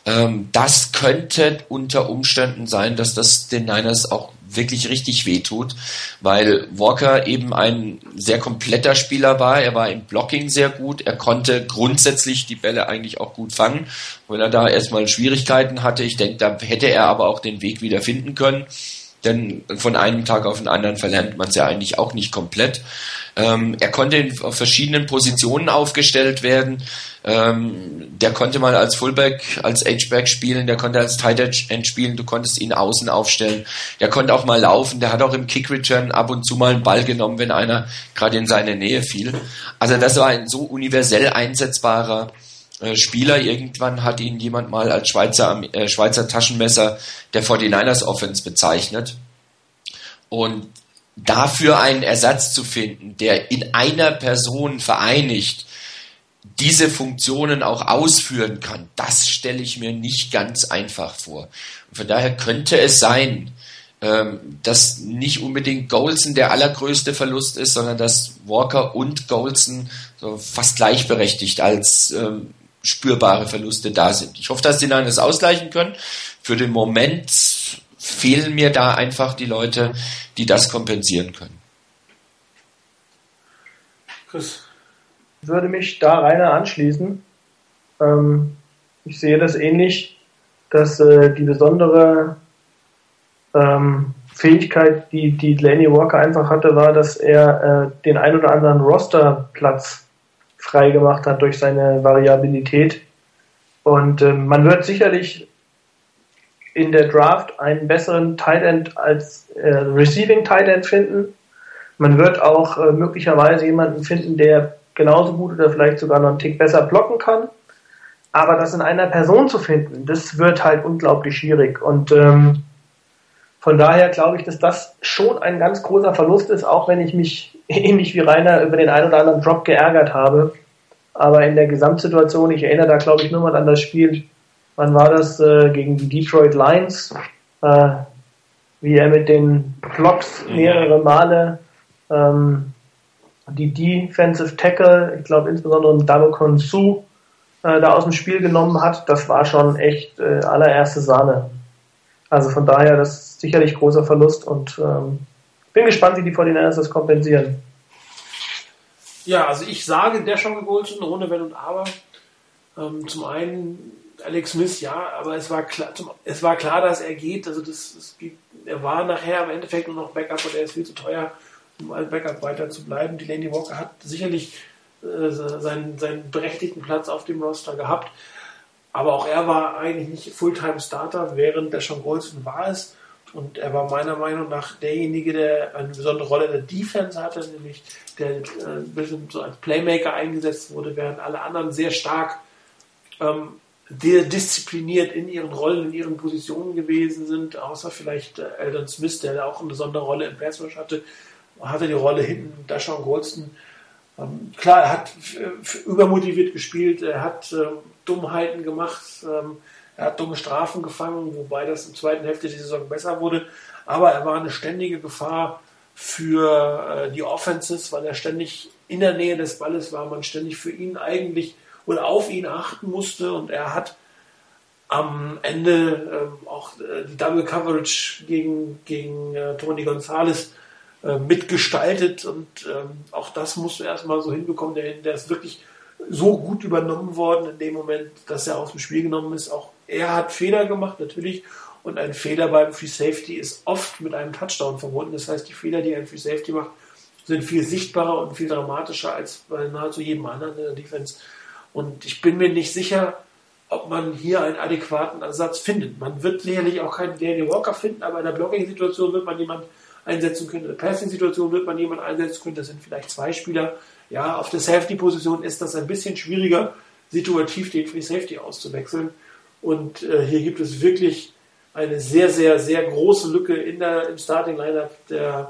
Das könnte unter Umständen sein, dass das den Niners auch wirklich richtig wehtut, weil Walker eben ein sehr kompletter Spieler war. Er war im Blocking sehr gut. Er konnte grundsätzlich die Bälle eigentlich auch gut fangen, wenn er da erstmal Schwierigkeiten hatte. Ich denke, da hätte er aber auch den Weg wieder finden können. Denn von einem Tag auf den anderen verlernt man es ja eigentlich auch nicht komplett. Er konnte auf verschiedenen Positionen aufgestellt werden. Der konnte mal als Fullback, als H-Back spielen, der konnte als Tight End spielen, du konntest ihn außen aufstellen. Der konnte auch mal laufen, der hat auch im Kick-Return ab und zu mal einen Ball genommen, wenn einer gerade in seine Nähe fiel. Also das war ein so universell einsetzbarer Spieler. Irgendwann hat ihn jemand mal als Schweizer Taschenmesser der 49ers Offense bezeichnet. Und dafür einen Ersatz zu finden, der in einer Person vereinigt diese Funktionen auch ausführen kann, das stelle ich mir nicht ganz einfach vor. Und von daher könnte es sein, dass nicht unbedingt Golson der allergrößte Verlust ist, sondern dass Walker und Golson so fast gleichberechtigt als spürbare Verluste da sind. Ich hoffe, dass die Niners ausgleichen können. Für den Moment fehlen mir da einfach die Leute, die das kompensieren können. Chris? Ich würde mich da reiner anschließen. Ich sehe das ähnlich, dass die besondere Fähigkeit, die Delanie Walker einfach hatte, war, dass er den ein oder anderen Rosterplatz frei gemacht hat durch seine Variabilität. Und man wird sicherlich in der Draft einen besseren Tight End als Receiving Tight End finden. Man wird auch möglicherweise jemanden finden, der genauso gut oder vielleicht sogar noch einen Tick besser blocken kann. Aber das in einer Person zu finden, das wird halt unglaublich schwierig. Und von daher glaube ich, dass das schon ein ganz großer Verlust ist, auch wenn ich mich ähnlich wie Rainer über den einen oder anderen Drop geärgert habe. Aber in der Gesamtsituation, ich erinnere da glaube ich nur mal an das Spiel, wann war das, gegen die Detroit Lions, wie er mit den Blocks mehrere Male die Defensive Tackle, ich glaube insbesondere Ndamukong Suh, da aus dem Spiel genommen hat. Das war schon echt allererste Sahne. Also von daher, das ist sicherlich großer Verlust und bin gespannt, wie die 49ers das kompensieren. Ja, also ich sage Deshaun Golson ohne Wenn und Aber. Zum einen Alex Smith, ja, aber es war klar, dass er geht. Also er war nachher im Endeffekt nur noch Backup und er ist viel zu teuer, um als Backup weiter zu bleiben. Delanie Walker hat sicherlich seinen berechtigten Platz auf dem Roster gehabt, aber auch er war eigentlich nicht Fulltime-Starter, während Deshaun Golson war es. Und er war meiner Meinung nach derjenige, der eine besondere Rolle in der Defense hatte, nämlich der ein bisschen so als Playmaker eingesetzt wurde, während alle anderen sehr stark diszipliniert in ihren Rollen, in ihren Positionen gewesen sind, außer vielleicht Aldon Smith, der da auch eine besondere Rolle im Pass Rush hatte die Rolle hinten, Deshaun Golson. Klar, er hat übermotiviert gespielt, er hat Dummheiten gemacht, er hat dumme Strafen gefangen, wobei das in der zweiten Hälfte der Saison besser wurde. Aber er war eine ständige Gefahr für die Offenses, weil er ständig in der Nähe des Balles war, man ständig für ihn eigentlich oder auf ihn achten musste. Und er hat am Ende auch die Double Coverage gegen Tony Gonzalez mitgestaltet. Und auch das musste er erstmal so hinbekommen. Der ist wirklich so gut übernommen worden in dem Moment, dass er aus dem Spiel genommen ist. Auch er hat Fehler gemacht, natürlich. Und ein Fehler beim Free Safety ist oft mit einem Touchdown verbunden. Das heißt, die Fehler, die ein Free Safety macht, sind viel sichtbarer und viel dramatischer als bei nahezu jedem anderen in der Defense. Und ich bin mir nicht sicher, ob man hier einen adäquaten Ersatz findet. Man wird sicherlich auch keinen Delanie Walker finden, aber in der Blocking-Situation wird man jemanden einsetzen können. In der Passing-Situation wird man jemanden einsetzen können. Das sind vielleicht zwei Spieler. Ja, auf der Safety-Position ist das ein bisschen schwieriger, situativ den Free Safety auszuwechseln. Und hier gibt es wirklich eine sehr, sehr, sehr große Lücke im Starting-Lineup der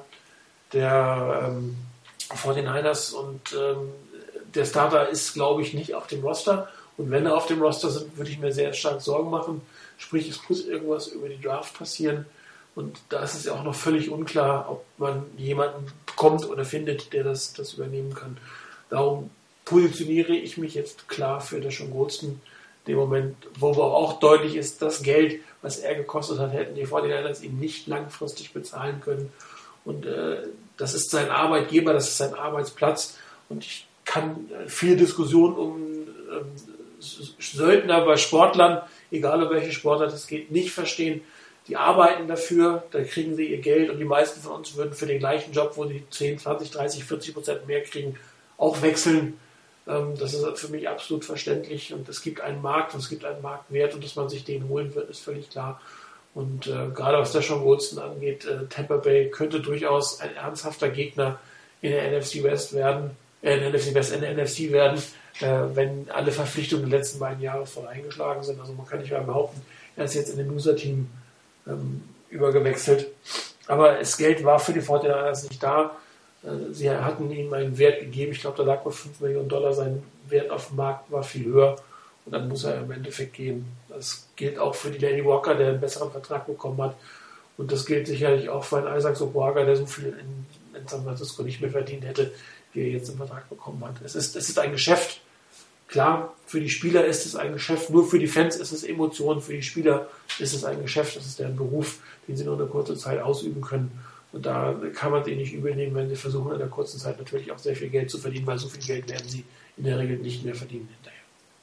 49ers. Und der Starter ist, glaube ich, nicht auf dem Roster. Und wenn er auf dem Roster sind, würde ich mir sehr stark Sorgen machen. Sprich, es muss irgendwas über die Draft passieren. Und da ist es ja auch noch völlig unklar, ob man jemanden bekommt oder findet, der das übernehmen kann. Darum positioniere ich mich jetzt klar für Deshaun Golson, In dem Moment, wo aber auch deutlich ist, das Geld, was er gekostet hat, hätten die 49ers ihm nicht langfristig bezahlen können. Und das ist sein Arbeitgeber, das ist sein Arbeitsplatz. Und ich kann viel Diskussion um Söldner bei Sportlern, egal um welche Sportart es geht, nicht verstehen. Die arbeiten dafür, da kriegen sie ihr Geld und die meisten von uns würden für den gleichen Job, wo sie 10, 20, 30, 40% mehr kriegen, auch wechseln. Das ist für mich absolut verständlich und es gibt einen Markt und es gibt einen Marktwert und dass man sich den holen wird, ist völlig klar. Und gerade was Deshaun Watson angeht, Tampa Bay könnte durchaus ein ernsthafter Gegner in der NFC West werden, in der NFC werden, wenn alle Verpflichtungen der letzten beiden Jahre voll eingeschlagen sind. Also man kann nicht mehr behaupten, er ist jetzt in dem Loser-Team übergewechselt. Aber das Geld war für die 49ers nicht da. Sie hatten ihm einen Wert gegeben. Ich glaube, da lag bei $5 Millionen. Sein Wert auf dem Markt war viel höher. Und dann muss er im Endeffekt gehen. Das gilt auch für die Danny Walker, der einen besseren Vertrag bekommen hat. Und das gilt sicherlich auch für einen Isaac Soboaga, der so viel in San Francisco nicht mehr verdient hätte, wie er jetzt im Vertrag bekommen hat. Es ist ein Geschäft. Klar, für die Spieler ist es ein Geschäft, nur für die Fans ist es Emotion, für die Spieler ist es ein Geschäft, das ist deren Beruf, den sie nur eine kurze Zeit ausüben können. Und da kann man es nicht übel nehmen, wenn sie versuchen, in der kurzen Zeit natürlich auch sehr viel Geld zu verdienen, weil so viel Geld werden sie in der Regel nicht mehr verdienen hinterher.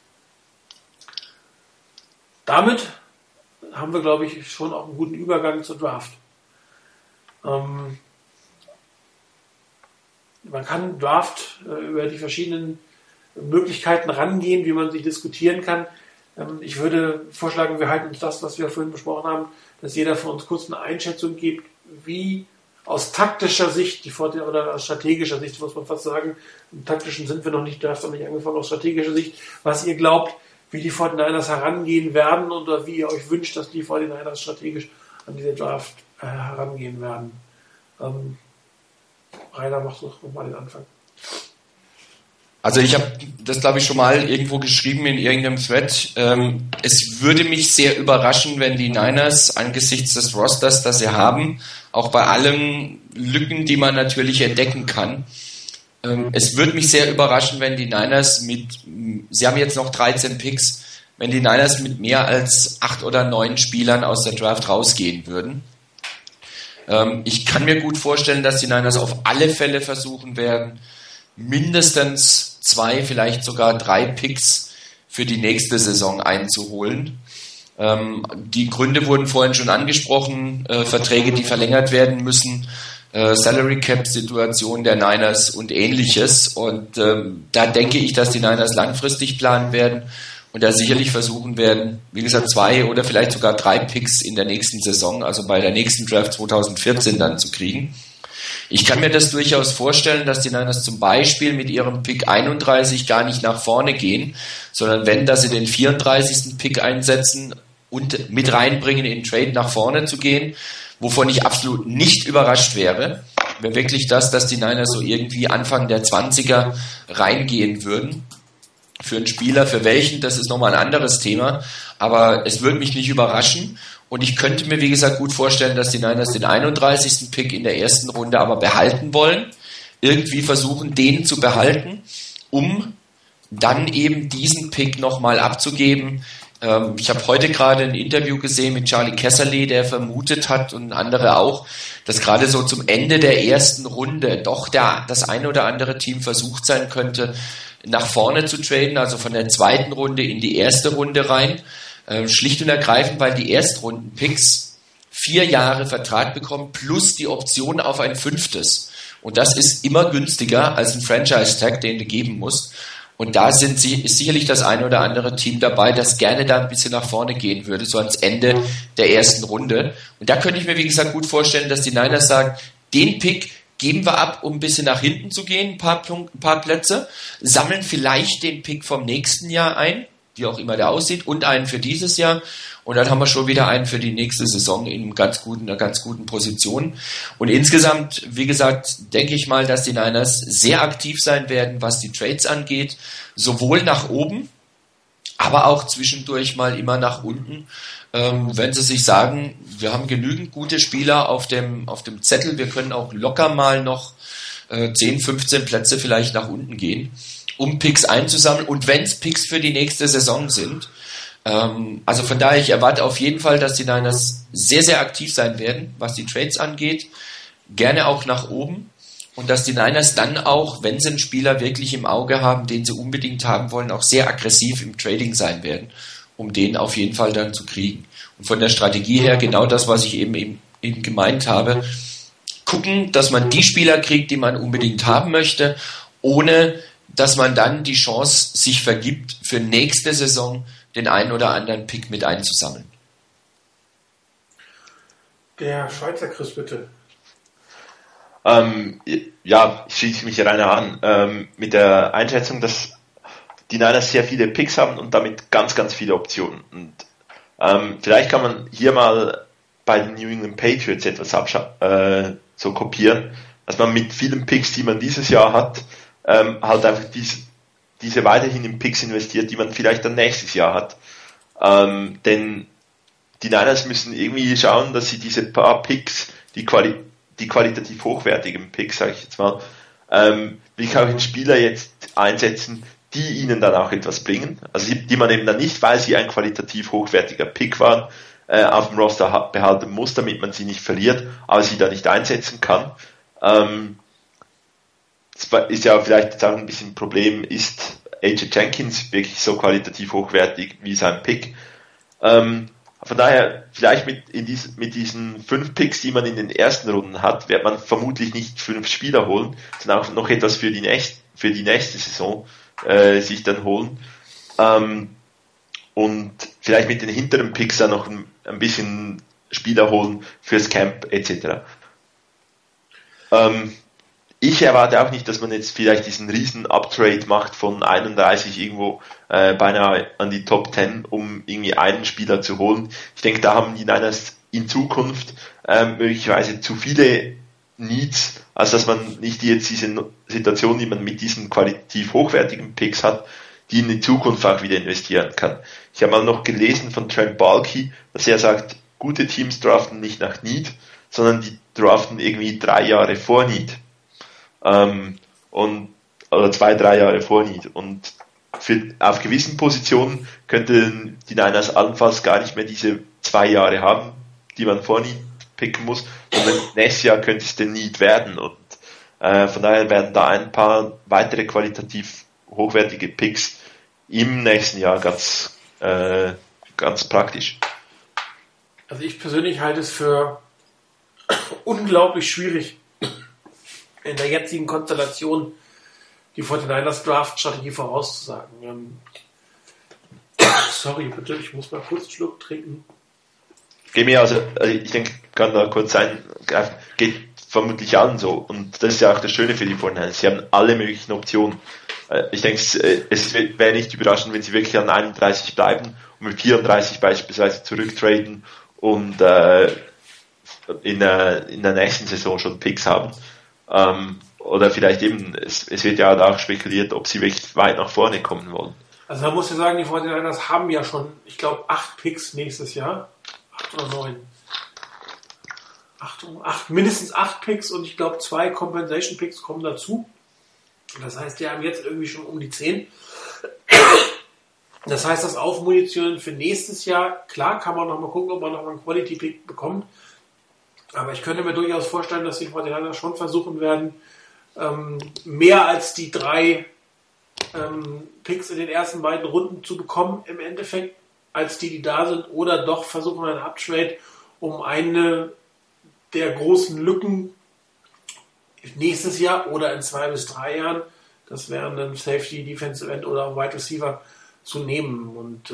Damit haben wir, glaube ich, schon auch einen guten Übergang zur Draft. Man kann Draft über die verschiedenen Möglichkeiten rangehen, wie man sich diskutieren kann. Ich würde vorschlagen, wir halten uns das, was wir vorhin besprochen haben, dass jeder von uns kurz eine Einschätzung gibt, wie aus taktischer Sicht, oder aus strategischer Sicht, muss man fast sagen, im taktischen sind wir noch nicht, Draft noch nicht angefangen, aus strategischer Sicht, was ihr glaubt, wie die 49ers herangehen werden oder wie ihr euch wünscht, dass die 49ers strategisch an diese Draft herangehen werden. Rainer, mach doch nochmal den Anfang. Also ich habe das, glaube ich, schon mal irgendwo geschrieben in irgendeinem Thread. Es würde mich sehr überraschen, wenn die Niners angesichts des Rosters, das sie haben, auch bei allen Lücken, die man natürlich entdecken kann, es würde mich sehr überraschen, wenn die Niners sie haben jetzt noch 13 Picks, wenn die Niners mit mehr als 8 oder 9 Spielern aus der Draft rausgehen würden. Ich kann mir gut vorstellen, dass die Niners auf alle Fälle versuchen werden, mindestens 2, vielleicht sogar 3 Picks für die nächste Saison einzuholen. Die Gründe wurden vorhin schon angesprochen, Verträge, die verlängert werden müssen, Salary Cap Situation der Niners und ähnliches. Und da denke ich, dass die Niners langfristig planen werden und da sicherlich versuchen werden, wie gesagt, 2 oder vielleicht sogar 3 Picks in der nächsten Saison, also bei der nächsten Draft 2014 dann zu kriegen. Ich kann mir das durchaus vorstellen, dass die Niners zum Beispiel mit ihrem Pick 31 gar nicht nach vorne gehen, sondern dass sie den 34. Pick einsetzen und mit reinbringen, in Trade nach vorne zu gehen, wovon ich absolut nicht überrascht wäre, wenn wirklich dass die Niners so irgendwie Anfang der 20er reingehen würden. Für einen Spieler, für welchen, das ist nochmal ein anderes Thema, aber es würde mich nicht überraschen. Und ich könnte mir, wie gesagt, gut vorstellen, dass die Niners den 31. Pick in der ersten Runde aber behalten wollen, irgendwie versuchen, den zu behalten, um dann eben diesen Pick nochmal abzugeben. Ich habe heute gerade ein Interview gesehen mit Charlie Kesserly, der vermutet hat und andere auch, dass gerade so zum Ende der ersten Runde doch das eine oder andere Team versucht sein könnte, nach vorne zu traden, also von der zweiten Runde in die erste Runde rein. Schlicht und ergreifend, weil die Erstrunden-Picks 4 Jahre Vertrag bekommen plus die Option auf ein 5. Und das ist immer günstiger als ein Franchise-Tag, den du geben musst. Und da ist sicherlich das eine oder andere Team dabei, das gerne da ein bisschen nach vorne gehen würde, so ans Ende der ersten Runde. Und da könnte ich mir, wie gesagt, gut vorstellen, dass die Niners sagen, den Pick geben wir ab, um ein bisschen nach hinten zu gehen, ein paar Plätze, sammeln vielleicht den Pick vom nächsten Jahr ein, wie auch immer der aussieht, und einen für dieses Jahr. Und dann haben wir schon wieder einen für die nächste Saison in einer ganz guten Position. Und insgesamt, wie gesagt, denke ich mal, dass die Niners sehr aktiv sein werden, was die Trades angeht. Sowohl nach oben, aber auch zwischendurch mal immer nach unten. Wenn sie sich sagen, wir haben genügend gute Spieler auf dem Zettel, wir können auch locker mal noch 10, 15 Plätze vielleicht nach unten gehen, um Picks einzusammeln. Und wenn es Picks für die nächste Saison sind, Also von daher, ich erwarte auf jeden Fall, dass die Niners sehr, sehr aktiv sein werden, was die Trades angeht. Gerne auch nach oben. Und dass die Niners dann auch, wenn sie einen Spieler wirklich im Auge haben, den sie unbedingt haben wollen, auch sehr aggressiv im Trading sein werden, um den auf jeden Fall dann zu kriegen. Und von der Strategie her genau das, was ich eben gemeint habe. Gucken, dass man die Spieler kriegt, die man unbedingt haben möchte, ohne dass man dann die Chance sich vergibt, für nächste Saison den einen oder anderen Pick mit einzusammeln. Der Schweizer Chris, bitte. Ja, ich schließe mich Rainer an, mit der Einschätzung, dass die Niners sehr viele Picks haben und damit ganz, ganz viele Optionen. Und vielleicht kann man hier mal bei den New England Patriots etwas so kopieren, dass man mit vielen Picks, die man dieses Jahr hat, halt einfach diese weiterhin in Picks investiert, die man vielleicht dann nächstes Jahr hat. Denn die Niners müssen irgendwie schauen, dass sie diese paar Picks, die qualitativ hochwertigen Picks, sage ich jetzt mal, wirklich auch in Spieler jetzt einsetzen, die ihnen dann auch etwas bringen. Also die man eben dann nicht, weil sie ein qualitativ hochwertiger Pick waren, auf dem Roster behalten muss, damit man sie nicht verliert, aber sie da nicht einsetzen kann. Das ist ja vielleicht jetzt auch ein bisschen ein Problem, ist AJ Jenkins wirklich so qualitativ hochwertig wie sein Pick? Von daher, vielleicht mit diesen 5 Picks, die man in den ersten Runden hat, wird man vermutlich nicht 5 Spieler holen, sondern auch noch etwas für die nächste Saison sich dann holen. Und vielleicht mit den hinteren Picks dann noch ein bisschen Spieler holen fürs Camp etc. Ich erwarte auch nicht, dass man jetzt vielleicht diesen riesen Uptrade macht von 31 irgendwo beinahe an die Top 10, um irgendwie einen Spieler zu holen. Ich denke, da haben die Niners in Zukunft möglicherweise zu viele Needs, als dass man nicht jetzt diese Situation, die man mit diesen qualitativ hochwertigen Picks hat, die in die Zukunft auch wieder investieren kann. Ich habe mal noch gelesen von Trent Baalke, dass er sagt, gute Teams draften nicht nach Need, sondern die draften irgendwie 3 Jahre vor Need. Oder 2-3 Jahre vor Need. Und auf gewissen Positionen könnten die Niners allenfalls gar nicht mehr diese 2 Jahre haben, die man vor Need picken muss, sondern nächstes Jahr könnte es den Need werden. Und von daher werden da ein paar weitere qualitativ hochwertige Picks im nächsten Jahr ganz praktisch. Also ich persönlich halte es für unglaublich schwierig, in der jetzigen Konstellation die 49ers Draft-Strategie vorauszusagen. Sorry, bitte, ich muss mal kurz einen Schluck trinken. Also ich denke, kann da kurz sein, geht vermutlich allen so. Und das ist ja auch das Schöne für die 49ers. Sie haben alle möglichen Optionen. Ich denke, es wäre nicht überraschend, wenn sie wirklich an 31 bleiben und mit 34 beispielsweise zurücktraden und in der nächsten Saison schon Picks haben. Oder vielleicht eben, es wird ja auch spekuliert, ob sie wirklich weit nach vorne kommen wollen. Also man muss ja sagen, die 49ers haben ja schon, ich glaube, 8 Picks nächstes Jahr. 8 oder 9. Mindestens 8 Picks und ich glaube 2 Compensation Picks kommen dazu. Das heißt, die haben jetzt irgendwie schon um die 10. Das heißt, das Aufmunitionieren für nächstes Jahr, klar kann man nochmal gucken, ob man nochmal einen Quality Pick bekommt. Aber ich könnte mir durchaus vorstellen, dass die 49ers schon versuchen werden, mehr als die 3 Picks in den ersten beiden Runden zu bekommen im Endeffekt, als die da sind, oder doch versuchen einen Uptrade, um eine der großen Lücken nächstes Jahr oder in 2 bis 3 Jahren, das wären dann Safety, Defensive End oder Wide Receiver, zu nehmen. Und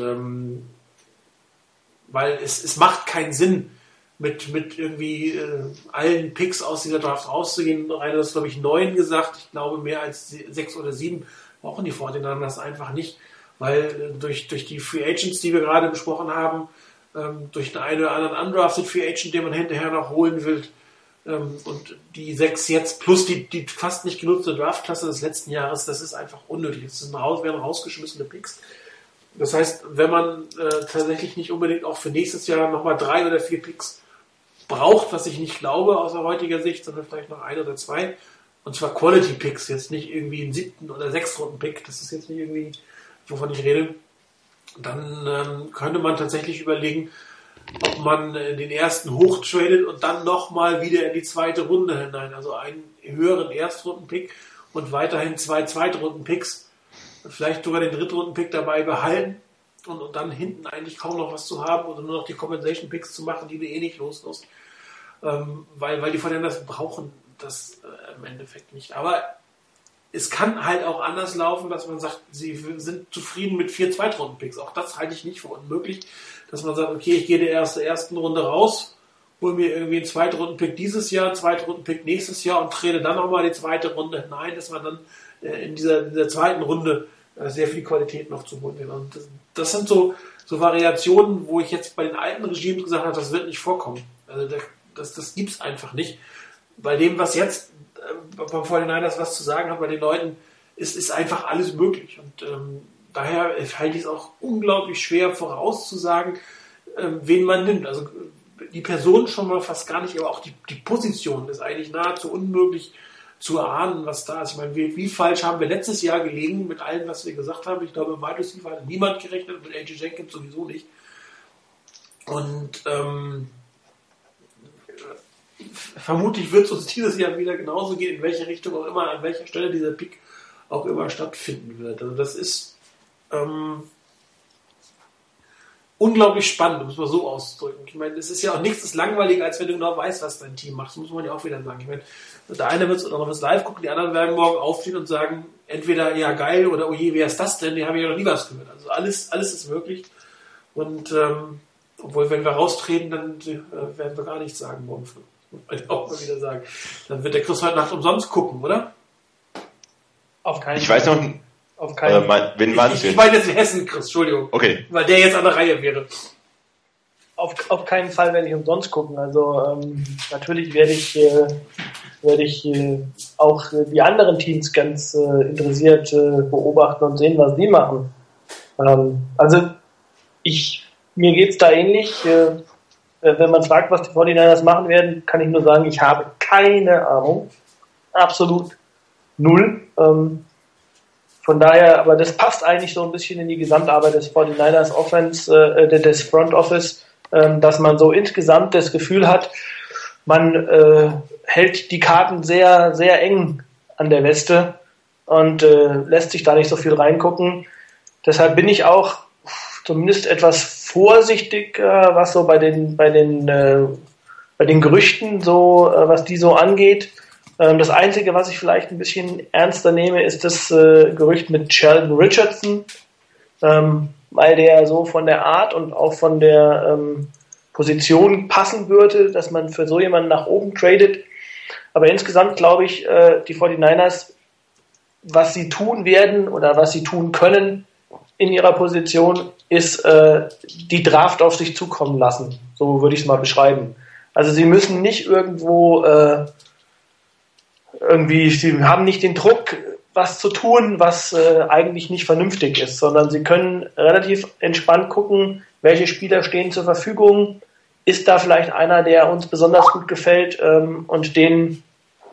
weil es macht keinen Sinn, mit irgendwie allen Picks aus dieser Draft rauszugehen. Rainer hat, glaube ich, 9 gesagt. Ich glaube, mehr als 6 oder 7 brauchen die 49ers einfach nicht, weil durch die Free Agents, die wir gerade besprochen haben, durch den einen oder anderen undrafted Free Agent, den man hinterher noch holen will, und die 6 jetzt plus die fast nicht genutzte Draftklasse des letzten Jahres, das ist einfach unnötig. Das wären rausgeschmissene Picks. Das heißt, wenn man tatsächlich nicht unbedingt auch für nächstes Jahr nochmal 3 oder 4 Picks braucht, was ich nicht glaube aus der heutiger Sicht, sondern vielleicht noch 1 oder 2, und zwar Quality Picks, jetzt nicht irgendwie einen 7. oder 6. Runden Pick, das ist jetzt nicht irgendwie, wovon ich rede, dann könnte man tatsächlich überlegen, ob man den ersten hochtradet und dann nochmal wieder in die zweite Runde hinein, also einen höheren Erstrunden-Pick und weiterhin 2 Zweitrunden-Picks, vielleicht sogar den Drittrunden-Pick dabei behalten und dann hinten eigentlich kaum noch was zu haben oder nur noch die Compensation-Picks zu machen, die du eh nicht loslässt, weil die Fortinanders brauchen das im Endeffekt nicht. Aber es kann halt auch anders laufen, dass man sagt, sie sind zufrieden mit 4 Zweitrunden-Picks. Auch das halte ich nicht für unmöglich, dass man sagt, okay, ich gehe der ersten Runde raus, hole mir irgendwie einen Zweitrunden-Pick dieses Jahr, einen Zweitrunden-Pick nächstes Jahr und trete dann nochmal die zweite Runde hinein, dass man dann in dieser zweiten Runde sehr viel Qualität noch zu holen hat. Und das sind so Variationen, wo ich jetzt bei den alten Regimes gesagt habe, das wird nicht vorkommen. Also das gibt es einfach nicht. Bei dem, was jetzt beim 49ers was zu sagen hat, bei den Leuten, ist einfach alles möglich. Und daher halte ich es auch unglaublich schwer vorauszusagen, wen man nimmt. Also die Person schon mal fast gar nicht, aber auch die Position ist eigentlich nahezu unmöglich zu erahnen, was da ist. Ich meine, wie falsch haben wir letztes Jahr gelegen mit allem, was wir gesagt haben. Ich glaube, im Wide Receiver hat niemand gerechnet, mit AJ Jenkins sowieso nicht. Und vermutlich wird es uns dieses Jahr wieder genauso gehen, in welche Richtung auch immer, an welcher Stelle dieser Pick auch immer stattfinden wird. Also das ist unglaublich spannend, muss man so ausdrücken. Ich meine, es ist ja auch nichts langweiliger, als wenn du genau weißt, was dein Team macht. Das muss man ja auch wieder sagen. Ich meine, der eine wird es oder noch was live gucken, die anderen werden morgen aufstehen und sagen, entweder ja geil oder oh je, wer ist das denn? Die haben ja noch nie was gehört. Also alles ist möglich. Und obwohl, wenn wir raustreten, dann werden wir gar nichts sagen morgen früh. Muss ich auch mal wieder sagen. Dann wird der Chris heute Nacht umsonst gucken, oder? Auf keinen Ich weiß noch, Auf keinen wen waren Ich meine jetzt Hessen, Chris, Entschuldigung. Okay. Weil der jetzt an der Reihe wäre. Auf keinen Fall werde ich umsonst gucken. Also natürlich werde ich auch die anderen Teams ganz interessiert beobachten und sehen, was die machen. Also mir geht's da ähnlich. Wenn man fragt, was die 49ers machen werden, kann ich nur sagen, ich habe keine Ahnung. Absolut null. Von daher, aber das passt eigentlich so ein bisschen in die Gesamtarbeit des 49ers Offense, des Front Office, dass man so insgesamt das Gefühl hat, man hält die Karten sehr, sehr eng an der Weste und lässt sich da nicht so viel reingucken. Deshalb bin ich auch zumindest etwas vorsichtig, was so bei den Gerüchten so, was die so angeht. Das Einzige, was ich vielleicht ein bisschen ernster nehme, ist das Gerücht mit Sheldon Richardson, weil der so von der Art und auch von der Position passen würde, dass man für so jemanden nach oben tradet. Aber insgesamt glaube ich, die 49ers, was sie tun werden oder was sie tun können in ihrer Position, ist die Draft auf sich zukommen lassen. So würde ich es mal beschreiben. Also sie müssen nicht irgendwo sie haben nicht den Druck, was zu tun, was eigentlich nicht vernünftig ist, sondern sie können relativ entspannt gucken, welche Spieler stehen zur Verfügung, ist da vielleicht einer, der uns besonders gut gefällt und den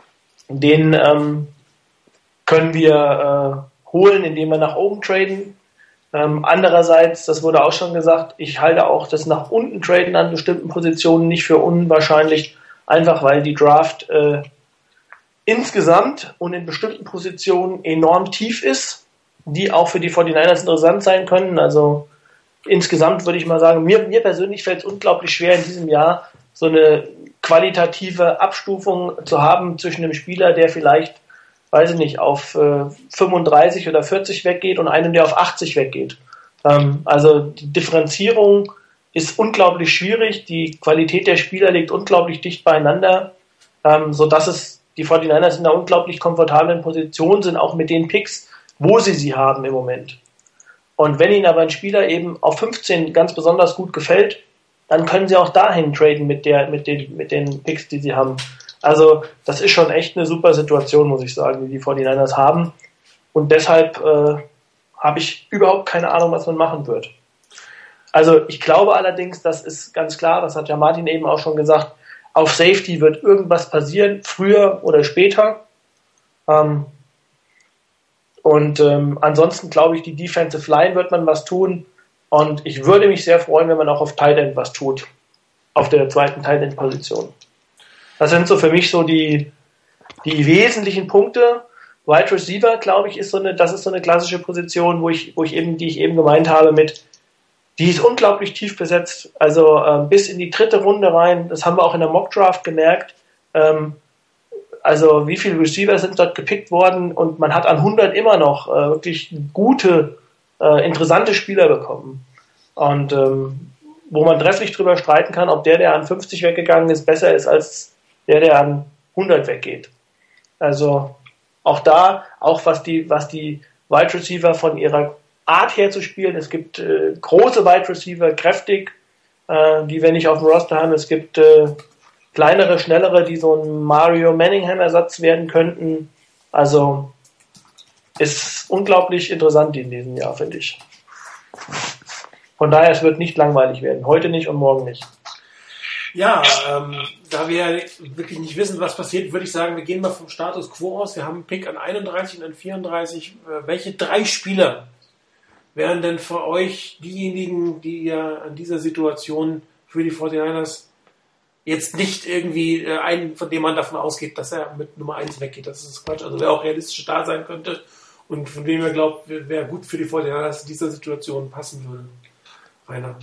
können wir holen, indem wir nach oben traden. Andererseits, das wurde auch schon gesagt, ich halte auch das nach unten traden an bestimmten Positionen nicht für unwahrscheinlich, einfach weil die Draft insgesamt und in bestimmten Positionen enorm tief ist, die auch für die 49ers interessant sein können. Also insgesamt würde ich mal sagen, mir persönlich fällt es unglaublich schwer in diesem Jahr so eine qualitative Abstufung zu haben zwischen einem Spieler, der vielleicht, weiß ich nicht, auf 35 oder 40 weggeht und einem, der auf 80 weggeht. Also die Differenzierung ist unglaublich schwierig, die Qualität der Spieler liegt unglaublich dicht beieinander, sodass die 49ers in einer unglaublich komfortablen Position sind, auch mit den Picks, wo sie haben im Moment. Und wenn ihnen aber ein Spieler eben auf 15 ganz besonders gut gefällt, dann können sie auch dahin traden mit den Picks, die sie haben. Also das ist schon echt eine super Situation, muss ich sagen, die die 49ers haben. Und deshalb habe ich überhaupt keine Ahnung, was man machen wird. Also ich glaube allerdings, das ist ganz klar, das hat ja Martin eben auch schon gesagt, auf Safety wird irgendwas passieren, früher oder später. Ansonsten glaube ich, die Defensive Line wird man was tun. Und ich würde mich sehr freuen, wenn man auch auf Tight End was tut. Auf der zweiten Tight End Position. Das sind so für mich so die wesentlichen Punkte. Wide Receiver, glaube ich, das ist so eine klassische Position, die ich eben gemeint habe die ist unglaublich tief besetzt. Also bis in die 3. Runde rein. Das haben wir auch in der Mock Draft gemerkt. Also wie viele Receiver sind dort gepickt worden und man hat an 100 immer noch wirklich gute, interessante Spieler bekommen. Und wo man trefflich drüber streiten kann, ob der an 50 weggegangen ist, besser ist als der an 100 weggeht. Also auch was die Wide Receiver von ihrer Art her zu spielen. Es gibt große Wide Receiver, kräftig, die wir nicht auf dem Roster haben. Es gibt kleinere, schnellere, die so ein Mario Manningham-Ersatz werden könnten. Also ist unglaublich interessant in diesem Jahr, finde ich. Von daher, es wird nicht langweilig werden. Heute nicht und morgen nicht. Ja, da wir wirklich nicht wissen, was passiert, würde ich sagen, wir gehen mal vom Status Quo aus. Wir haben einen Pick an 31 und an 34. Welche 3 Spieler wären denn für euch diejenigen, die ja an dieser Situation für die 49ers jetzt nicht irgendwie einen, von dem man davon ausgeht, dass er mit Nummer 1 weggeht? Das ist Quatsch. Also wer auch realistisch da sein könnte und von dem er glaubt, wer gut für die 49ers in dieser Situation passen würde. Rainer.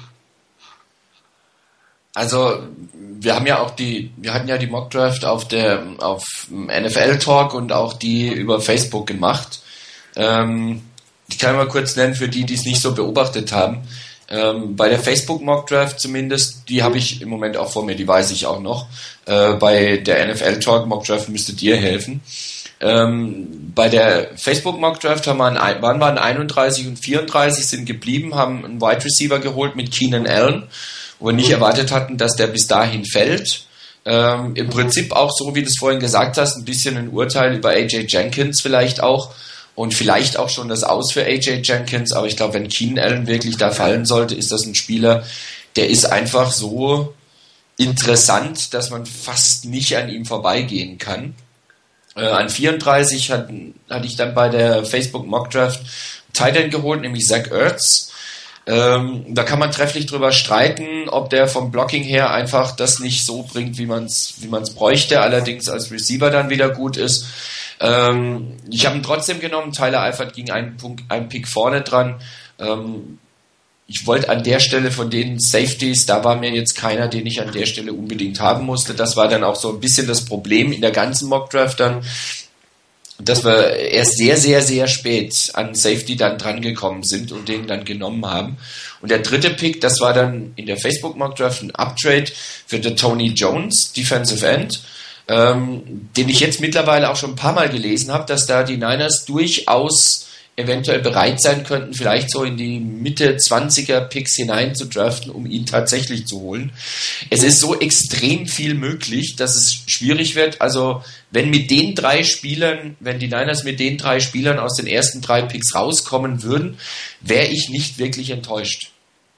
Also wir hatten ja die Mock Draft auf NFL Talk und auch die über Facebook gemacht. Die kann ich mal kurz nennen für die es nicht so beobachtet haben. Bei der Facebook Mock Draft zumindest, die habe ich im Moment auch vor mir, die weiß ich auch noch. Bei der NFL Talk Mock Draft müsstet ihr helfen. Bei der Facebook Mock Draft waren wir 31 und 34, sind geblieben, haben einen Wide Receiver geholt mit Keenan Allen, wo wir nicht erwartet hatten, dass der bis dahin fällt. Im Prinzip auch so, wie du es vorhin gesagt hast, ein bisschen ein Urteil über AJ Jenkins vielleicht auch und vielleicht auch schon das Aus für AJ Jenkins, aber ich glaube, wenn Keenan Allen wirklich da fallen sollte, ist das ein Spieler, der ist einfach so interessant, dass man fast nicht an ihm vorbeigehen kann. An 34 hatte ich dann bei der Facebook Mock Draft Tight End geholt, nämlich Zach Ertz. Da kann man trefflich drüber streiten, ob der vom Blocking her einfach das nicht so bringt, wie man's bräuchte, allerdings als Receiver dann wieder gut ist. Ich habe ihn trotzdem genommen. Tyler Eifert ging einen Pick vorne dran. Ich wollte an der Stelle von den Safeties, da war mir jetzt keiner, den ich an der Stelle unbedingt haben musste. Das war dann auch so ein bisschen das Problem in der ganzen Mockdraft dann, dass wir erst sehr, sehr, sehr spät an Safety dann dran gekommen sind und den dann genommen haben. Und der 3. Pick, das war dann in der Facebook Mockdraft ein Uptrade für den Tony Jones, Defensive End, den ich jetzt mittlerweile auch schon ein paar Mal gelesen habe, dass da die Niners durchaus eventuell bereit sein könnten, vielleicht so in die Mitte 20er Picks hinein zu draften, um ihn tatsächlich zu holen. Es ist so extrem viel möglich, dass es schwierig wird. Also wenn die Niners mit den 3 Spielern aus den ersten 3 Picks rauskommen würden, wäre ich nicht wirklich enttäuscht.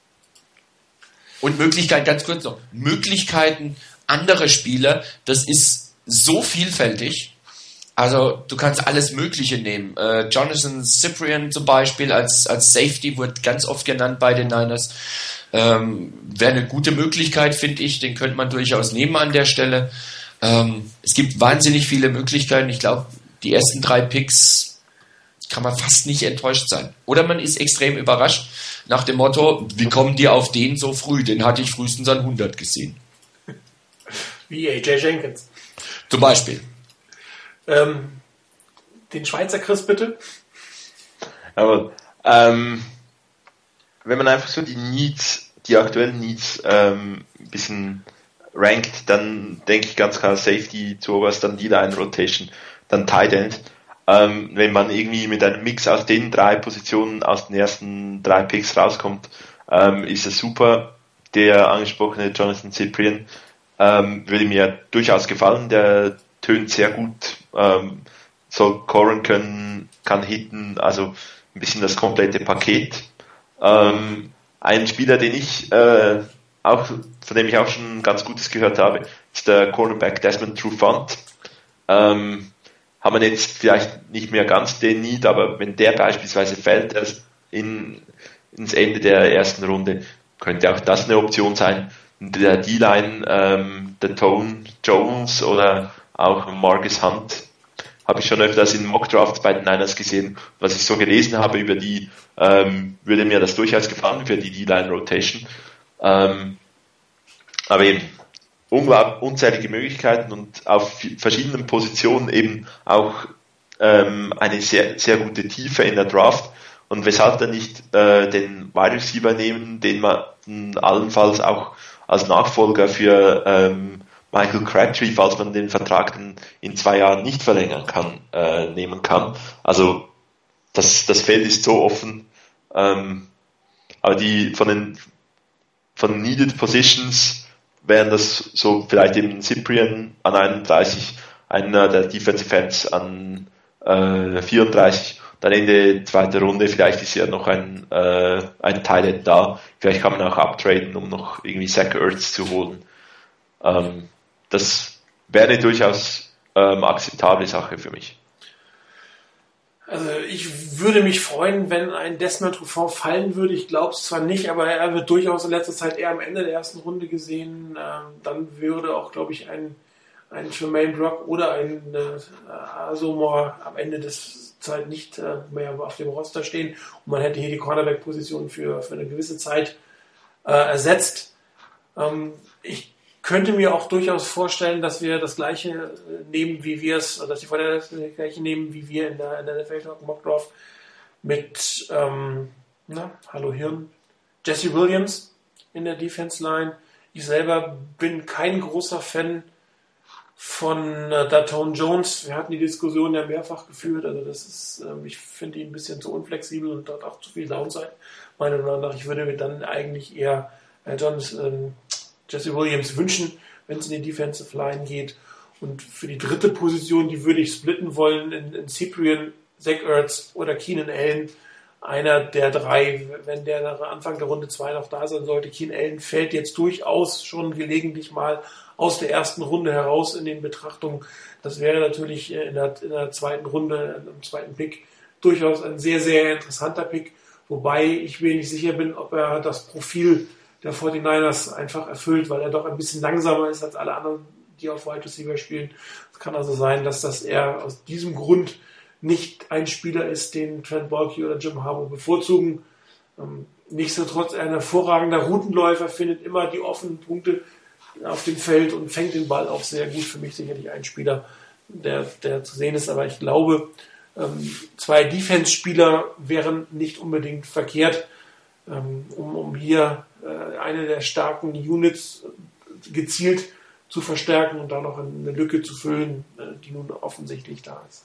Und Möglichkeiten anderer Spieler, das ist so vielfältig. Also du kannst alles Mögliche nehmen. Jonathan Cyprian zum Beispiel als Safety wird ganz oft genannt bei den Niners. Wäre eine gute Möglichkeit, finde ich. Den könnte man durchaus nehmen an der Stelle. Es gibt wahnsinnig viele Möglichkeiten. Ich glaube, die ersten 3 Picks kann man fast nicht enttäuscht sein. Oder man ist extrem überrascht nach dem Motto, wie kommen die auf den so früh? Den hatte ich frühestens an 100 gesehen. Wie AJ Jenkins. Zum Beispiel. Den Schweizer Chris, bitte. Aber wenn man einfach so die aktuellen Needs ein bisschen rankt, dann denke ich ganz klar Safety zuoberst, dann D-Line Rotation, dann Tight End. Wenn man irgendwie mit einem Mix aus den 3 Positionen aus den ersten 3 Picks rauskommt, ist es super. Der angesprochene Jonathan Cyprian würde mir durchaus gefallen. Der tönt sehr gut, soll scoren können, kann hitten, also ein bisschen das komplette Paket. Ein Spieler, von dem ich auch schon ganz Gutes gehört habe, ist der Cornerback Desmond Trufant. Haben wir jetzt vielleicht nicht mehr ganz den Need, aber wenn der beispielsweise fällt, in ins Ende der ersten Runde, könnte auch das eine Option sein. Der D-Line, der Tone Jones oder auch Marcus Hunt habe ich schon öfters in Mock-Drafts bei den Niners gesehen. Was ich so gelesen habe über die, würde mir das durchaus gefallen für die D-Line-Rotation. Aber eben, unzählige Möglichkeiten und auf verschiedenen Positionen eben auch eine sehr, sehr gute Tiefe in der Draft. Und weshalb dann nicht den Wide Receiver nehmen, den man allenfalls auch als Nachfolger für Michael Crabtree, falls man den Vertrag in 2 Jahren nicht verlängern kann, nehmen kann. Also das Feld ist so offen. Aber die von den Needed Positions wären das so vielleicht eben Cyprian an 31, einer der Defensive Ends an 34, dann Ende zweite Runde, vielleicht ist ja noch ein Tight da, vielleicht kann man auch uptraden, um noch irgendwie Zach Ertz zu holen. Das wäre eine durchaus akzeptable Sache für mich. Also ich würde mich freuen, wenn ein Desmond Trufant fallen würde. Ich glaube es zwar nicht, aber er wird durchaus in letzter Zeit eher am Ende der ersten Runde gesehen. Dann würde auch, glaube ich, ein Jermaine Brock oder ein Asomore am Ende des Zeit nicht mehr auf dem Roster stehen. Und man hätte hier die Cornerback-Position für eine gewisse Zeit ersetzt. Ich könnte mir auch durchaus vorstellen, dass wir das gleiche nehmen, wie wir es, dass die Vorteile das gleiche nehmen, wie wir in der NFL Talk Mock Draft mit hallo Hirn, Jesse Williams in der Defense Line. Ich selber bin kein großer Fan von Datone Jones. Wir hatten die Diskussion ja mehrfach geführt. Also das ist, ich finde ihn ein bisschen zu unflexibel und hat auch zu viel Downside. Meiner Meinung nach, ich würde mir dann eigentlich eher Jesse Williams wünschen, wenn es in die Defensive Line geht. Und für die dritte Position, die würde ich splitten wollen in Cyprian, Zach Ertz oder Keenan Allen. Einer der 3, wenn der nach Anfang der Runde 2 noch da sein sollte. Keenan Allen fällt jetzt durchaus schon gelegentlich mal aus der ersten Runde heraus in den Betrachtungen. Das wäre natürlich in der zweiten Runde, im zweiten Pick, durchaus ein sehr, sehr interessanter Pick. Wobei ich mir nicht sicher bin, ob er das Profil der 49ers einfach erfüllt, weil er doch ein bisschen langsamer ist als alle anderen, die auf Wide Receiver spielen. Es kann also sein, dass das eher aus diesem Grund nicht ein Spieler ist, den Trent Baalke oder Jim Harbaugh bevorzugen. Nichtsdestotrotz ein hervorragender Routenläufer, findet immer die offenen Punkte auf dem Feld und fängt den Ball auch sehr gut. Für mich sicherlich ein Spieler, der zu sehen ist. Aber ich glaube, 2 Defense-Spieler wären nicht unbedingt verkehrt, um hier eine der starken Units gezielt zu verstärken und da noch eine Lücke zu füllen, die nun offensichtlich da ist.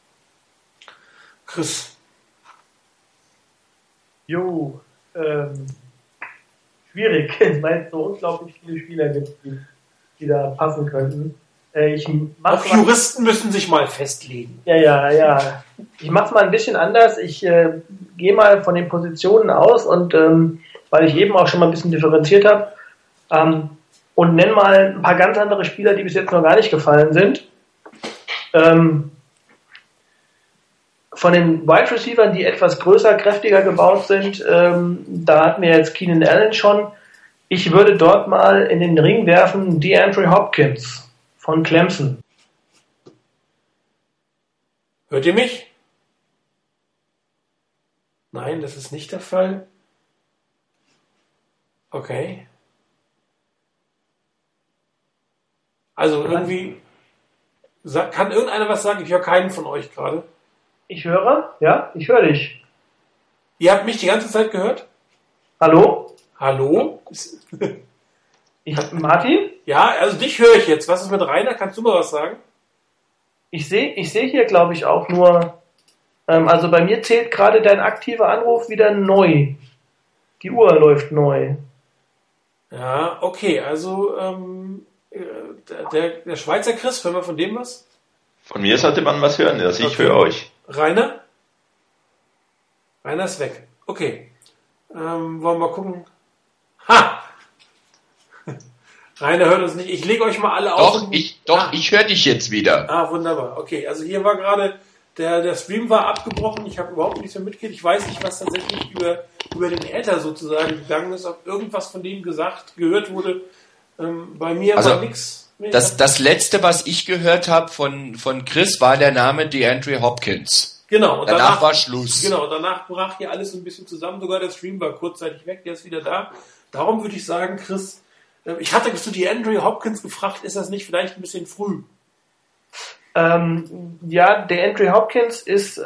Chris. Jo, schwierig, weil es so unglaublich viele Spieler gibt, die da passen könnten. Auch Juristen müssen sich mal festlegen. Ja. Ich mache es mal ein bisschen anders. Ich gehe mal von den Positionen aus und weil ich eben auch schon mal ein bisschen differenziert habe und nenne mal ein paar ganz andere Spieler, die bis jetzt noch gar nicht gefallen sind. Von den Wide Receivers, die etwas größer, kräftiger gebaut sind, da hatten wir jetzt Keenan Allen schon. Ich würde dort mal in den Ring werfen DeAndre Hopkins von Clemson. Hört ihr mich? Nein, das ist nicht der Fall. Okay. Also irgendwie kann irgendeiner was sagen? Ich höre keinen von euch gerade. Ich höre? Ja, ich höre dich. Ihr habt mich die ganze Zeit gehört? Hallo? Hallo? Martin? Ja, also dich höre ich jetzt. Was ist mit Rainer? Kannst du mal was sagen? Ich sehe hier, glaube ich, auch nur, also bei mir zählt gerade dein aktiver Anruf wieder neu. Die Uhr läuft neu. Ja, okay, also der Schweizer Chris, hören wir von dem was? Von mir sollte man was hören, also ich höre euch. Rainer? Rainer ist weg. Okay. Wollen wir mal gucken. Ha! Rainer hört uns nicht. Ich lege euch mal alle auf. Ich höre dich jetzt wieder. Ah, wunderbar. Okay, also hier war gerade Der Stream war abgebrochen, ich habe überhaupt nichts mehr mitgekriegt. Ich weiß nicht, was tatsächlich über den Äther sozusagen gegangen ist, ob irgendwas von dem gehört wurde. Bei mir Also, war nichts. Das letzte, was ich gehört habe von Chris, war der Name DeAndre Hopkins. Genau. Und danach war Schluss. Genau, danach brach hier alles so ein bisschen zusammen. Sogar der Stream war kurzzeitig weg, der ist wieder da. Darum würde ich sagen, Chris, ich hatte zu DeAndre Hopkins gefragt, ist das nicht vielleicht ein bisschen früh? Ja, DeAndre Hopkins ist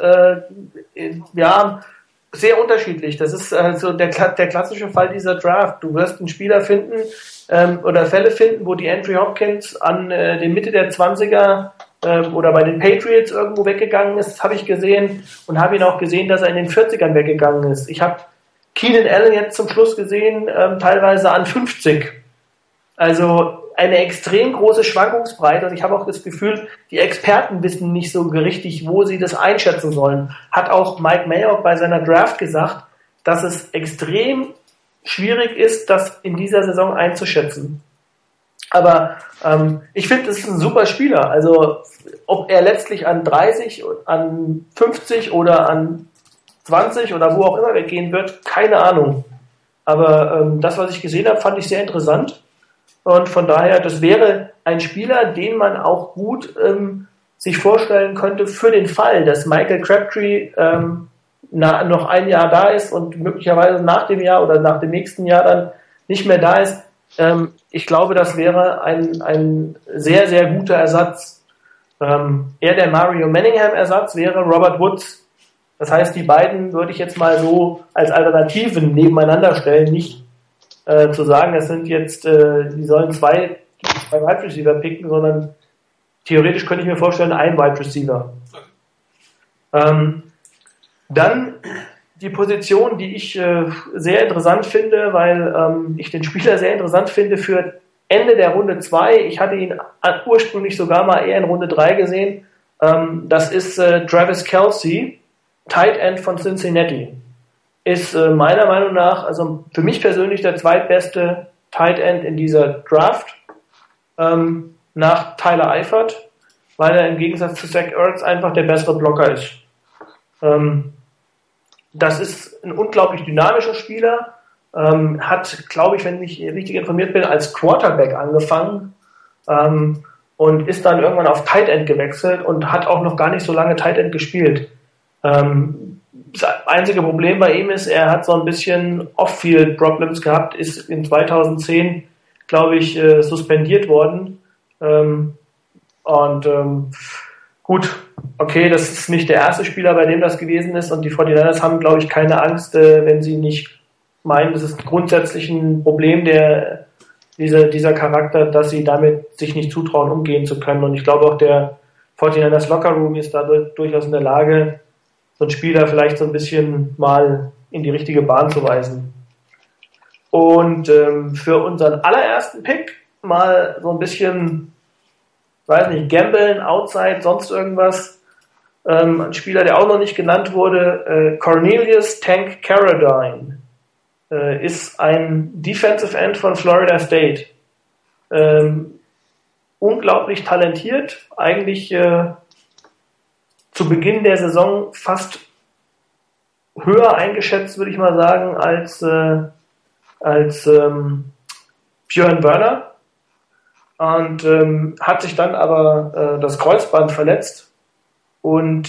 sehr unterschiedlich. Das ist so der klassische Fall dieser Draft. Du wirst einen Spieler finden oder Fälle finden, wo DeAndre Hopkins an der Mitte der 20er oder bei den Patriots irgendwo weggegangen ist, habe ich gesehen, und habe ihn auch gesehen, dass er in den 40ern weggegangen ist. Ich habe Keenan Allen jetzt zum Schluss gesehen, teilweise an 50. Also eine extrem große Schwankungsbreite, und ich habe auch das Gefühl, die Experten wissen nicht so richtig, wo sie das einschätzen sollen. Hat auch Mike Mayock bei seiner Draft gesagt, dass es extrem schwierig ist, das in dieser Saison einzuschätzen. Aber ich finde, es ist ein super Spieler. Also ob er letztlich an 30, an 50 oder an 20 oder wo auch immer weggehen wird, keine Ahnung. Aber das, was ich gesehen habe, fand ich sehr interessant. Und von daher, das wäre ein Spieler, den man auch gut sich vorstellen könnte für den Fall, dass Michael Crabtree noch ein Jahr da ist und möglicherweise nach dem Jahr oder nach dem nächsten Jahr dann nicht mehr da ist. Ich glaube, das wäre ein sehr, sehr guter Ersatz. Eher der Mario Manningham-Ersatz wäre Robert Woods. Das heißt, die beiden würde ich jetzt mal so als Alternativen nebeneinander stellen, nicht zu sagen, das sind jetzt, die sollen zwei Wide Receiver picken, sondern theoretisch könnte ich mir vorstellen, ein Wide Receiver. Dann die Position, die ich sehr interessant finde, weil ich den Spieler sehr interessant finde für Ende der Runde 2. Ich hatte ihn ursprünglich sogar mal eher in Runde 3 gesehen. Das ist Travis Kelce, Tight End von Cincinnati. Ist meiner Meinung nach, also für mich persönlich der zweitbeste Tight End in dieser Draft, nach Tyler Eifert, weil er im Gegensatz zu Zach Ertz einfach der bessere Blocker ist. Das ist ein unglaublich dynamischer Spieler, hat, glaube ich, wenn ich richtig informiert bin, als Quarterback angefangen und ist dann irgendwann auf Tight End gewechselt und hat auch noch gar nicht so lange Tight End gespielt. Das einzige Problem bei ihm ist, er hat so ein bisschen Off-Field-Problems gehabt, ist in 2010, glaube ich, suspendiert worden. Gut, okay, das ist nicht der erste Spieler, bei dem das gewesen ist, und die 49ers haben, glaube ich, keine Angst, wenn sie nicht meinen, das ist grundsätzlich ein Problem dieser Charakter, dass sie damit sich nicht zutrauen, umgehen zu können. Und ich glaube auch, der 49ers Lockerroom ist dadurch durchaus in der Lage, so einen Spieler vielleicht so ein bisschen mal in die richtige Bahn zu weisen. Und für unseren allerersten Pick mal so ein bisschen, weiß nicht, gambeln, Outside, sonst irgendwas. Ein Spieler, der auch noch nicht genannt wurde, Cornelius Tank Carradine, ist ein Defensive End von Florida State. Unglaublich talentiert, eigentlich zu Beginn der Saison fast höher eingeschätzt, würde ich mal sagen, als Björn Werner, und hat sich dann aber das Kreuzband verletzt und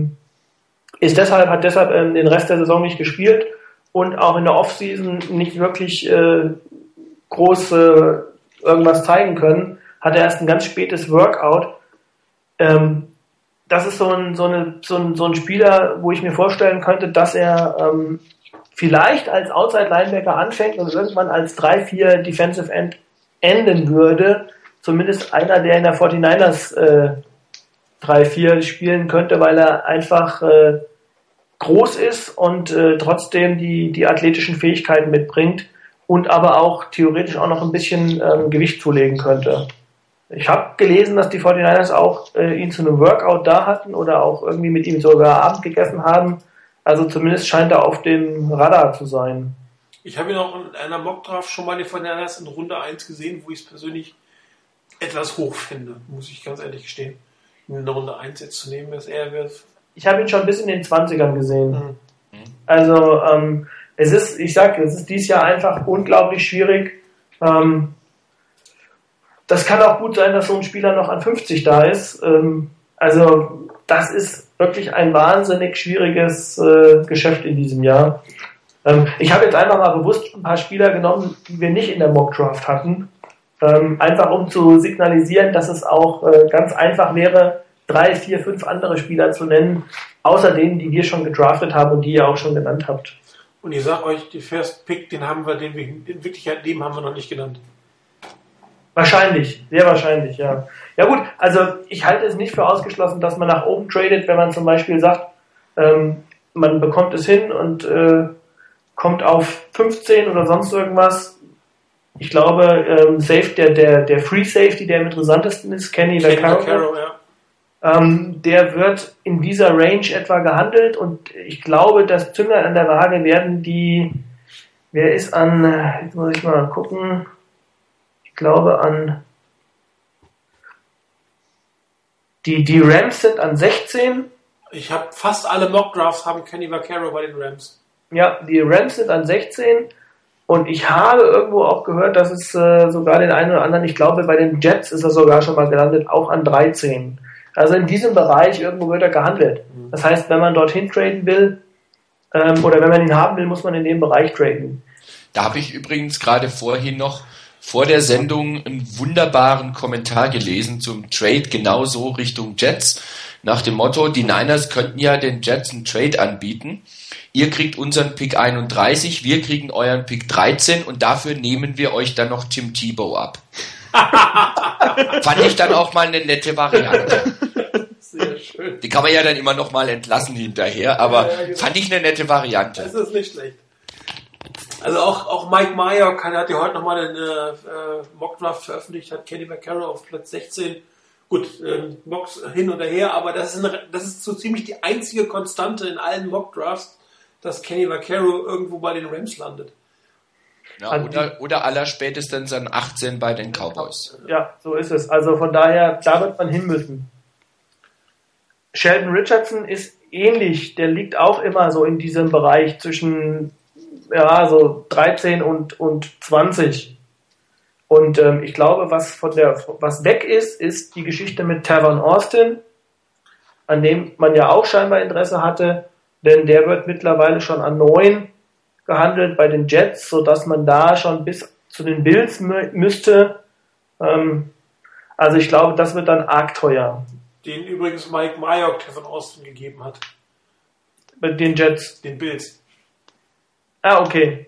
hat deshalb den Rest der Saison nicht gespielt und auch in der Offseason nicht wirklich groß irgendwas zeigen können. Hatte erst ein ganz spätes Workout. Das ist so ein Spieler, wo ich mir vorstellen könnte, dass er vielleicht als Outside-Linebacker anfängt und irgendwann als 3-4 Defensive End enden würde. Zumindest einer, der in der 49ers 3-4 spielen könnte, weil er einfach groß ist und trotzdem die athletischen Fähigkeiten mitbringt und aber auch theoretisch auch noch ein bisschen Gewicht zulegen könnte. Ich habe gelesen, dass die 49ers auch ihn zu einem Workout da hatten oder auch irgendwie mit ihm sogar Abend gegessen haben. Also zumindest scheint er auf dem Radar zu sein. Ich habe ihn auch in einer Mockdraft schon mal die 49ers in Runde 1 gesehen, wo ich es persönlich etwas hoch finde, muss ich ganz ehrlich gestehen. In der Runde 1 jetzt zu nehmen, ist eher ich habe ihn schon bis in den 20ern gesehen. Also es ist dieses Jahr einfach unglaublich schwierig. Das kann auch gut sein, dass so ein Spieler noch an 50 da ist. Also das ist wirklich ein wahnsinnig schwieriges Geschäft in diesem Jahr. Ich habe jetzt einfach mal bewusst ein paar Spieler genommen, die wir nicht in der Mock-Draft hatten. Einfach um zu signalisieren, dass es auch ganz einfach wäre, 3, 4, 5 andere Spieler zu nennen, außer denen, die wir schon gedraftet haben und die ihr auch schon genannt habt. Und ich sag euch, die First Pick, den wir in Wirklichkeit nehmen, haben wir noch nicht genannt. Wahrscheinlich, sehr wahrscheinlich, ja. Ja gut, also ich halte es nicht für ausgeschlossen, dass man nach oben tradet, wenn man zum Beispiel sagt, man bekommt es hin und kommt auf 15 oder sonst irgendwas. Ich glaube, der Free Safety, der am interessantesten ist, Kenny Vaccaro, ja. Der wird in dieser Range etwa gehandelt und ich glaube, das Zünglein an der Waage werden jetzt muss ich mal gucken, ich glaube die Rams sind an 16. Ich habe fast alle Mock-Drafts haben Kenny Vaccaro bei den Rams. Ja, die Rams sind an 16 und ich habe irgendwo auch gehört, dass es sogar den einen oder anderen, ich glaube bei den Jets ist er sogar schon mal gelandet, auch an 13. Also in diesem Bereich irgendwo wird er gehandelt. Das heißt, wenn man dorthin traden will oder wenn man ihn haben will, muss man in dem Bereich traden. Da habe ich übrigens gerade vorhin noch vor der Sendung einen wunderbaren Kommentar gelesen zum Trade genauso Richtung Jets. Nach dem Motto, die Niners könnten ja den Jets einen Trade anbieten. Ihr kriegt unseren Pick 31, wir kriegen euren Pick 13 und dafür nehmen wir euch dann noch Tim Tebow ab. Fand ich dann auch mal eine nette Variante. Sehr schön. Die kann man ja dann immer noch mal entlassen hinterher, aber ja, genau. Fand ich eine nette Variante. Das ist nicht schlecht. Also auch Mike Mayock hat ja heute nochmal eine Mockdraft veröffentlicht, hat Kenny Vaccaro auf Platz 16. Gut, Mocks hin und her, aber das ist so ziemlich die einzige Konstante in allen Mockdrafts, dass Kenny Vaccaro irgendwo bei den Rams landet. Ja, oder allerspätestens an 18 bei den Cowboys. Ja, so ist es. Also von daher, da wird man hin müssen. Sheldon Richardson ist ähnlich. Der liegt auch immer so in diesem Bereich zwischen so 13 und 20. Und ich glaube, was weg ist die Geschichte mit Tavon Austin, an dem man ja auch scheinbar Interesse hatte, denn der wird mittlerweile schon an 9 gehandelt bei den Jets, sodass man da schon bis zu den Bills müsste. Also ich glaube, das wird dann arg teuer. Den übrigens Mike Mayock von Austin gegeben hat. Bei den Jets? Den Bills. Ah, okay.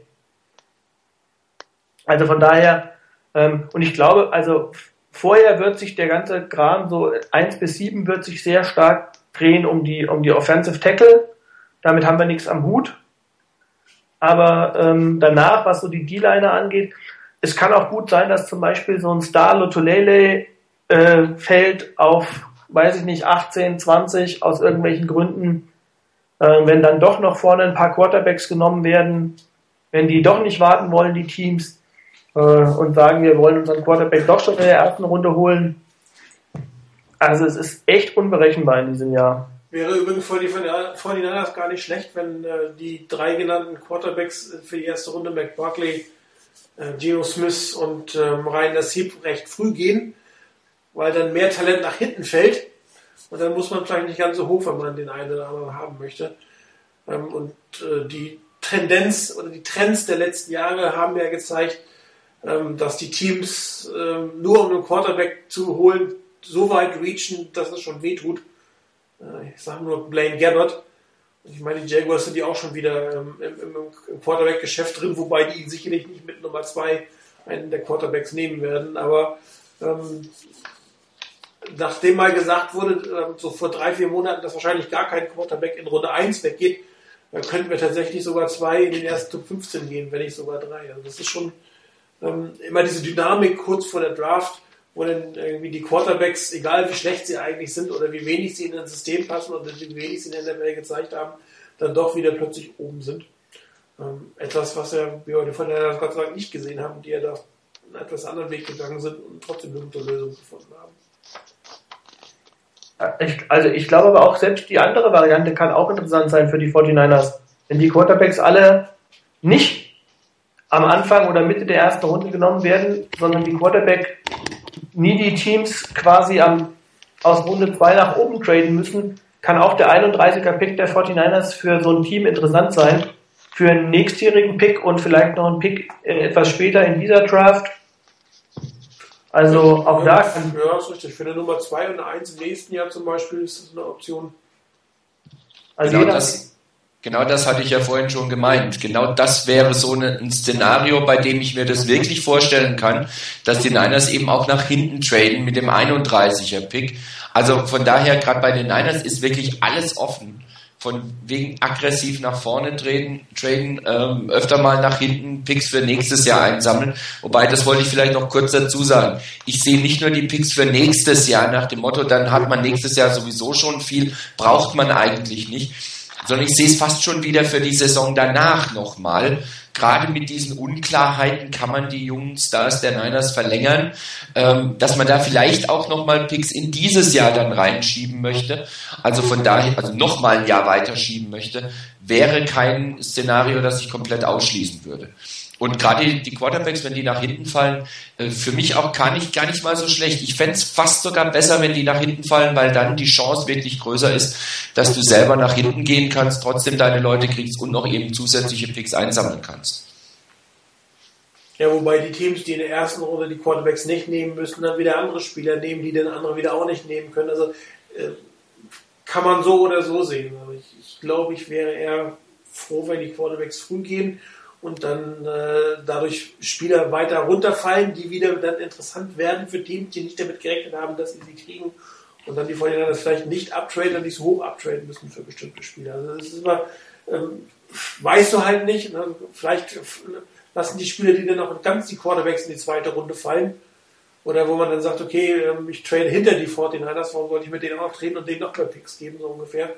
Also von daher, und ich glaube, also vorher wird sich der ganze Kram so 1 bis 7 wird sich sehr stark drehen um die Offensive Tackle. Damit haben wir nichts am Hut. Aber danach, was so die D-Liner angeht, es kann auch gut sein, dass zum Beispiel so ein Star Lotulelei fällt auf, weiß ich nicht, 18, 20 aus irgendwelchen Gründen. Wenn dann doch noch vorne ein paar Quarterbacks genommen werden, wenn die doch nicht warten wollen, die Teams, und sagen, wir wollen unseren Quarterback doch schon in der ersten Runde holen. Also es ist echt unberechenbar in diesem Jahr. Wäre übrigens vor die Niners gar nicht schlecht, wenn die 3 genannten Quarterbacks für die erste Runde, Mac Barkley, Geno Smith und Ryan Nassib, recht früh gehen, weil dann mehr Talent nach hinten fällt. Und dann muss man vielleicht nicht ganz so hoch, wenn man den einen oder anderen haben möchte. Die Tendenz oder die Trends der letzten Jahre haben ja gezeigt, dass die Teams nur um einen Quarterback zu holen, so weit reachen, dass es schon wehtut. Ich sage nur Blaine Gabbert. Ich meine, die Jaguars sind ja auch schon wieder im Quarterback-Geschäft drin, wobei die ihn sicherlich nicht mit Nummer 2 einen der Quarterbacks nehmen werden. Aber nachdem mal gesagt wurde, so vor 3-4 Monaten, dass wahrscheinlich gar kein Quarterback in Runde 1 weggeht, dann könnten wir tatsächlich sogar 2 in den ersten Top 15 gehen, wenn nicht sogar 3. Also das ist schon immer diese Dynamik kurz vor der Draft, wo dann irgendwie die Quarterbacks, egal wie schlecht sie eigentlich sind oder wie wenig sie in ein System passen oder wie wenig sie in der NFL gezeigt haben, dann doch wieder plötzlich oben sind. Etwas, was wir von der Gott sei Dank nicht gesehen haben, die ja da einen etwas anderen Weg gegangen sind und trotzdem eine gute Lösung gefunden haben. Ich glaube aber auch, selbst die andere Variante kann auch interessant sein für die 49ers. Wenn die Quarterbacks alle nicht am Anfang oder Mitte der ersten Runde genommen werden, sondern die Quarterback-needy Teams quasi aus Runde 2 nach oben traden müssen, kann auch der 31er Pick der 49ers für so ein Team interessant sein. Für einen nächstjährigen Pick und vielleicht noch einen Pick etwas später in dieser Draft. Also auch da kann... Ja, ist richtig. Für eine Nummer 2 und eine 1 im nächsten Jahr zum Beispiel ist das eine Option. Also Genau das hatte ich ja vorhin schon gemeint. Genau das wäre so ein Szenario, bei dem ich mir das wirklich vorstellen kann, dass die Niners eben auch nach hinten traden mit dem 31er Pick. Also von daher, gerade bei den Niners ist wirklich alles offen. Von wegen aggressiv nach vorne traden, öfter mal nach hinten Picks für nächstes Jahr einsammeln. Wobei, das wollte ich vielleicht noch kurz dazu sagen. Ich sehe nicht nur die Picks für nächstes Jahr nach dem Motto, dann hat man nächstes Jahr sowieso schon viel, braucht man eigentlich nicht. Sondern ich sehe es fast schon wieder für die Saison danach nochmal. Gerade mit diesen Unklarheiten kann man die jungen Stars der Niners verlängern, dass man da vielleicht auch nochmal Picks in dieses Jahr dann reinschieben möchte. Also von daher, also nochmal ein Jahr weiterschieben möchte, wäre kein Szenario, das ich komplett ausschließen würde. Und gerade die Quarterbacks, wenn die nach hinten fallen, für mich auch gar nicht mal so schlecht. Ich fände es fast sogar besser, wenn die nach hinten fallen, weil dann die Chance wirklich größer ist, dass du selber nach hinten gehen kannst, trotzdem deine Leute kriegst und noch eben zusätzliche Picks einsammeln kannst. Ja, wobei die Teams, die in der ersten Runde die Quarterbacks nicht nehmen müssen, dann wieder andere Spieler nehmen, die den anderen wieder auch nicht nehmen können. Also kann man so oder so sehen. Also ich glaube, ich wäre eher froh, wenn die Quarterbacks früh gehen und dann dadurch Spieler weiter runterfallen, die wieder dann interessant werden für Teams, die nicht damit gerechnet haben, dass sie kriegen und dann die Vorhinein das vielleicht nicht uptraden und nicht so hoch uptraden müssen für bestimmte Spieler. Also das ist immer, weißt du halt nicht, ne? Vielleicht lassen die Spieler, die dann auch ganz die Quarterbacks in die zweite Runde fallen oder wo man dann sagt, okay, ich trade hinter die 49ers, warum sollte ich mit denen auch noch treten und denen noch mehr Picks geben, so ungefähr.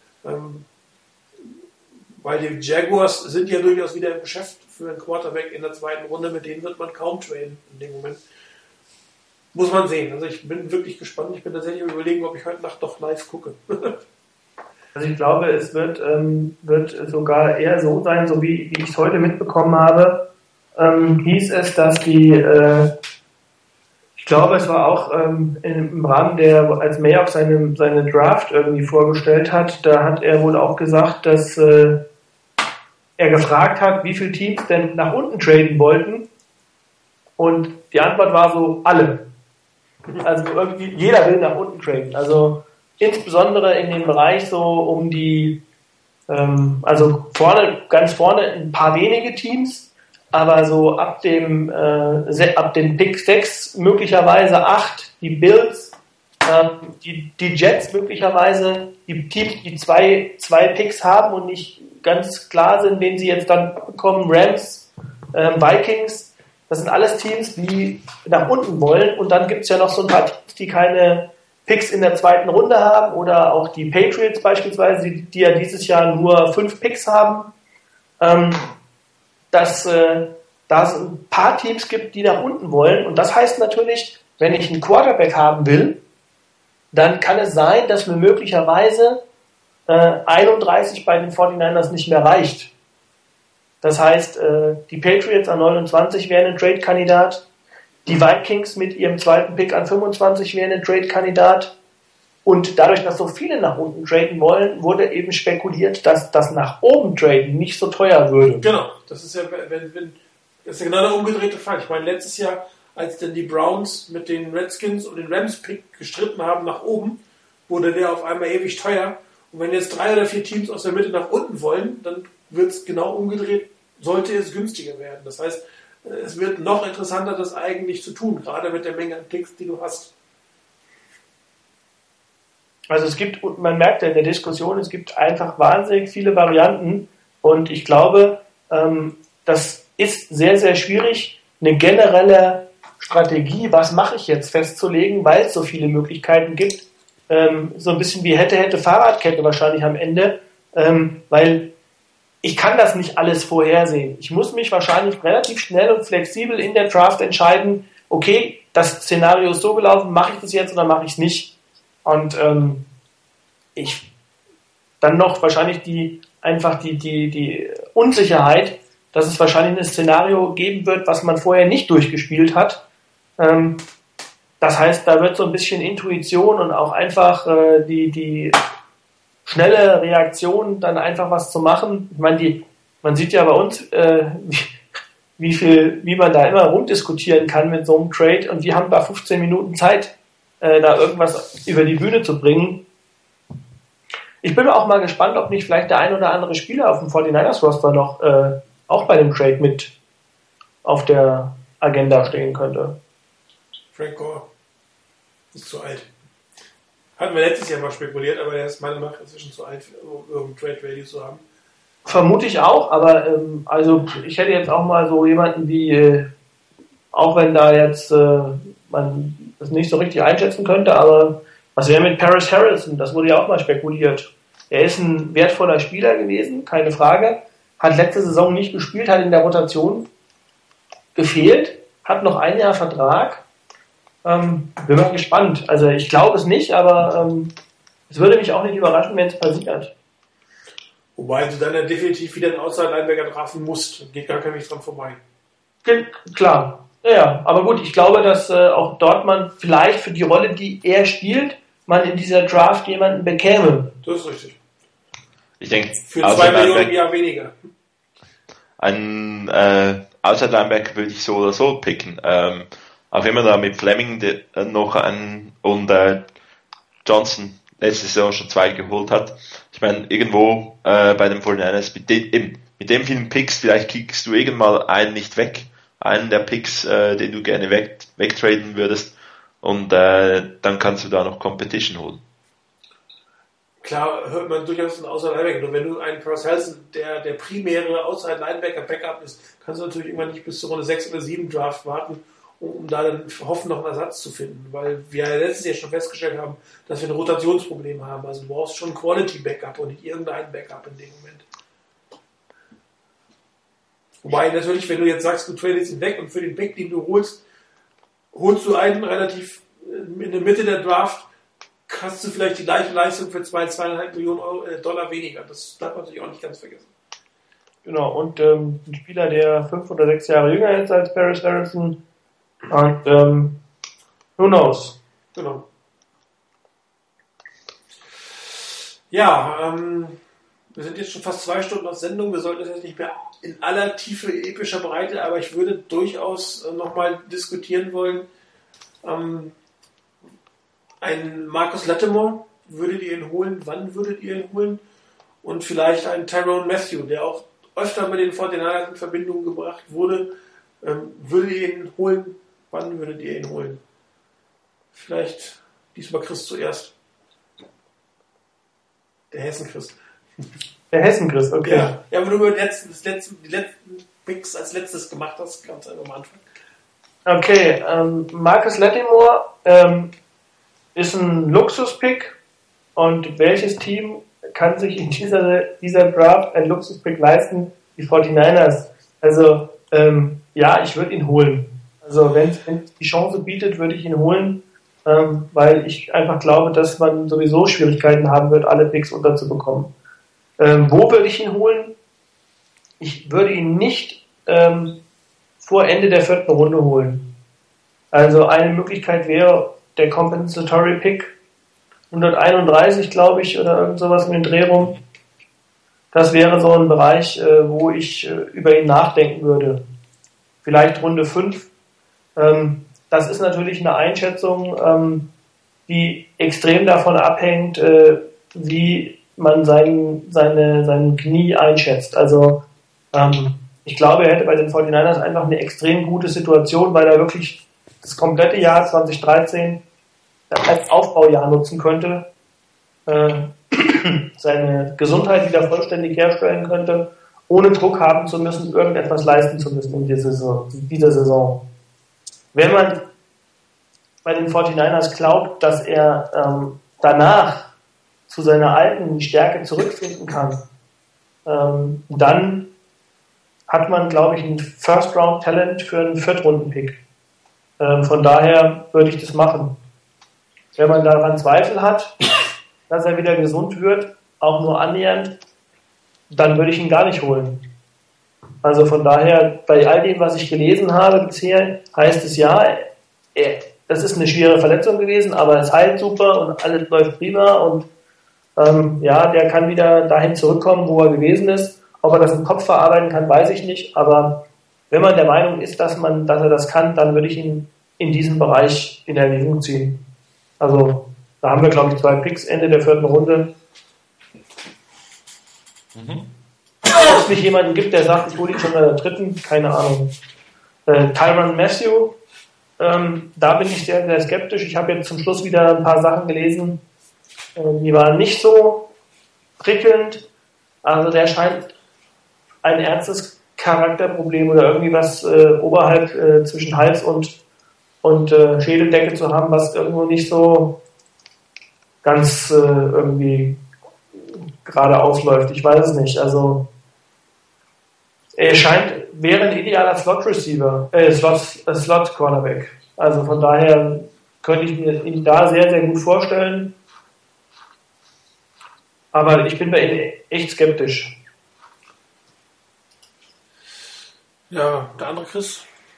Weil die Jaguars sind ja durchaus wieder im Geschäft für einen Quarterback in der zweiten Runde, mit denen wird man kaum traden in dem Moment. Muss man sehen. Also ich bin wirklich gespannt. Ich bin tatsächlich überlegen, ob ich heute Nacht doch live gucke. Also ich glaube, es wird sogar eher so sein, so wie ich es heute mitbekommen habe, hieß es, dass ich glaube, es war auch im Rahmen als Mayock seine Draft irgendwie vorgestellt hat, da hat er wohl auch gesagt, dass er gefragt hat, wie viele Teams denn nach unten traden wollten. Und die Antwort war so, alle. Also irgendwie jeder will nach unten traden. Also insbesondere in dem Bereich so um die, also ganz vorne ein paar wenige Teams, aber so ab dem Pick 6 möglicherweise 8, die Bills, die Jets möglicherweise, die Teams, die zwei Picks haben und nicht ganz klar sind, wen sie jetzt dann bekommen, Rams, Vikings, das sind alles Teams, die nach unten wollen und dann gibt es ja noch so ein paar Teams, die keine Picks in der zweiten Runde haben oder auch die Patriots beispielsweise, die ja dieses Jahr nur 5 Picks haben, dass da es ein paar Teams gibt, die nach unten wollen und das heißt natürlich, wenn ich einen Quarterback haben will, dann kann es sein, dass mir möglicherweise 31 bei den 49ers nicht mehr reicht. Das heißt, die Patriots an 29 wären ein Trade-Kandidat, die Vikings mit ihrem zweiten Pick an 25 wären ein Trade-Kandidat und dadurch, dass so viele nach unten traden wollen, wurde eben spekuliert, dass das nach oben traden nicht so teuer würde. Genau, das ist ja, das ist ja genau der umgedrehte Fall. Ich meine, letztes Jahr, als dann die Browns mit den Redskins und den Rams-Pick gestritten haben nach oben, wurde der auf einmal ewig teuer. Und wenn jetzt 3 oder 4 Teams aus der Mitte nach unten wollen, dann wird es genau umgedreht, sollte es günstiger werden. Das heißt, es wird noch interessanter, das eigentlich zu tun, gerade mit der Menge an Picks, die du hast. Also man merkt ja in der Diskussion, es gibt einfach wahnsinnig viele Varianten und ich glaube, das ist sehr, sehr schwierig, eine generelle Strategie, was mache ich jetzt, festzulegen, weil es so viele Möglichkeiten gibt. So ein bisschen wie hätte Fahrradkette wahrscheinlich am Ende, weil ich kann das nicht alles vorhersehen. Ich muss mich wahrscheinlich relativ schnell und flexibel in der Draft entscheiden, okay, das Szenario ist so gelaufen, mache ich das jetzt oder mache ich es nicht. Und ich dann noch wahrscheinlich die Unsicherheit, dass es wahrscheinlich ein Szenario geben wird, was man vorher nicht durchgespielt hat. Das heißt, da wird so ein bisschen Intuition und auch einfach die schnelle Reaktion, dann einfach was zu machen. Ich meine, man sieht ja bei uns, wie man da immer rumdiskutieren kann mit so einem Trade, und wir haben da 15 Minuten Zeit, da irgendwas über die Bühne zu bringen. Ich bin auch mal gespannt, ob nicht vielleicht der ein oder andere Spieler auf dem 49ers-Roster noch auch bei dem Trade mit auf der Agenda stehen könnte. Frank Gore ist zu alt. Hatten wir letztes Jahr mal spekuliert, aber er ist meiner Meinung nach inzwischen zu alt, um Trade Value zu haben. Vermute ich auch, aber also ich hätte jetzt auch mal so jemanden wie, auch wenn da jetzt man das nicht so richtig einschätzen könnte, aber was wäre mit Paris Harrison? Das wurde ja auch mal spekuliert. Er ist ein wertvoller Spieler gewesen, keine Frage. Hat letzte Saison nicht gespielt, hat in der Rotation gefehlt, hat noch ein Jahr Vertrag. Bin mal gespannt. Also ich glaube es nicht, aber es würde mich auch nicht überraschen, wenn es passiert. Wobei du dann ja definitiv wieder einen Outside-Linebacker draften musst. Geht gar kein Weg dran vorbei. Klar. Ja, aber gut, ich glaube, dass auch dort man vielleicht für die Rolle, die er spielt, man in dieser Draft jemanden bekäme. Das ist richtig. Ich denke, für 2 Millionen im Jahr weniger. Ein Outside-Linebacker würde ich so oder so picken. Auch wenn man da mit Fleming noch und Johnson letzte Saison schon 2 geholt hat. Ich meine, irgendwo bei den 49ers, mit dem vielen Picks, vielleicht kickst du irgendwann mal einen nicht weg. Einen der Picks, den du gerne wegtraden würdest. Und dann kannst du da noch Competition holen. Klar hört man durchaus einen Outside-Linebacker. Nur wenn du einen Paris Harrison, der primäre Outside-Linebacker-Backup ist, kannst du natürlich irgendwann nicht bis zur Runde 6 oder 7 Draft warten, um da dann hoffen, noch einen Ersatz zu finden. Weil wir ja letztes Jahr schon festgestellt haben, dass wir ein Rotationsproblem haben. Also du brauchst schon Quality-Backup und nicht irgendein Backup in dem Moment. Wobei natürlich, wenn du jetzt sagst, du tradest ihn weg und für den Back, den du holst du einen relativ in der Mitte der Draft, hast du vielleicht die gleiche Leistung für 2,5 Millionen Dollar weniger. Das darf man natürlich auch nicht ganz vergessen. Genau, und ein Spieler, der 5 oder 6 Jahre jünger ist als Paris Harrison, und who knows? Genau. Ja, wir sind jetzt schon fast 2 Stunden auf Sendung. Wir sollten das jetzt nicht mehr in aller Tiefe, epischer Breite, aber ich würde durchaus nochmal diskutieren wollen. Ein Marcus Lattimore, würdet ihr ihn holen? Wann würdet ihr ihn holen? Und vielleicht einen Tyrone Matthew, der auch öfter mit den 49ers in Verbindung gebracht wurde. Würdet ihr ihn holen? Wann würdet ihr ihn holen? Vielleicht diesmal Chris zuerst. Der Hessen-Chris. Der Hessen-Chris, okay. Ja, aber du die letzten Picks als letztes gemacht hast, ganz am Anfang. Okay, Marcus Lattimore ist ein Luxus-Pick, und welches Team kann sich in dieser Draft ein Luxus-Pick leisten? Die 49ers. Also, ja, ich würde ihn holen. Also, wenn die Chance bietet, würde ich ihn holen, weil ich einfach glaube, dass man sowieso Schwierigkeiten haben wird, alle Picks unterzubekommen. Wo würde ich ihn holen? Ich würde ihn nicht vor Ende der 4. Runde holen. Also eine Möglichkeit wäre der Compensatory Pick 131, glaube ich, oder irgend sowas in den Dreh rum. Das wäre so ein Bereich, wo ich über ihn nachdenken würde. Vielleicht Runde 5. Das ist natürlich eine Einschätzung, die extrem davon abhängt, wie man seinen Knie einschätzt. Also ich glaube, er hätte bei den 49ers einfach eine extrem gute Situation, weil er wirklich das komplette Jahr 2013 als Aufbaujahr nutzen könnte, seine Gesundheit wieder vollständig herstellen könnte, ohne Druck haben zu müssen, irgendetwas leisten zu müssen in dieser Saison. Wenn man bei den 49ers glaubt, dass er danach zu seiner alten Stärke zurückfinden kann, dann hat man, glaube ich, ein First-Round-Talent für einen 4. Runden-Pick. Von daher würde ich das machen. Wenn man daran Zweifel hat, dass er wieder gesund wird, auch nur annähernd, dann würde ich ihn gar nicht holen. Also von daher, bei all dem, was ich gelesen habe bisher, heißt es ja, das ist eine schwere Verletzung gewesen, aber es heilt super und alles läuft prima und der kann wieder dahin zurückkommen, wo er gewesen ist. Ob er das im Kopf verarbeiten kann, weiß ich nicht, aber wenn man der Meinung ist, dass er das kann, dann würde ich ihn in diesem Bereich in Erwägung ziehen. Also da haben wir, glaube ich, 2 Picks Ende der 4. Runde. Ob es nicht jemanden gibt, der sagt, ich hole ihn schon in der 3., keine Ahnung. Tyrann Mathieu, da bin ich sehr, sehr skeptisch. Ich habe jetzt zum Schluss wieder ein paar Sachen gelesen, die waren nicht so prickelnd. Also der scheint ein ernstes Charakterproblem oder irgendwie was oberhalb zwischen Hals und Schädeldecke zu haben, was irgendwo nicht so ganz irgendwie gerade ausläuft. Ich weiß es nicht. Also er wäre ein idealer Slot-Receiver, Slot-Cornerback. Also von daher könnte ich mir ihn da sehr, sehr gut vorstellen. Aber ich bin bei ihm echt skeptisch. Ja, der andere Chris?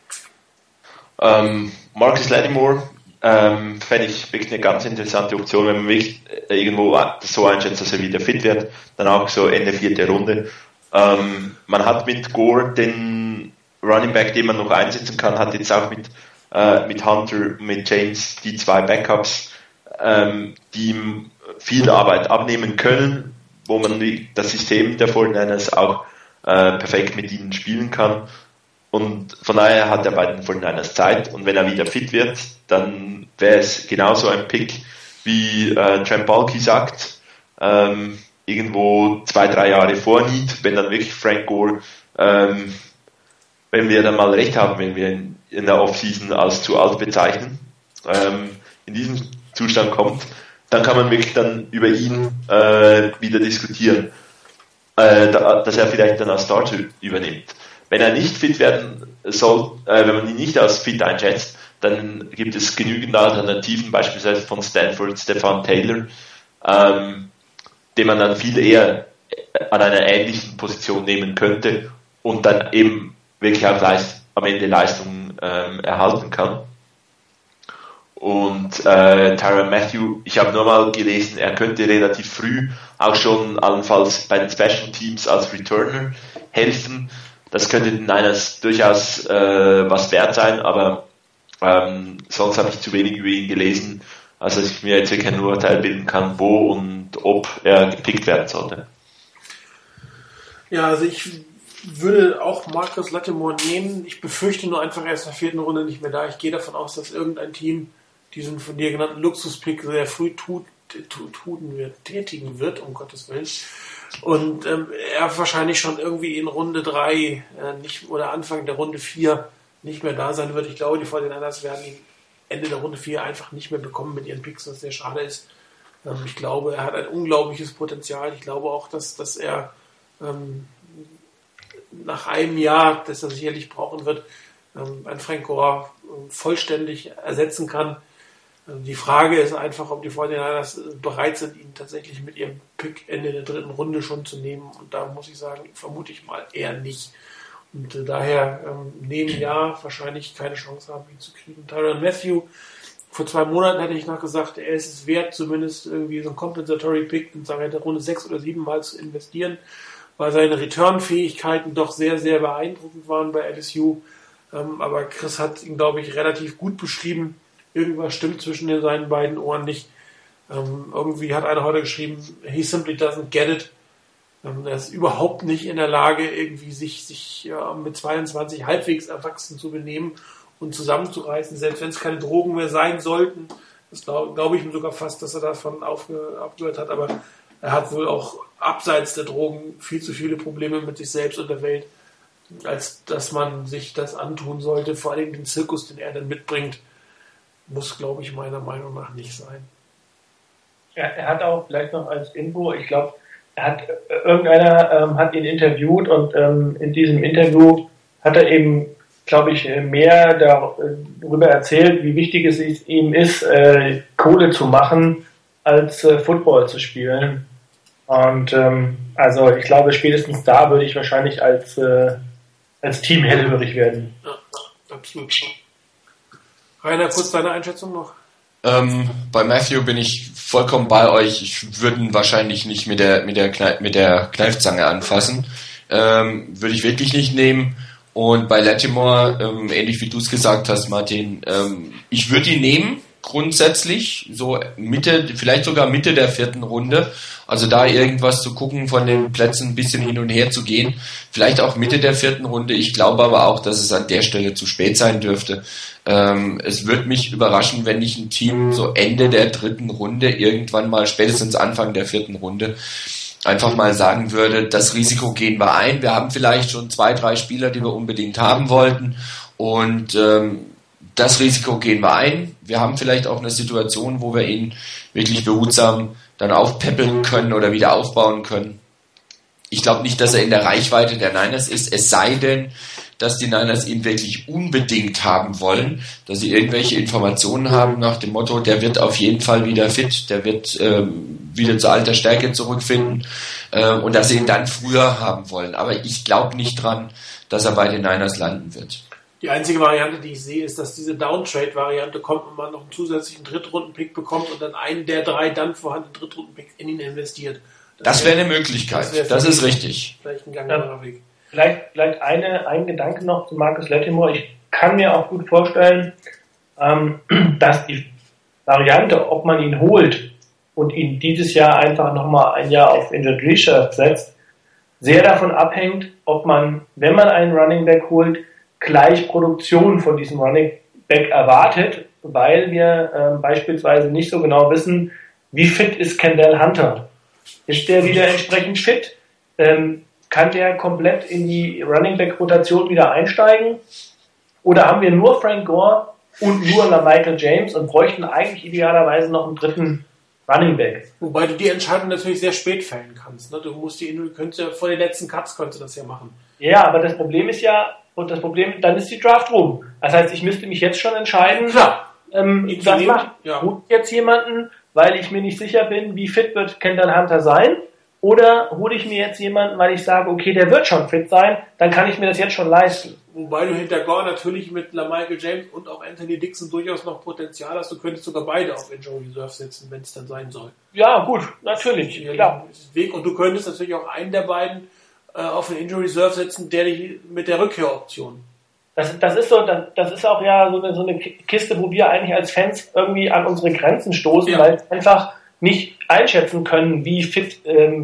Marcus Lattimore fände ich wirklich eine ganz interessante Option, wenn man wirklich irgendwo so einschätzt, dass er wieder fit wird, dann auch so Ende 4. Runde. Man hat mit Gore den Running Back, den man noch einsetzen kann, hat jetzt auch mit Hunter, mit James die 2 Backups, die ihm viel Arbeit abnehmen können, wo man das System der 49ers auch perfekt mit ihnen spielen kann. Und von daher hat er bei den 49ers Zeit, und wenn er wieder fit wird, dann wäre es genauso ein Pick, wie Trent Baalke sagt, irgendwo 2-3 Jahre vor Need, wenn dann wirklich Frank Gore, wenn wir dann mal recht haben, wenn wir ihn in der Offseason als zu alt bezeichnen, in diesem Zustand kommt, dann kann man wirklich dann über ihn wieder diskutieren, dass er vielleicht dann als Starter übernimmt. Wenn er nicht fit werden soll, wenn man ihn nicht als fit einschätzt, dann gibt es genügend Alternativen, beispielsweise von Stanford, Stefan Taylor, den man dann viel eher an einer ähnlichen Position nehmen könnte und dann eben wirklich auch am Ende Leistungen erhalten kann. Und Tyrann Mathieu, ich habe nur mal gelesen, er könnte relativ früh auch schon allenfalls bei den Special Teams als Returner helfen. Das könnte den Niners durchaus was wert sein, aber sonst habe ich zu wenig über ihn gelesen, also dass ich mir jetzt wirklich ein Urteil bilden kann, wo und ob er gepickt werden sollte. Ja, also ich würde auch Marcus Lattimore nehmen. Ich befürchte nur einfach, er ist in der 4. Runde nicht mehr da. Ich gehe davon aus, dass irgendein Team diesen von dir genannten Luxuspick sehr früh tätigen wird, um Gottes Willen. Und er wahrscheinlich schon irgendwie in Runde 3 nicht oder Anfang der Runde 4 nicht mehr da sein wird. Ich glaube, die 49ers werden ihn Ende der Runde 4 einfach nicht mehr bekommen mit ihren Picks, was sehr schade ist. Ich glaube, er hat ein unglaubliches Potenzial. Ich glaube auch, dass er nach einem Jahr, das er sicherlich brauchen wird, ein Frank Gore vollständig ersetzen kann. Die Frage ist einfach, ob die 49ers bereit sind, ihn tatsächlich mit ihrem Pick Ende der 3. Runde schon zu nehmen. Und da muss ich sagen, vermute ich mal eher nicht. Und daher neben Jahr wahrscheinlich keine Chance haben, ihn zu kriegen. Tyrann Mathieu, vor 2 Monaten hätte ich noch gesagt, er ist es wert, zumindest irgendwie so ein Compensatory Pick in der Runde 6 oder 7 Mal zu investieren, weil seine Return-Fähigkeiten doch sehr, sehr beeindruckend waren bei LSU. Aber Chris hat ihn, glaube ich, relativ gut beschrieben. Irgendwas stimmt zwischen seinen beiden Ohren nicht. Irgendwie hat einer heute geschrieben, he simply doesn't get it. Er ist überhaupt nicht in der Lage, irgendwie sich mit 22 halbwegs erwachsen zu benehmen und zusammenzureißen, selbst wenn es keine Drogen mehr sein sollten. Das glaube ich ihm sogar fast, dass er davon aufgehört hat. Aber er hat wohl auch abseits der Drogen viel zu viele Probleme mit sich selbst und der Welt, als dass man sich das antun sollte. Vor allem den Zirkus, den er dann mitbringt, muss, glaube ich, meiner Meinung nach nicht sein. Ja, er hat auch vielleicht noch als Info, ich glaube, irgendeiner hat ihn interviewt und in diesem Interview hat er eben glaube ich, mehr darüber erzählt, wie wichtig es ihm ist, Kohle zu machen, als Football zu spielen. Und also ich glaube, spätestens da würde ich wahrscheinlich als Team hellhörig werden. Ja, absolut. Rainer, kurz deine Einschätzung noch. Bei Matthew bin ich vollkommen bei euch. Ich würde ihn wahrscheinlich nicht mit der Kneifzange anfassen. Würde ich wirklich nicht nehmen. Und bei Latimore, ähnlich wie du es gesagt hast, Martin, ich würde ihn nehmen, grundsätzlich, so vielleicht sogar Mitte der 4. Runde. Also da irgendwas zu gucken, von den Plätzen ein bisschen hin und her zu gehen. Vielleicht auch Mitte der 4. Runde. Ich glaube aber auch, dass es an der Stelle zu spät sein dürfte. Es würde mich überraschen, wenn nicht ein Team so Ende der 3. Runde irgendwann mal, spätestens Anfang der 4. Runde, einfach mal sagen würde, das Risiko gehen wir ein. Wir haben vielleicht schon 2, 3 Spieler, die wir unbedingt haben wollten. Und das Risiko gehen wir ein. Wir haben vielleicht auch eine Situation, wo wir ihn wirklich behutsam dann aufpäppeln können oder wieder aufbauen können. Ich glaube nicht, dass er in der Reichweite der Niners ist, es sei denn, dass die Niners ihn wirklich unbedingt haben wollen, dass sie irgendwelche Informationen haben nach dem Motto, der wird auf jeden Fall wieder fit, der wird wieder zur alter Stärke zurückfinden und dass sie ihn dann früher haben wollen. Aber ich glaube nicht dran, dass er bei den Niners landen wird. Die einzige Variante, die ich sehe, ist, dass diese Downtrade-Variante kommt und man noch einen zusätzlichen Drittrunden-Pick bekommt und dann einen der 3 dann vorhandenen Drittrunden-Picks in ihn investiert. Das wäre eine Möglichkeit, das ist richtig. Vielleicht ein gangbarer Weg. Vielleicht ein Gedanke noch zu Marcus Latimore. Ich kann mir auch gut vorstellen, dass die Variante, ob man ihn holt und ihn dieses Jahr einfach nochmal ein Jahr auf Injured Reserve setzt, sehr davon abhängt, ob man, wenn man einen Running Back holt, gleich Produktion von diesem Running Back erwartet, weil wir beispielsweise nicht so genau wissen, wie fit ist Kendall Hunter. Ist der wieder entsprechend fit? Kann der komplett in die Running Back Rotation wieder einsteigen? Oder haben wir nur Frank Gore und nur LaMichael James und bräuchten eigentlich idealerweise noch einen dritten Running Back? Wobei du die Entscheidung natürlich sehr spät fällen kannst. Ne? Du könntest ja vor den letzten Cuts könntest du das ja machen. Ja, aber das Problem ist ja, dann ist die Draft rum. Das heißt, ich müsste mich jetzt schon entscheiden, was macht jetzt jemanden, weil ich mir nicht sicher bin, wie fit wird Kendall Hunter sein, oder hole ich mir jetzt jemanden, weil ich sage, okay, der wird schon fit sein, dann kann ich mir das jetzt schon leisten. Wobei du hinter Gore natürlich mit LaMichael James und auch Anthony Dixon durchaus noch Potenzial hast. Du könntest sogar beide auf Injury Reserve setzen, wenn es dann sein soll. Ja, gut, natürlich, klar. Und du könntest natürlich auch einen der beiden auf den Injury Reserve setzen, der dich mit der Rückkehroption. Das ist auch ja so eine Kiste, wo wir eigentlich als Fans irgendwie an unsere Grenzen stoßen, weil wir einfach nicht einschätzen können, wie fit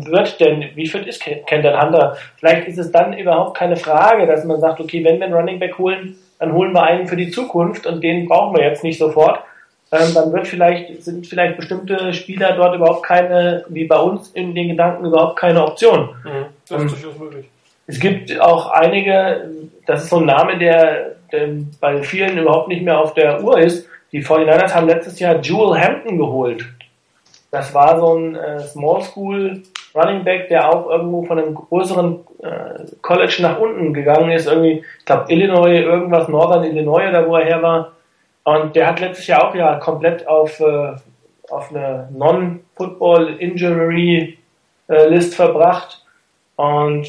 ist Kendall Hunter. Vielleicht ist es dann überhaupt keine Frage, dass man sagt, okay, wenn wir einen Running Back holen, dann holen wir einen für die Zukunft und den brauchen wir jetzt nicht sofort. Dann sind vielleicht bestimmte Spieler dort überhaupt keine, wie bei uns in den Gedanken, überhaupt keine Option. Das ist durchaus möglich. Es gibt auch einige, das ist so ein Name, der bei vielen überhaupt nicht mehr auf der Uhr ist. Die 49ers haben letztes Jahr Jewel Hampton geholt. Das war so ein Small School Running Back, der auch irgendwo von einem größeren College nach unten gegangen ist. Irgendwie, ich glaube Illinois, irgendwas, Northern Illinois, oder wo er her war. Und der hat letztes Jahr auch ja komplett auf eine Non-Football-Injury-List verbracht. Und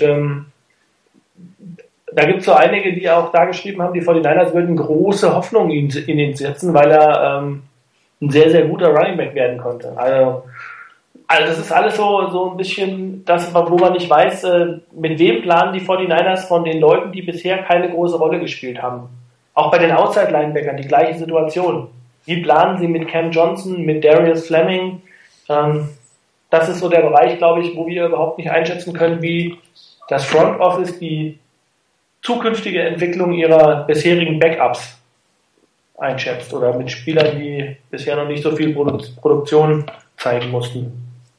da gibt es so einige, die auch da geschrieben haben, die 49ers würden große Hoffnung in ihn setzen, weil er ein sehr, sehr guter Running Back werden konnte. Also das ist alles so ein bisschen das, wo man nicht weiß, mit wem planen die 49ers von den Leuten, die bisher keine große Rolle gespielt haben. Auch bei den Outside-Linebackern die gleiche Situation. Wie planen sie mit Cam Johnson, mit Darius Fleming? Das ist so der Bereich, glaube ich, wo wir überhaupt nicht einschätzen können, wie das Front Office die zukünftige Entwicklung ihrer bisherigen Backups einschätzt oder mit Spielern, die bisher noch nicht so viel Produktion zeigen mussten.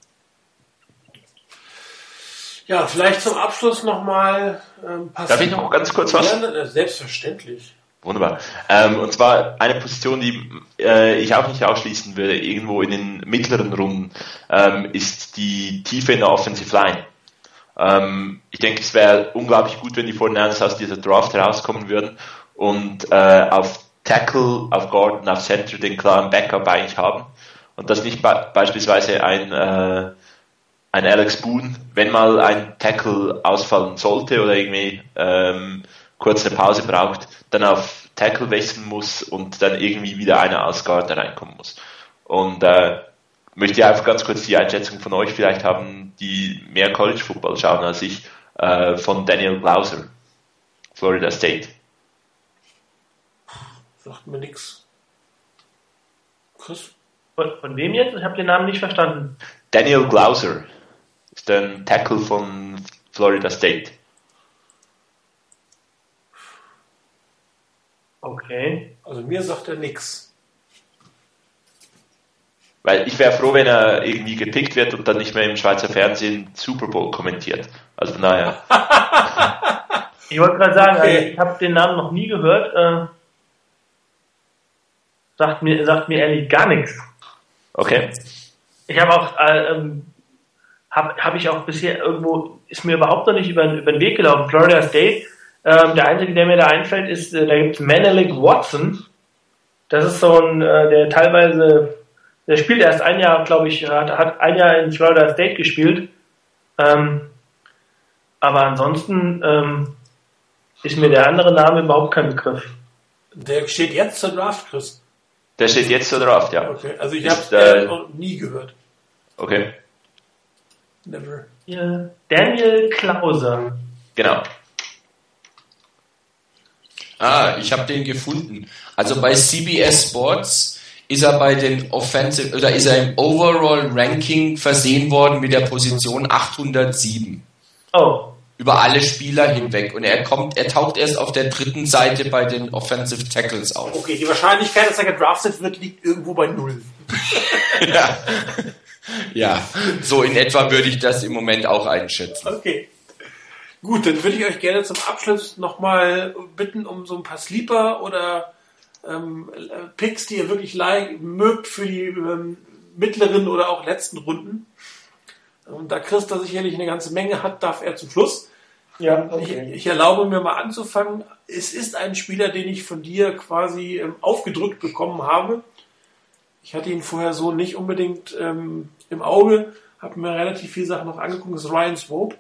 Ja, vielleicht zum Abschluss nochmal Darf ich noch ganz kurz was? Ja, selbstverständlich. Wunderbar. Und zwar eine Position, die ich auch nicht ausschließen würde, irgendwo in den mittleren Runden, ist die Tiefe in der Offensive Line. Ich denke, es wäre unglaublich gut, wenn die 49ers aus dieser Draft herauskommen würden und auf Tackle, auf Guard und auf Center den klaren Backup eigentlich haben und dass nicht beispielsweise ein Alex Boone, wenn mal ein Tackle ausfallen sollte oder irgendwie kurz eine Pause braucht, dann auf Tackle wechseln muss und dann irgendwie wieder einer als Guard reinkommen muss. Und möchte ich einfach ganz kurz die Einschätzung von euch vielleicht haben, die mehr College Football schauen als ich, von Daniel Glauser, Florida State. Sagt mir nix. Chris? Von wem jetzt? Ich habe den Namen nicht verstanden. Daniel Glauser ist ein Tackle von Florida State. Okay. Also mir sagt er nix. Weil ich wäre froh, wenn er irgendwie gepickt wird und dann nicht mehr im Schweizer Fernsehen Super Bowl kommentiert. Also von daher. Ich wollte gerade sagen, Okay. also ich habe den Namen noch nie gehört. Sagt mir ehrlich gar nichts. Okay. Ich habe auch, habe ich auch bisher irgendwo, ist mir überhaupt noch nicht über den Weg gelaufen. Florida State, der einzige, der mir da einfällt, ist, da gibt es Menelik Watson. Das ist so ein, der teilweise, der spielt erst ein Jahr, glaube ich, hat ein Jahr in Florida State gespielt. Aber ansonsten ist mir der andere Name überhaupt kein Begriff. Der steht jetzt zur Draft, Chris. Der steht jetzt so drauf, ja. Okay, also ich Ist, habe noch nie gehört. Okay, Never. Ja, Daniel Klauser. genau. Ich habe den gefunden. Also bei CBS Sports ist er bei den Offensive, oder ist er im Overall Ranking versehen worden mit der Position 807. Oh, Über alle Spieler hinweg. Und er taucht erst auf der 3. Seite bei den Offensive Tackles auf. Okay, die Wahrscheinlichkeit, dass er gedraftet wird, liegt irgendwo bei 0. Ja. Ja, so in etwa würde ich das im Moment auch einschätzen. Okay. Gut, dann würde ich euch gerne zum Abschluss nochmal bitten um so ein paar Sleeper oder Picks, die ihr wirklich mögt für die mittleren oder auch letzten Runden. Und da Christa sicherlich eine ganze Menge hat, darf er zum Schluss. ja, okay. Ich erlaube mir mal anzufangen. Es ist ein Spieler, den ich von dir quasi aufgedrückt bekommen habe. Ich hatte ihn vorher so nicht unbedingt im Auge, habe mir relativ viele Sachen noch angeguckt. Das ist Ryan Swope,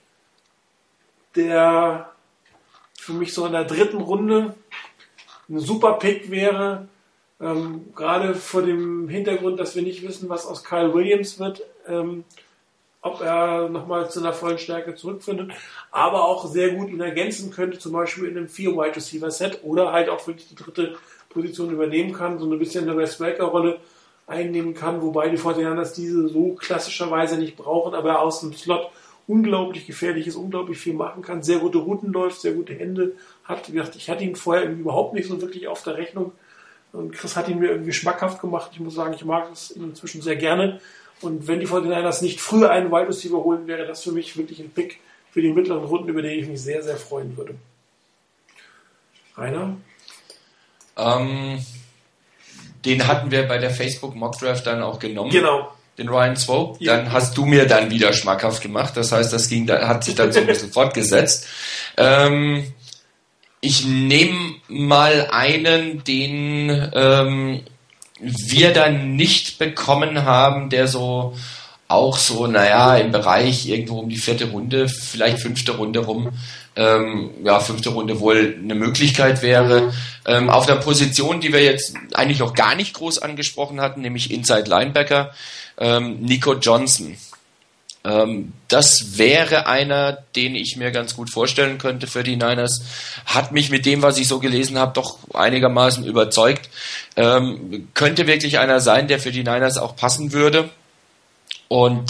der für mich so in der 3. Runde ein super Pick wäre. Gerade vor dem Hintergrund, dass wir nicht wissen, was aus Kyle Williams wird. Ob er nochmal zu einer vollen Stärke zurückfindet, aber auch sehr gut ihn ergänzen könnte, zum Beispiel in einem 4-Wide-Receiver-Set oder halt auch wirklich die 3. Position übernehmen kann, so ein bisschen eine Wes-Welker-Rolle einnehmen kann, wobei die 49ers diese so klassischerweise nicht brauchen, aber er aus dem Slot unglaublich gefährlich ist, unglaublich viel machen kann, sehr gute Routen läuft, sehr gute Hände hat. Wie gesagt, ich hatte ihn vorher irgendwie überhaupt nicht so wirklich auf der Rechnung und Chris hat ihn mir irgendwie schmackhaft gemacht. Ich muss sagen, ich mag es inzwischen sehr gerne. Und wenn die 49ers nicht früher einen Wide Receiver holen, wäre das für mich wirklich ein Pick für die mittleren Runden, über den ich mich sehr, sehr freuen würde. Rainer? Den hatten wir bei der Facebook Mock Draft dann auch genommen. Genau. Den Ryan Swope. Ja. Dann hast du mir dann wieder schmackhaft gemacht. Das heißt, hat sich dann so ein bisschen fortgesetzt. Ich nehme mal einen, den wir dann nicht bekommen haben, der so auch so, im Bereich irgendwo um die 4. Runde, vielleicht 5. Runde rum, 5. Runde wohl eine Möglichkeit wäre. Auf der Position, die wir jetzt eigentlich noch gar nicht groß angesprochen hatten, nämlich Inside Linebacker, Nico Johnson. Das wäre einer, den ich mir ganz gut vorstellen könnte für die Niners. Hat mich mit dem, was ich so gelesen habe, doch einigermaßen überzeugt. Könnte wirklich einer sein, der für die Niners auch passen würde. Und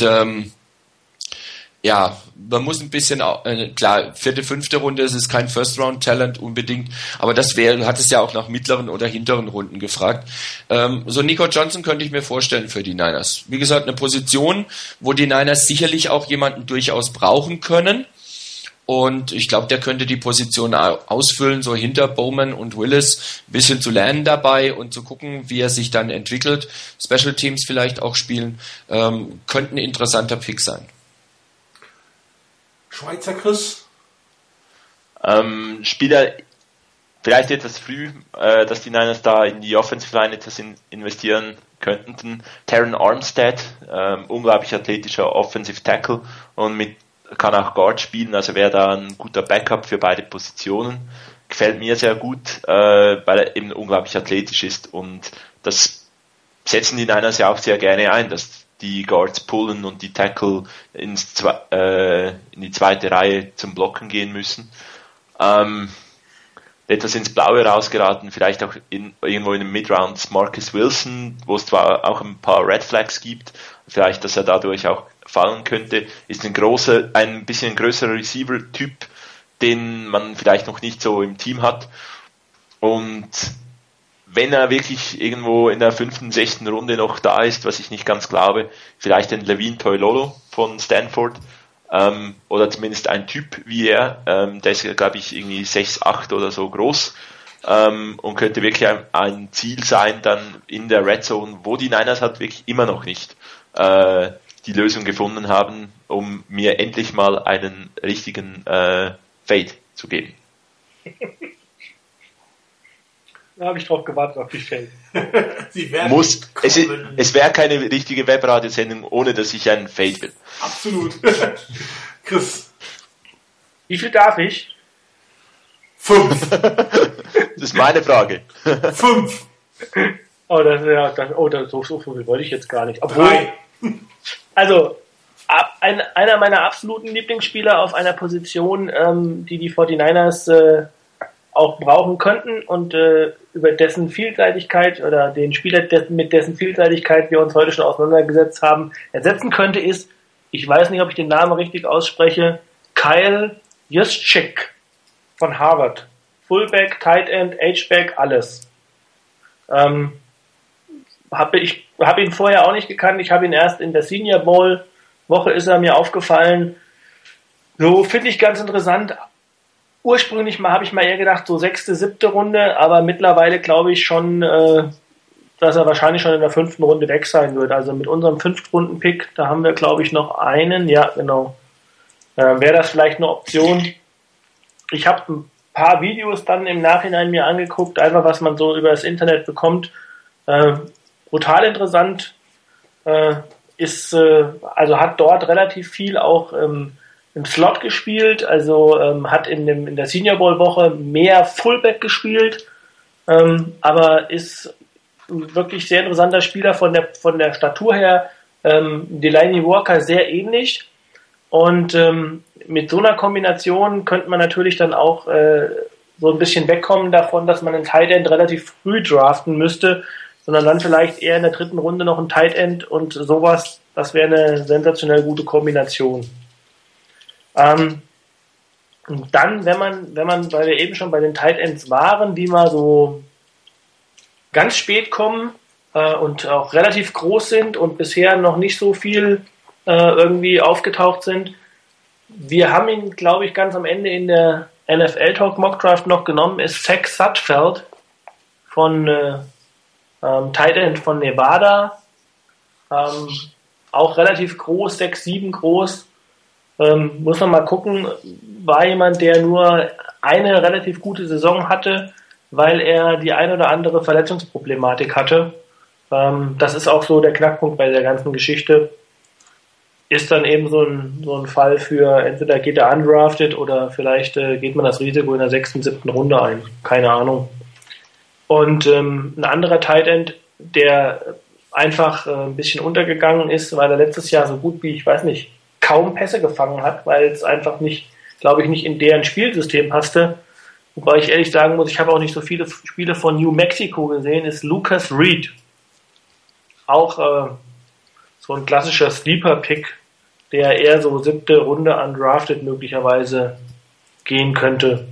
man muss ein bisschen, klar, 4., 5. Runde, es ist kein First-Round-Talent unbedingt, aber hat es ja auch nach mittleren oder hinteren Runden gefragt. So Nico Johnson könnte ich mir vorstellen für die Niners. Wie gesagt, eine Position, wo die Niners sicherlich auch jemanden durchaus brauchen können. Und ich glaube, der könnte die Position ausfüllen, so hinter Bowman und Willis, ein bisschen zu lernen dabei und zu gucken, wie er sich dann entwickelt. Special Teams vielleicht auch spielen, könnte ein interessanter Pick sein. Schweizer Chris? Spieler, vielleicht etwas früh, dass die Niners da in die Offensive Line etwas investieren könnten. Terron Armstead, unglaublich athletischer Offensive Tackle und kann auch Guard spielen, also wäre da ein guter Backup für beide Positionen. Gefällt mir sehr gut, weil er eben unglaublich athletisch ist, und das setzen die Niners ja auch sehr gerne ein, dass die Guards pullen und die Tackle in die zweite Reihe zum Blocken gehen müssen. Etwas ins Blaue rausgeraten, vielleicht auch irgendwo in den Mid-Rounds Marcus Wilson, wo es zwar auch ein paar Red Flags gibt, vielleicht, dass er dadurch auch fallen könnte, ist ein bisschen größerer Receiver-Typ, den man vielleicht noch nicht so im Team hat. Und wenn er wirklich irgendwo in der 5., 6. Runde noch da ist, was ich nicht ganz glaube, vielleicht ein Levine Toilolo von Stanford, oder zumindest ein Typ wie er, der ist, glaube ich, irgendwie 6'8" oder so groß, und könnte wirklich ein Ziel sein dann in der Red Zone, wo die Niners halt wirklich immer noch nicht die Lösung gefunden haben, um mir endlich mal einen richtigen Fade zu geben. Da habe ich drauf gewartet, auf die Fade. Es wäre keine richtige Webradiosendung, ohne dass ich einen Fade will. Absolut. Chris. Wie viel darf ich? 5. Das ist meine Frage. 5. So viel wollte ich jetzt gar nicht. Obwohl, 3. Also, einer meiner absoluten Lieblingsspieler auf einer Position, die 49ers auch brauchen könnten und über dessen Vielseitigkeit oder den Spieler, mit dessen Vielseitigkeit wir uns heute schon auseinandergesetzt haben, ersetzen könnte, ist, ich weiß nicht, ob ich den Namen richtig ausspreche, Kyle Juszczyk von Harvard. Fullback, Tight End, H-Back, alles. Habe ihn vorher auch nicht gekannt. Ich habe ihn erst in der Senior Bowl Woche ist er mir aufgefallen. So finde ich ganz interessant. Ursprünglich habe ich mal eher gedacht, so 6., 7. Runde, aber mittlerweile glaube ich schon, dass er wahrscheinlich schon in der 5. Runde weg sein wird. Also mit unserem 5-Runden-Pick, da haben wir, glaube ich, noch einen. Ja, genau. Wäre das vielleicht eine Option? Ich habe ein paar Videos dann im Nachhinein mir angeguckt, einfach was man so über das Internet bekommt. Brutal interessant. Also hat dort relativ viel auch im Slot gespielt, also hat in der Senior Bowl Woche mehr Fullback gespielt, aber ist wirklich sehr interessanter Spieler von der Statur her, Delaney Walker sehr ähnlich, und mit so einer Kombination könnte man natürlich dann auch so ein bisschen wegkommen davon, dass man einen Tight End relativ früh draften müsste, sondern dann vielleicht eher in der 3. Runde noch ein Tight End und sowas. Das wäre eine sensationell gute Kombination. Und dann, wenn man, weil wir eben schon bei den Tight Ends waren, die mal so ganz spät kommen und auch relativ groß sind und bisher noch nicht so viel irgendwie aufgetaucht sind. Wir haben ihn, glaube ich, ganz am Ende in der NFL Talk Mock Draft noch genommen, ist Zach Sudfeld von Tight End von Nevada, auch relativ groß, 6'7" groß, muss man mal gucken, war jemand, der nur eine relativ gute Saison hatte, weil er die ein oder andere Verletzungsproblematik hatte. Das ist auch so der Knackpunkt bei der ganzen Geschichte. Ist dann eben so ein Fall für, entweder geht er undrafted oder vielleicht geht man das Risiko in der 6., 7. Runde ein. Keine Ahnung. Und ein anderer Tight End, der einfach ein bisschen untergegangen ist, weil er letztes Jahr so gut wie, ich weiß nicht, kaum Pässe gefangen hat, weil es einfach nicht, glaube ich, nicht in deren Spielsystem passte. Wobei ich ehrlich sagen muss, ich habe auch nicht so viele Spiele von New Mexico gesehen, ist Lucas Reed. Auch so ein klassischer Sleeper-Pick, der eher so 7. Runde undrafted möglicherweise gehen könnte.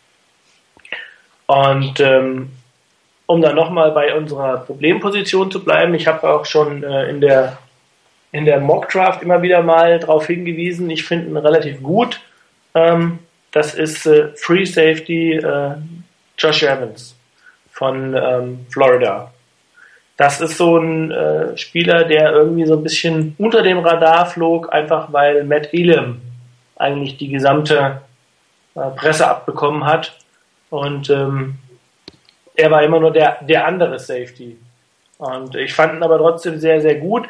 Und um dann nochmal bei unserer Problemposition zu bleiben, ich habe auch schon in der Mock Draft immer wieder mal darauf hingewiesen, ich finde ihn relativ gut. Das ist Free Safety Josh Evans von Florida. Das ist so ein Spieler, der irgendwie so ein bisschen unter dem Radar flog, einfach weil Matt Elam eigentlich die gesamte Presse abbekommen hat. Und er war immer nur der andere Safety. Und ich fand ihn aber trotzdem sehr, sehr gut.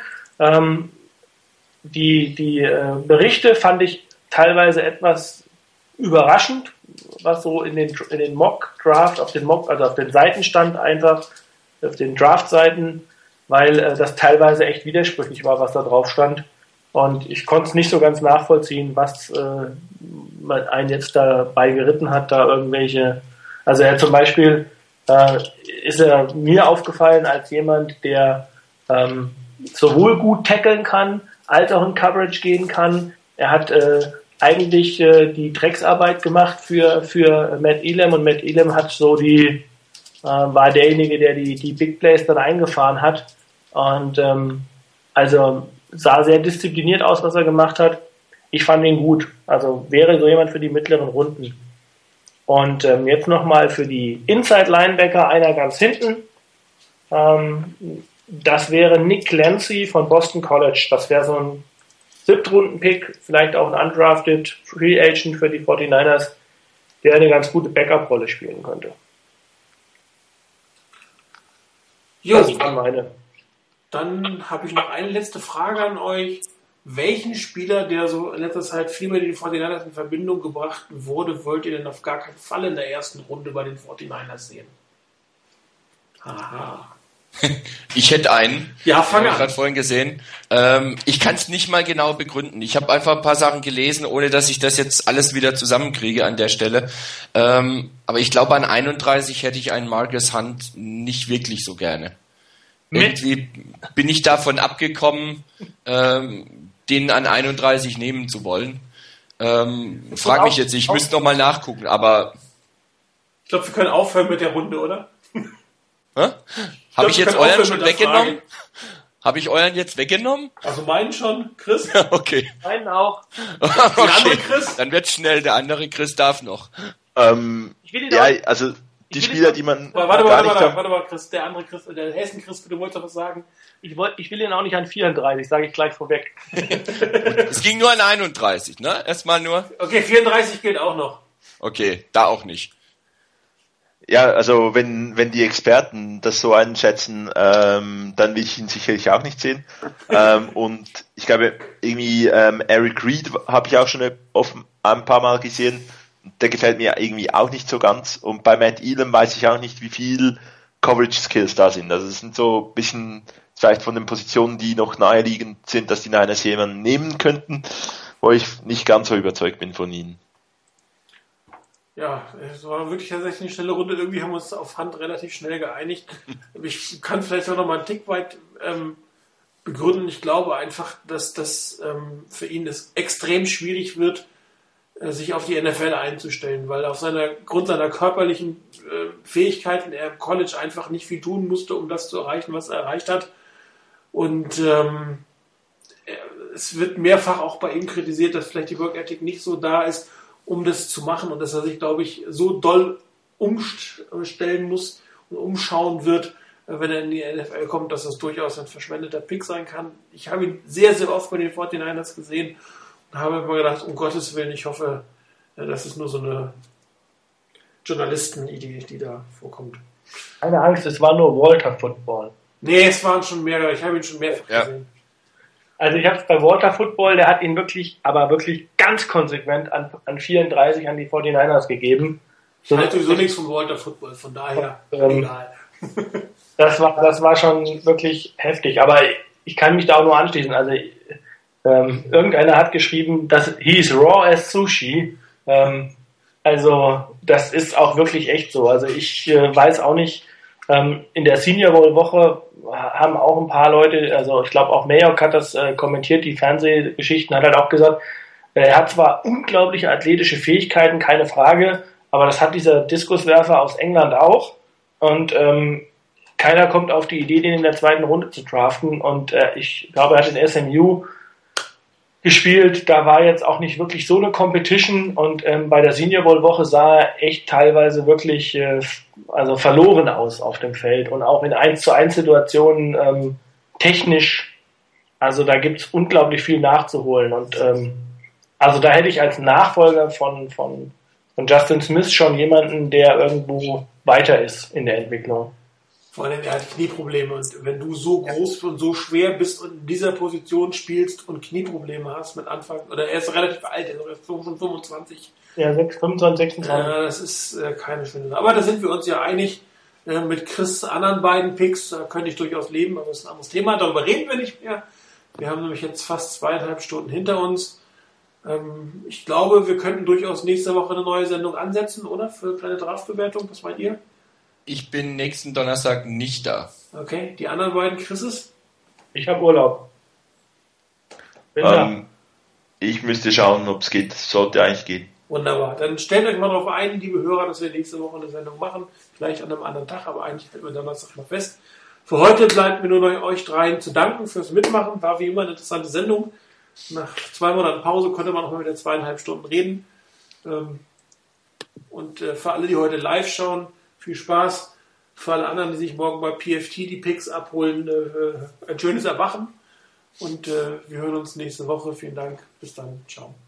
Die Berichte fand ich teilweise etwas überraschend, was so in den Mock-Draft, also auf den Seiten stand einfach, auf den Draft-Seiten, weil das teilweise echt widersprüchlich war, was da drauf stand. Und ich konnte es nicht so ganz nachvollziehen, was einen jetzt dabei geritten hat, da irgendwelche, also er zum Beispiel ist er mir aufgefallen als jemand, der sowohl gut tackeln kann, als auch in Coverage gehen kann. Er hat eigentlich die Drecksarbeit gemacht für Matt Elam, und Matt Elam hat so war derjenige, der die Big Plays dann eingefahren hat, und also sah sehr diszipliniert aus, was er gemacht hat. Ich fand ihn gut, also wäre so jemand für die mittleren Runden. Und jetzt nochmal für die Inside-Linebacker, einer ganz hinten. Das wäre Nick Clancy von Boston College. Das wäre so ein 7. Runden-Pick, vielleicht auch ein undrafted Free Agent für die 49ers, der eine ganz gute Backup-Rolle spielen könnte. Jo, Das war meine. dann habe ich noch eine letzte Frage an euch. Welchen Spieler, der so in letzter Zeit viel mit den 49ers in Verbindung gebracht wurde, wollt ihr denn auf gar keinen Fall in der ersten Runde bei den 49ers sehen? Aha. Ich hätte einen. Ja, fang Habe ich an. gerade vorhin gesehen. Ich kann es nicht mal genau begründen. Ich habe einfach ein paar Sachen gelesen, ohne dass ich das jetzt alles wieder zusammenkriege an der Stelle. Aber ich glaube, an 31 hätte ich einen Marcus Hunt nicht wirklich so gerne. Irgendwie bin ich davon abgekommen, den an 31 nehmen zu wollen. Frag mich jetzt, ich müsste noch mal nachgucken, aber... Ich glaube, wir können aufhören mit der Runde, oder? Habe ich jetzt euren schon weggenommen? Habe ich euren jetzt weggenommen? Also meinen schon, Chris? Okay. Meinen auch. Okay. Chris? Dann wird schnell, der andere Chris darf noch. Ich will ihn Ja, auch. also die Spieler, die man Warte gar nicht mal, Chris, der andere Chris, der Hessen-Chris, du wolltest doch was sagen? Ich will ihn auch nicht an 34, sage ich gleich vorweg. Es ging nur an 31, ne? Erstmal nur. Okay, 34 gilt auch noch. Okay, da auch nicht. Ja, also wenn die Experten das so einschätzen, dann will ich ihn sicherlich auch nicht sehen. Und ich glaube, irgendwie Eric Reed habe ich auch schon ein paar Mal gesehen. Der gefällt mir irgendwie auch nicht so ganz. Und bei Matt Elam weiß ich auch nicht, wie viel Coverage Skills da sind. Also es sind so ein bisschen vielleicht von den Positionen, die noch naheliegend sind, dass die Niners jemanden nehmen könnten, wo ich nicht ganz so überzeugt bin von ihnen. Ja, es war wirklich tatsächlich eine schnelle Runde. Irgendwie haben wir uns auf Hand relativ schnell geeinigt. Ich kann vielleicht auch noch mal einen Tick weit begründen. Ich glaube einfach, dass das für ihn es extrem schwierig wird, sich auf die NFL einzustellen, weil aufgrund seiner körperlichen Fähigkeiten er im College einfach nicht viel tun musste, um das zu erreichen, was er erreicht hat. Und es wird mehrfach auch bei ihm kritisiert, dass vielleicht die Work Ethic nicht so da ist, um das zu machen, und dass er sich, glaube ich, so doll umstellen muss und umschauen wird, wenn er in die NFL kommt, dass das durchaus ein verschwendeter Pick sein kann. Ich habe ihn sehr, sehr oft bei den 49ers gesehen und habe immer gedacht, um Gottes Willen, ich hoffe, das ist nur so eine Journalistenidee, die da vorkommt. Keine Angst, es war nur Walter Football. Nee, es waren schon mehrere, ich habe ihn schon mehrfach gesehen. Also ich habe es bei Walter Football, der hat ihn wirklich ganz konsequent an 34 an die 49ers gegeben. Ich halte sowieso nichts von Walter Football, von daher egal. Das war schon wirklich heftig, aber ich kann mich da auch nur anschließen. Also irgendeiner hat geschrieben, dass he's raw as sushi. Also das ist auch wirklich echt so. Also ich weiß auch nicht, in der Senior Bowl Woche haben auch ein paar Leute, also ich glaube auch Mayock hat das kommentiert, die Fernsehgeschichten, hat halt auch gesagt, er hat zwar unglaubliche athletische Fähigkeiten, keine Frage, aber das hat dieser Diskuswerfer aus England auch, und keiner kommt auf die Idee, den in der 2. Runde zu draften, und ich glaube, er hat in SMU gespielt, da war jetzt auch nicht wirklich so eine Competition, und bei der Senior Bowl Woche sah er echt teilweise wirklich verloren aus auf dem Feld, und auch in 1-zu-1 Situationen technisch, also da gibt's unglaublich viel nachzuholen, und also da hätte ich als Nachfolger von und Justin Smith schon jemanden, der irgendwo weiter ist in der Entwicklung. Vor allem, er hat Knieprobleme und wenn du so groß und so schwer bist und in dieser Position spielst und Knieprobleme hast mit Anfang, oder er ist relativ alt, er ist schon 25. Ja, 25, 26. Das ist keine schöne Sache. Aber da sind wir uns ja einig. Mit Chris' anderen beiden Picks könnte ich durchaus leben, aber das ist ein anderes Thema. Darüber reden wir nicht mehr. Wir haben nämlich jetzt fast 2,5 Stunden hinter uns. Ich glaube, wir könnten durchaus nächste Woche eine neue Sendung ansetzen, oder? Für eine kleine Draftbewertung. Was meint ihr? Ich bin nächsten Donnerstag nicht da. Okay, die anderen beiden Chrises? Ich habe Urlaub. Bin da. Ich müsste schauen, ob es geht. Sollte eigentlich gehen. Wunderbar. Dann stellt euch mal darauf ein, liebe Hörer, dass wir nächste Woche eine Sendung machen. Vielleicht an einem anderen Tag, aber eigentlich halten wir Donnerstag mal fest. Für heute bleibt mir nur noch euch dreien zu danken fürs Mitmachen. War wie immer eine interessante Sendung. Nach 2 Monaten Pause konnte man noch mal wieder 2,5 Stunden reden. Und für alle, die heute live schauen, viel Spaß. Für alle anderen, die sich morgen bei PFT die Picks abholen, ein schönes Erwachen. Und wir hören uns nächste Woche. Vielen Dank. Bis dann. Ciao.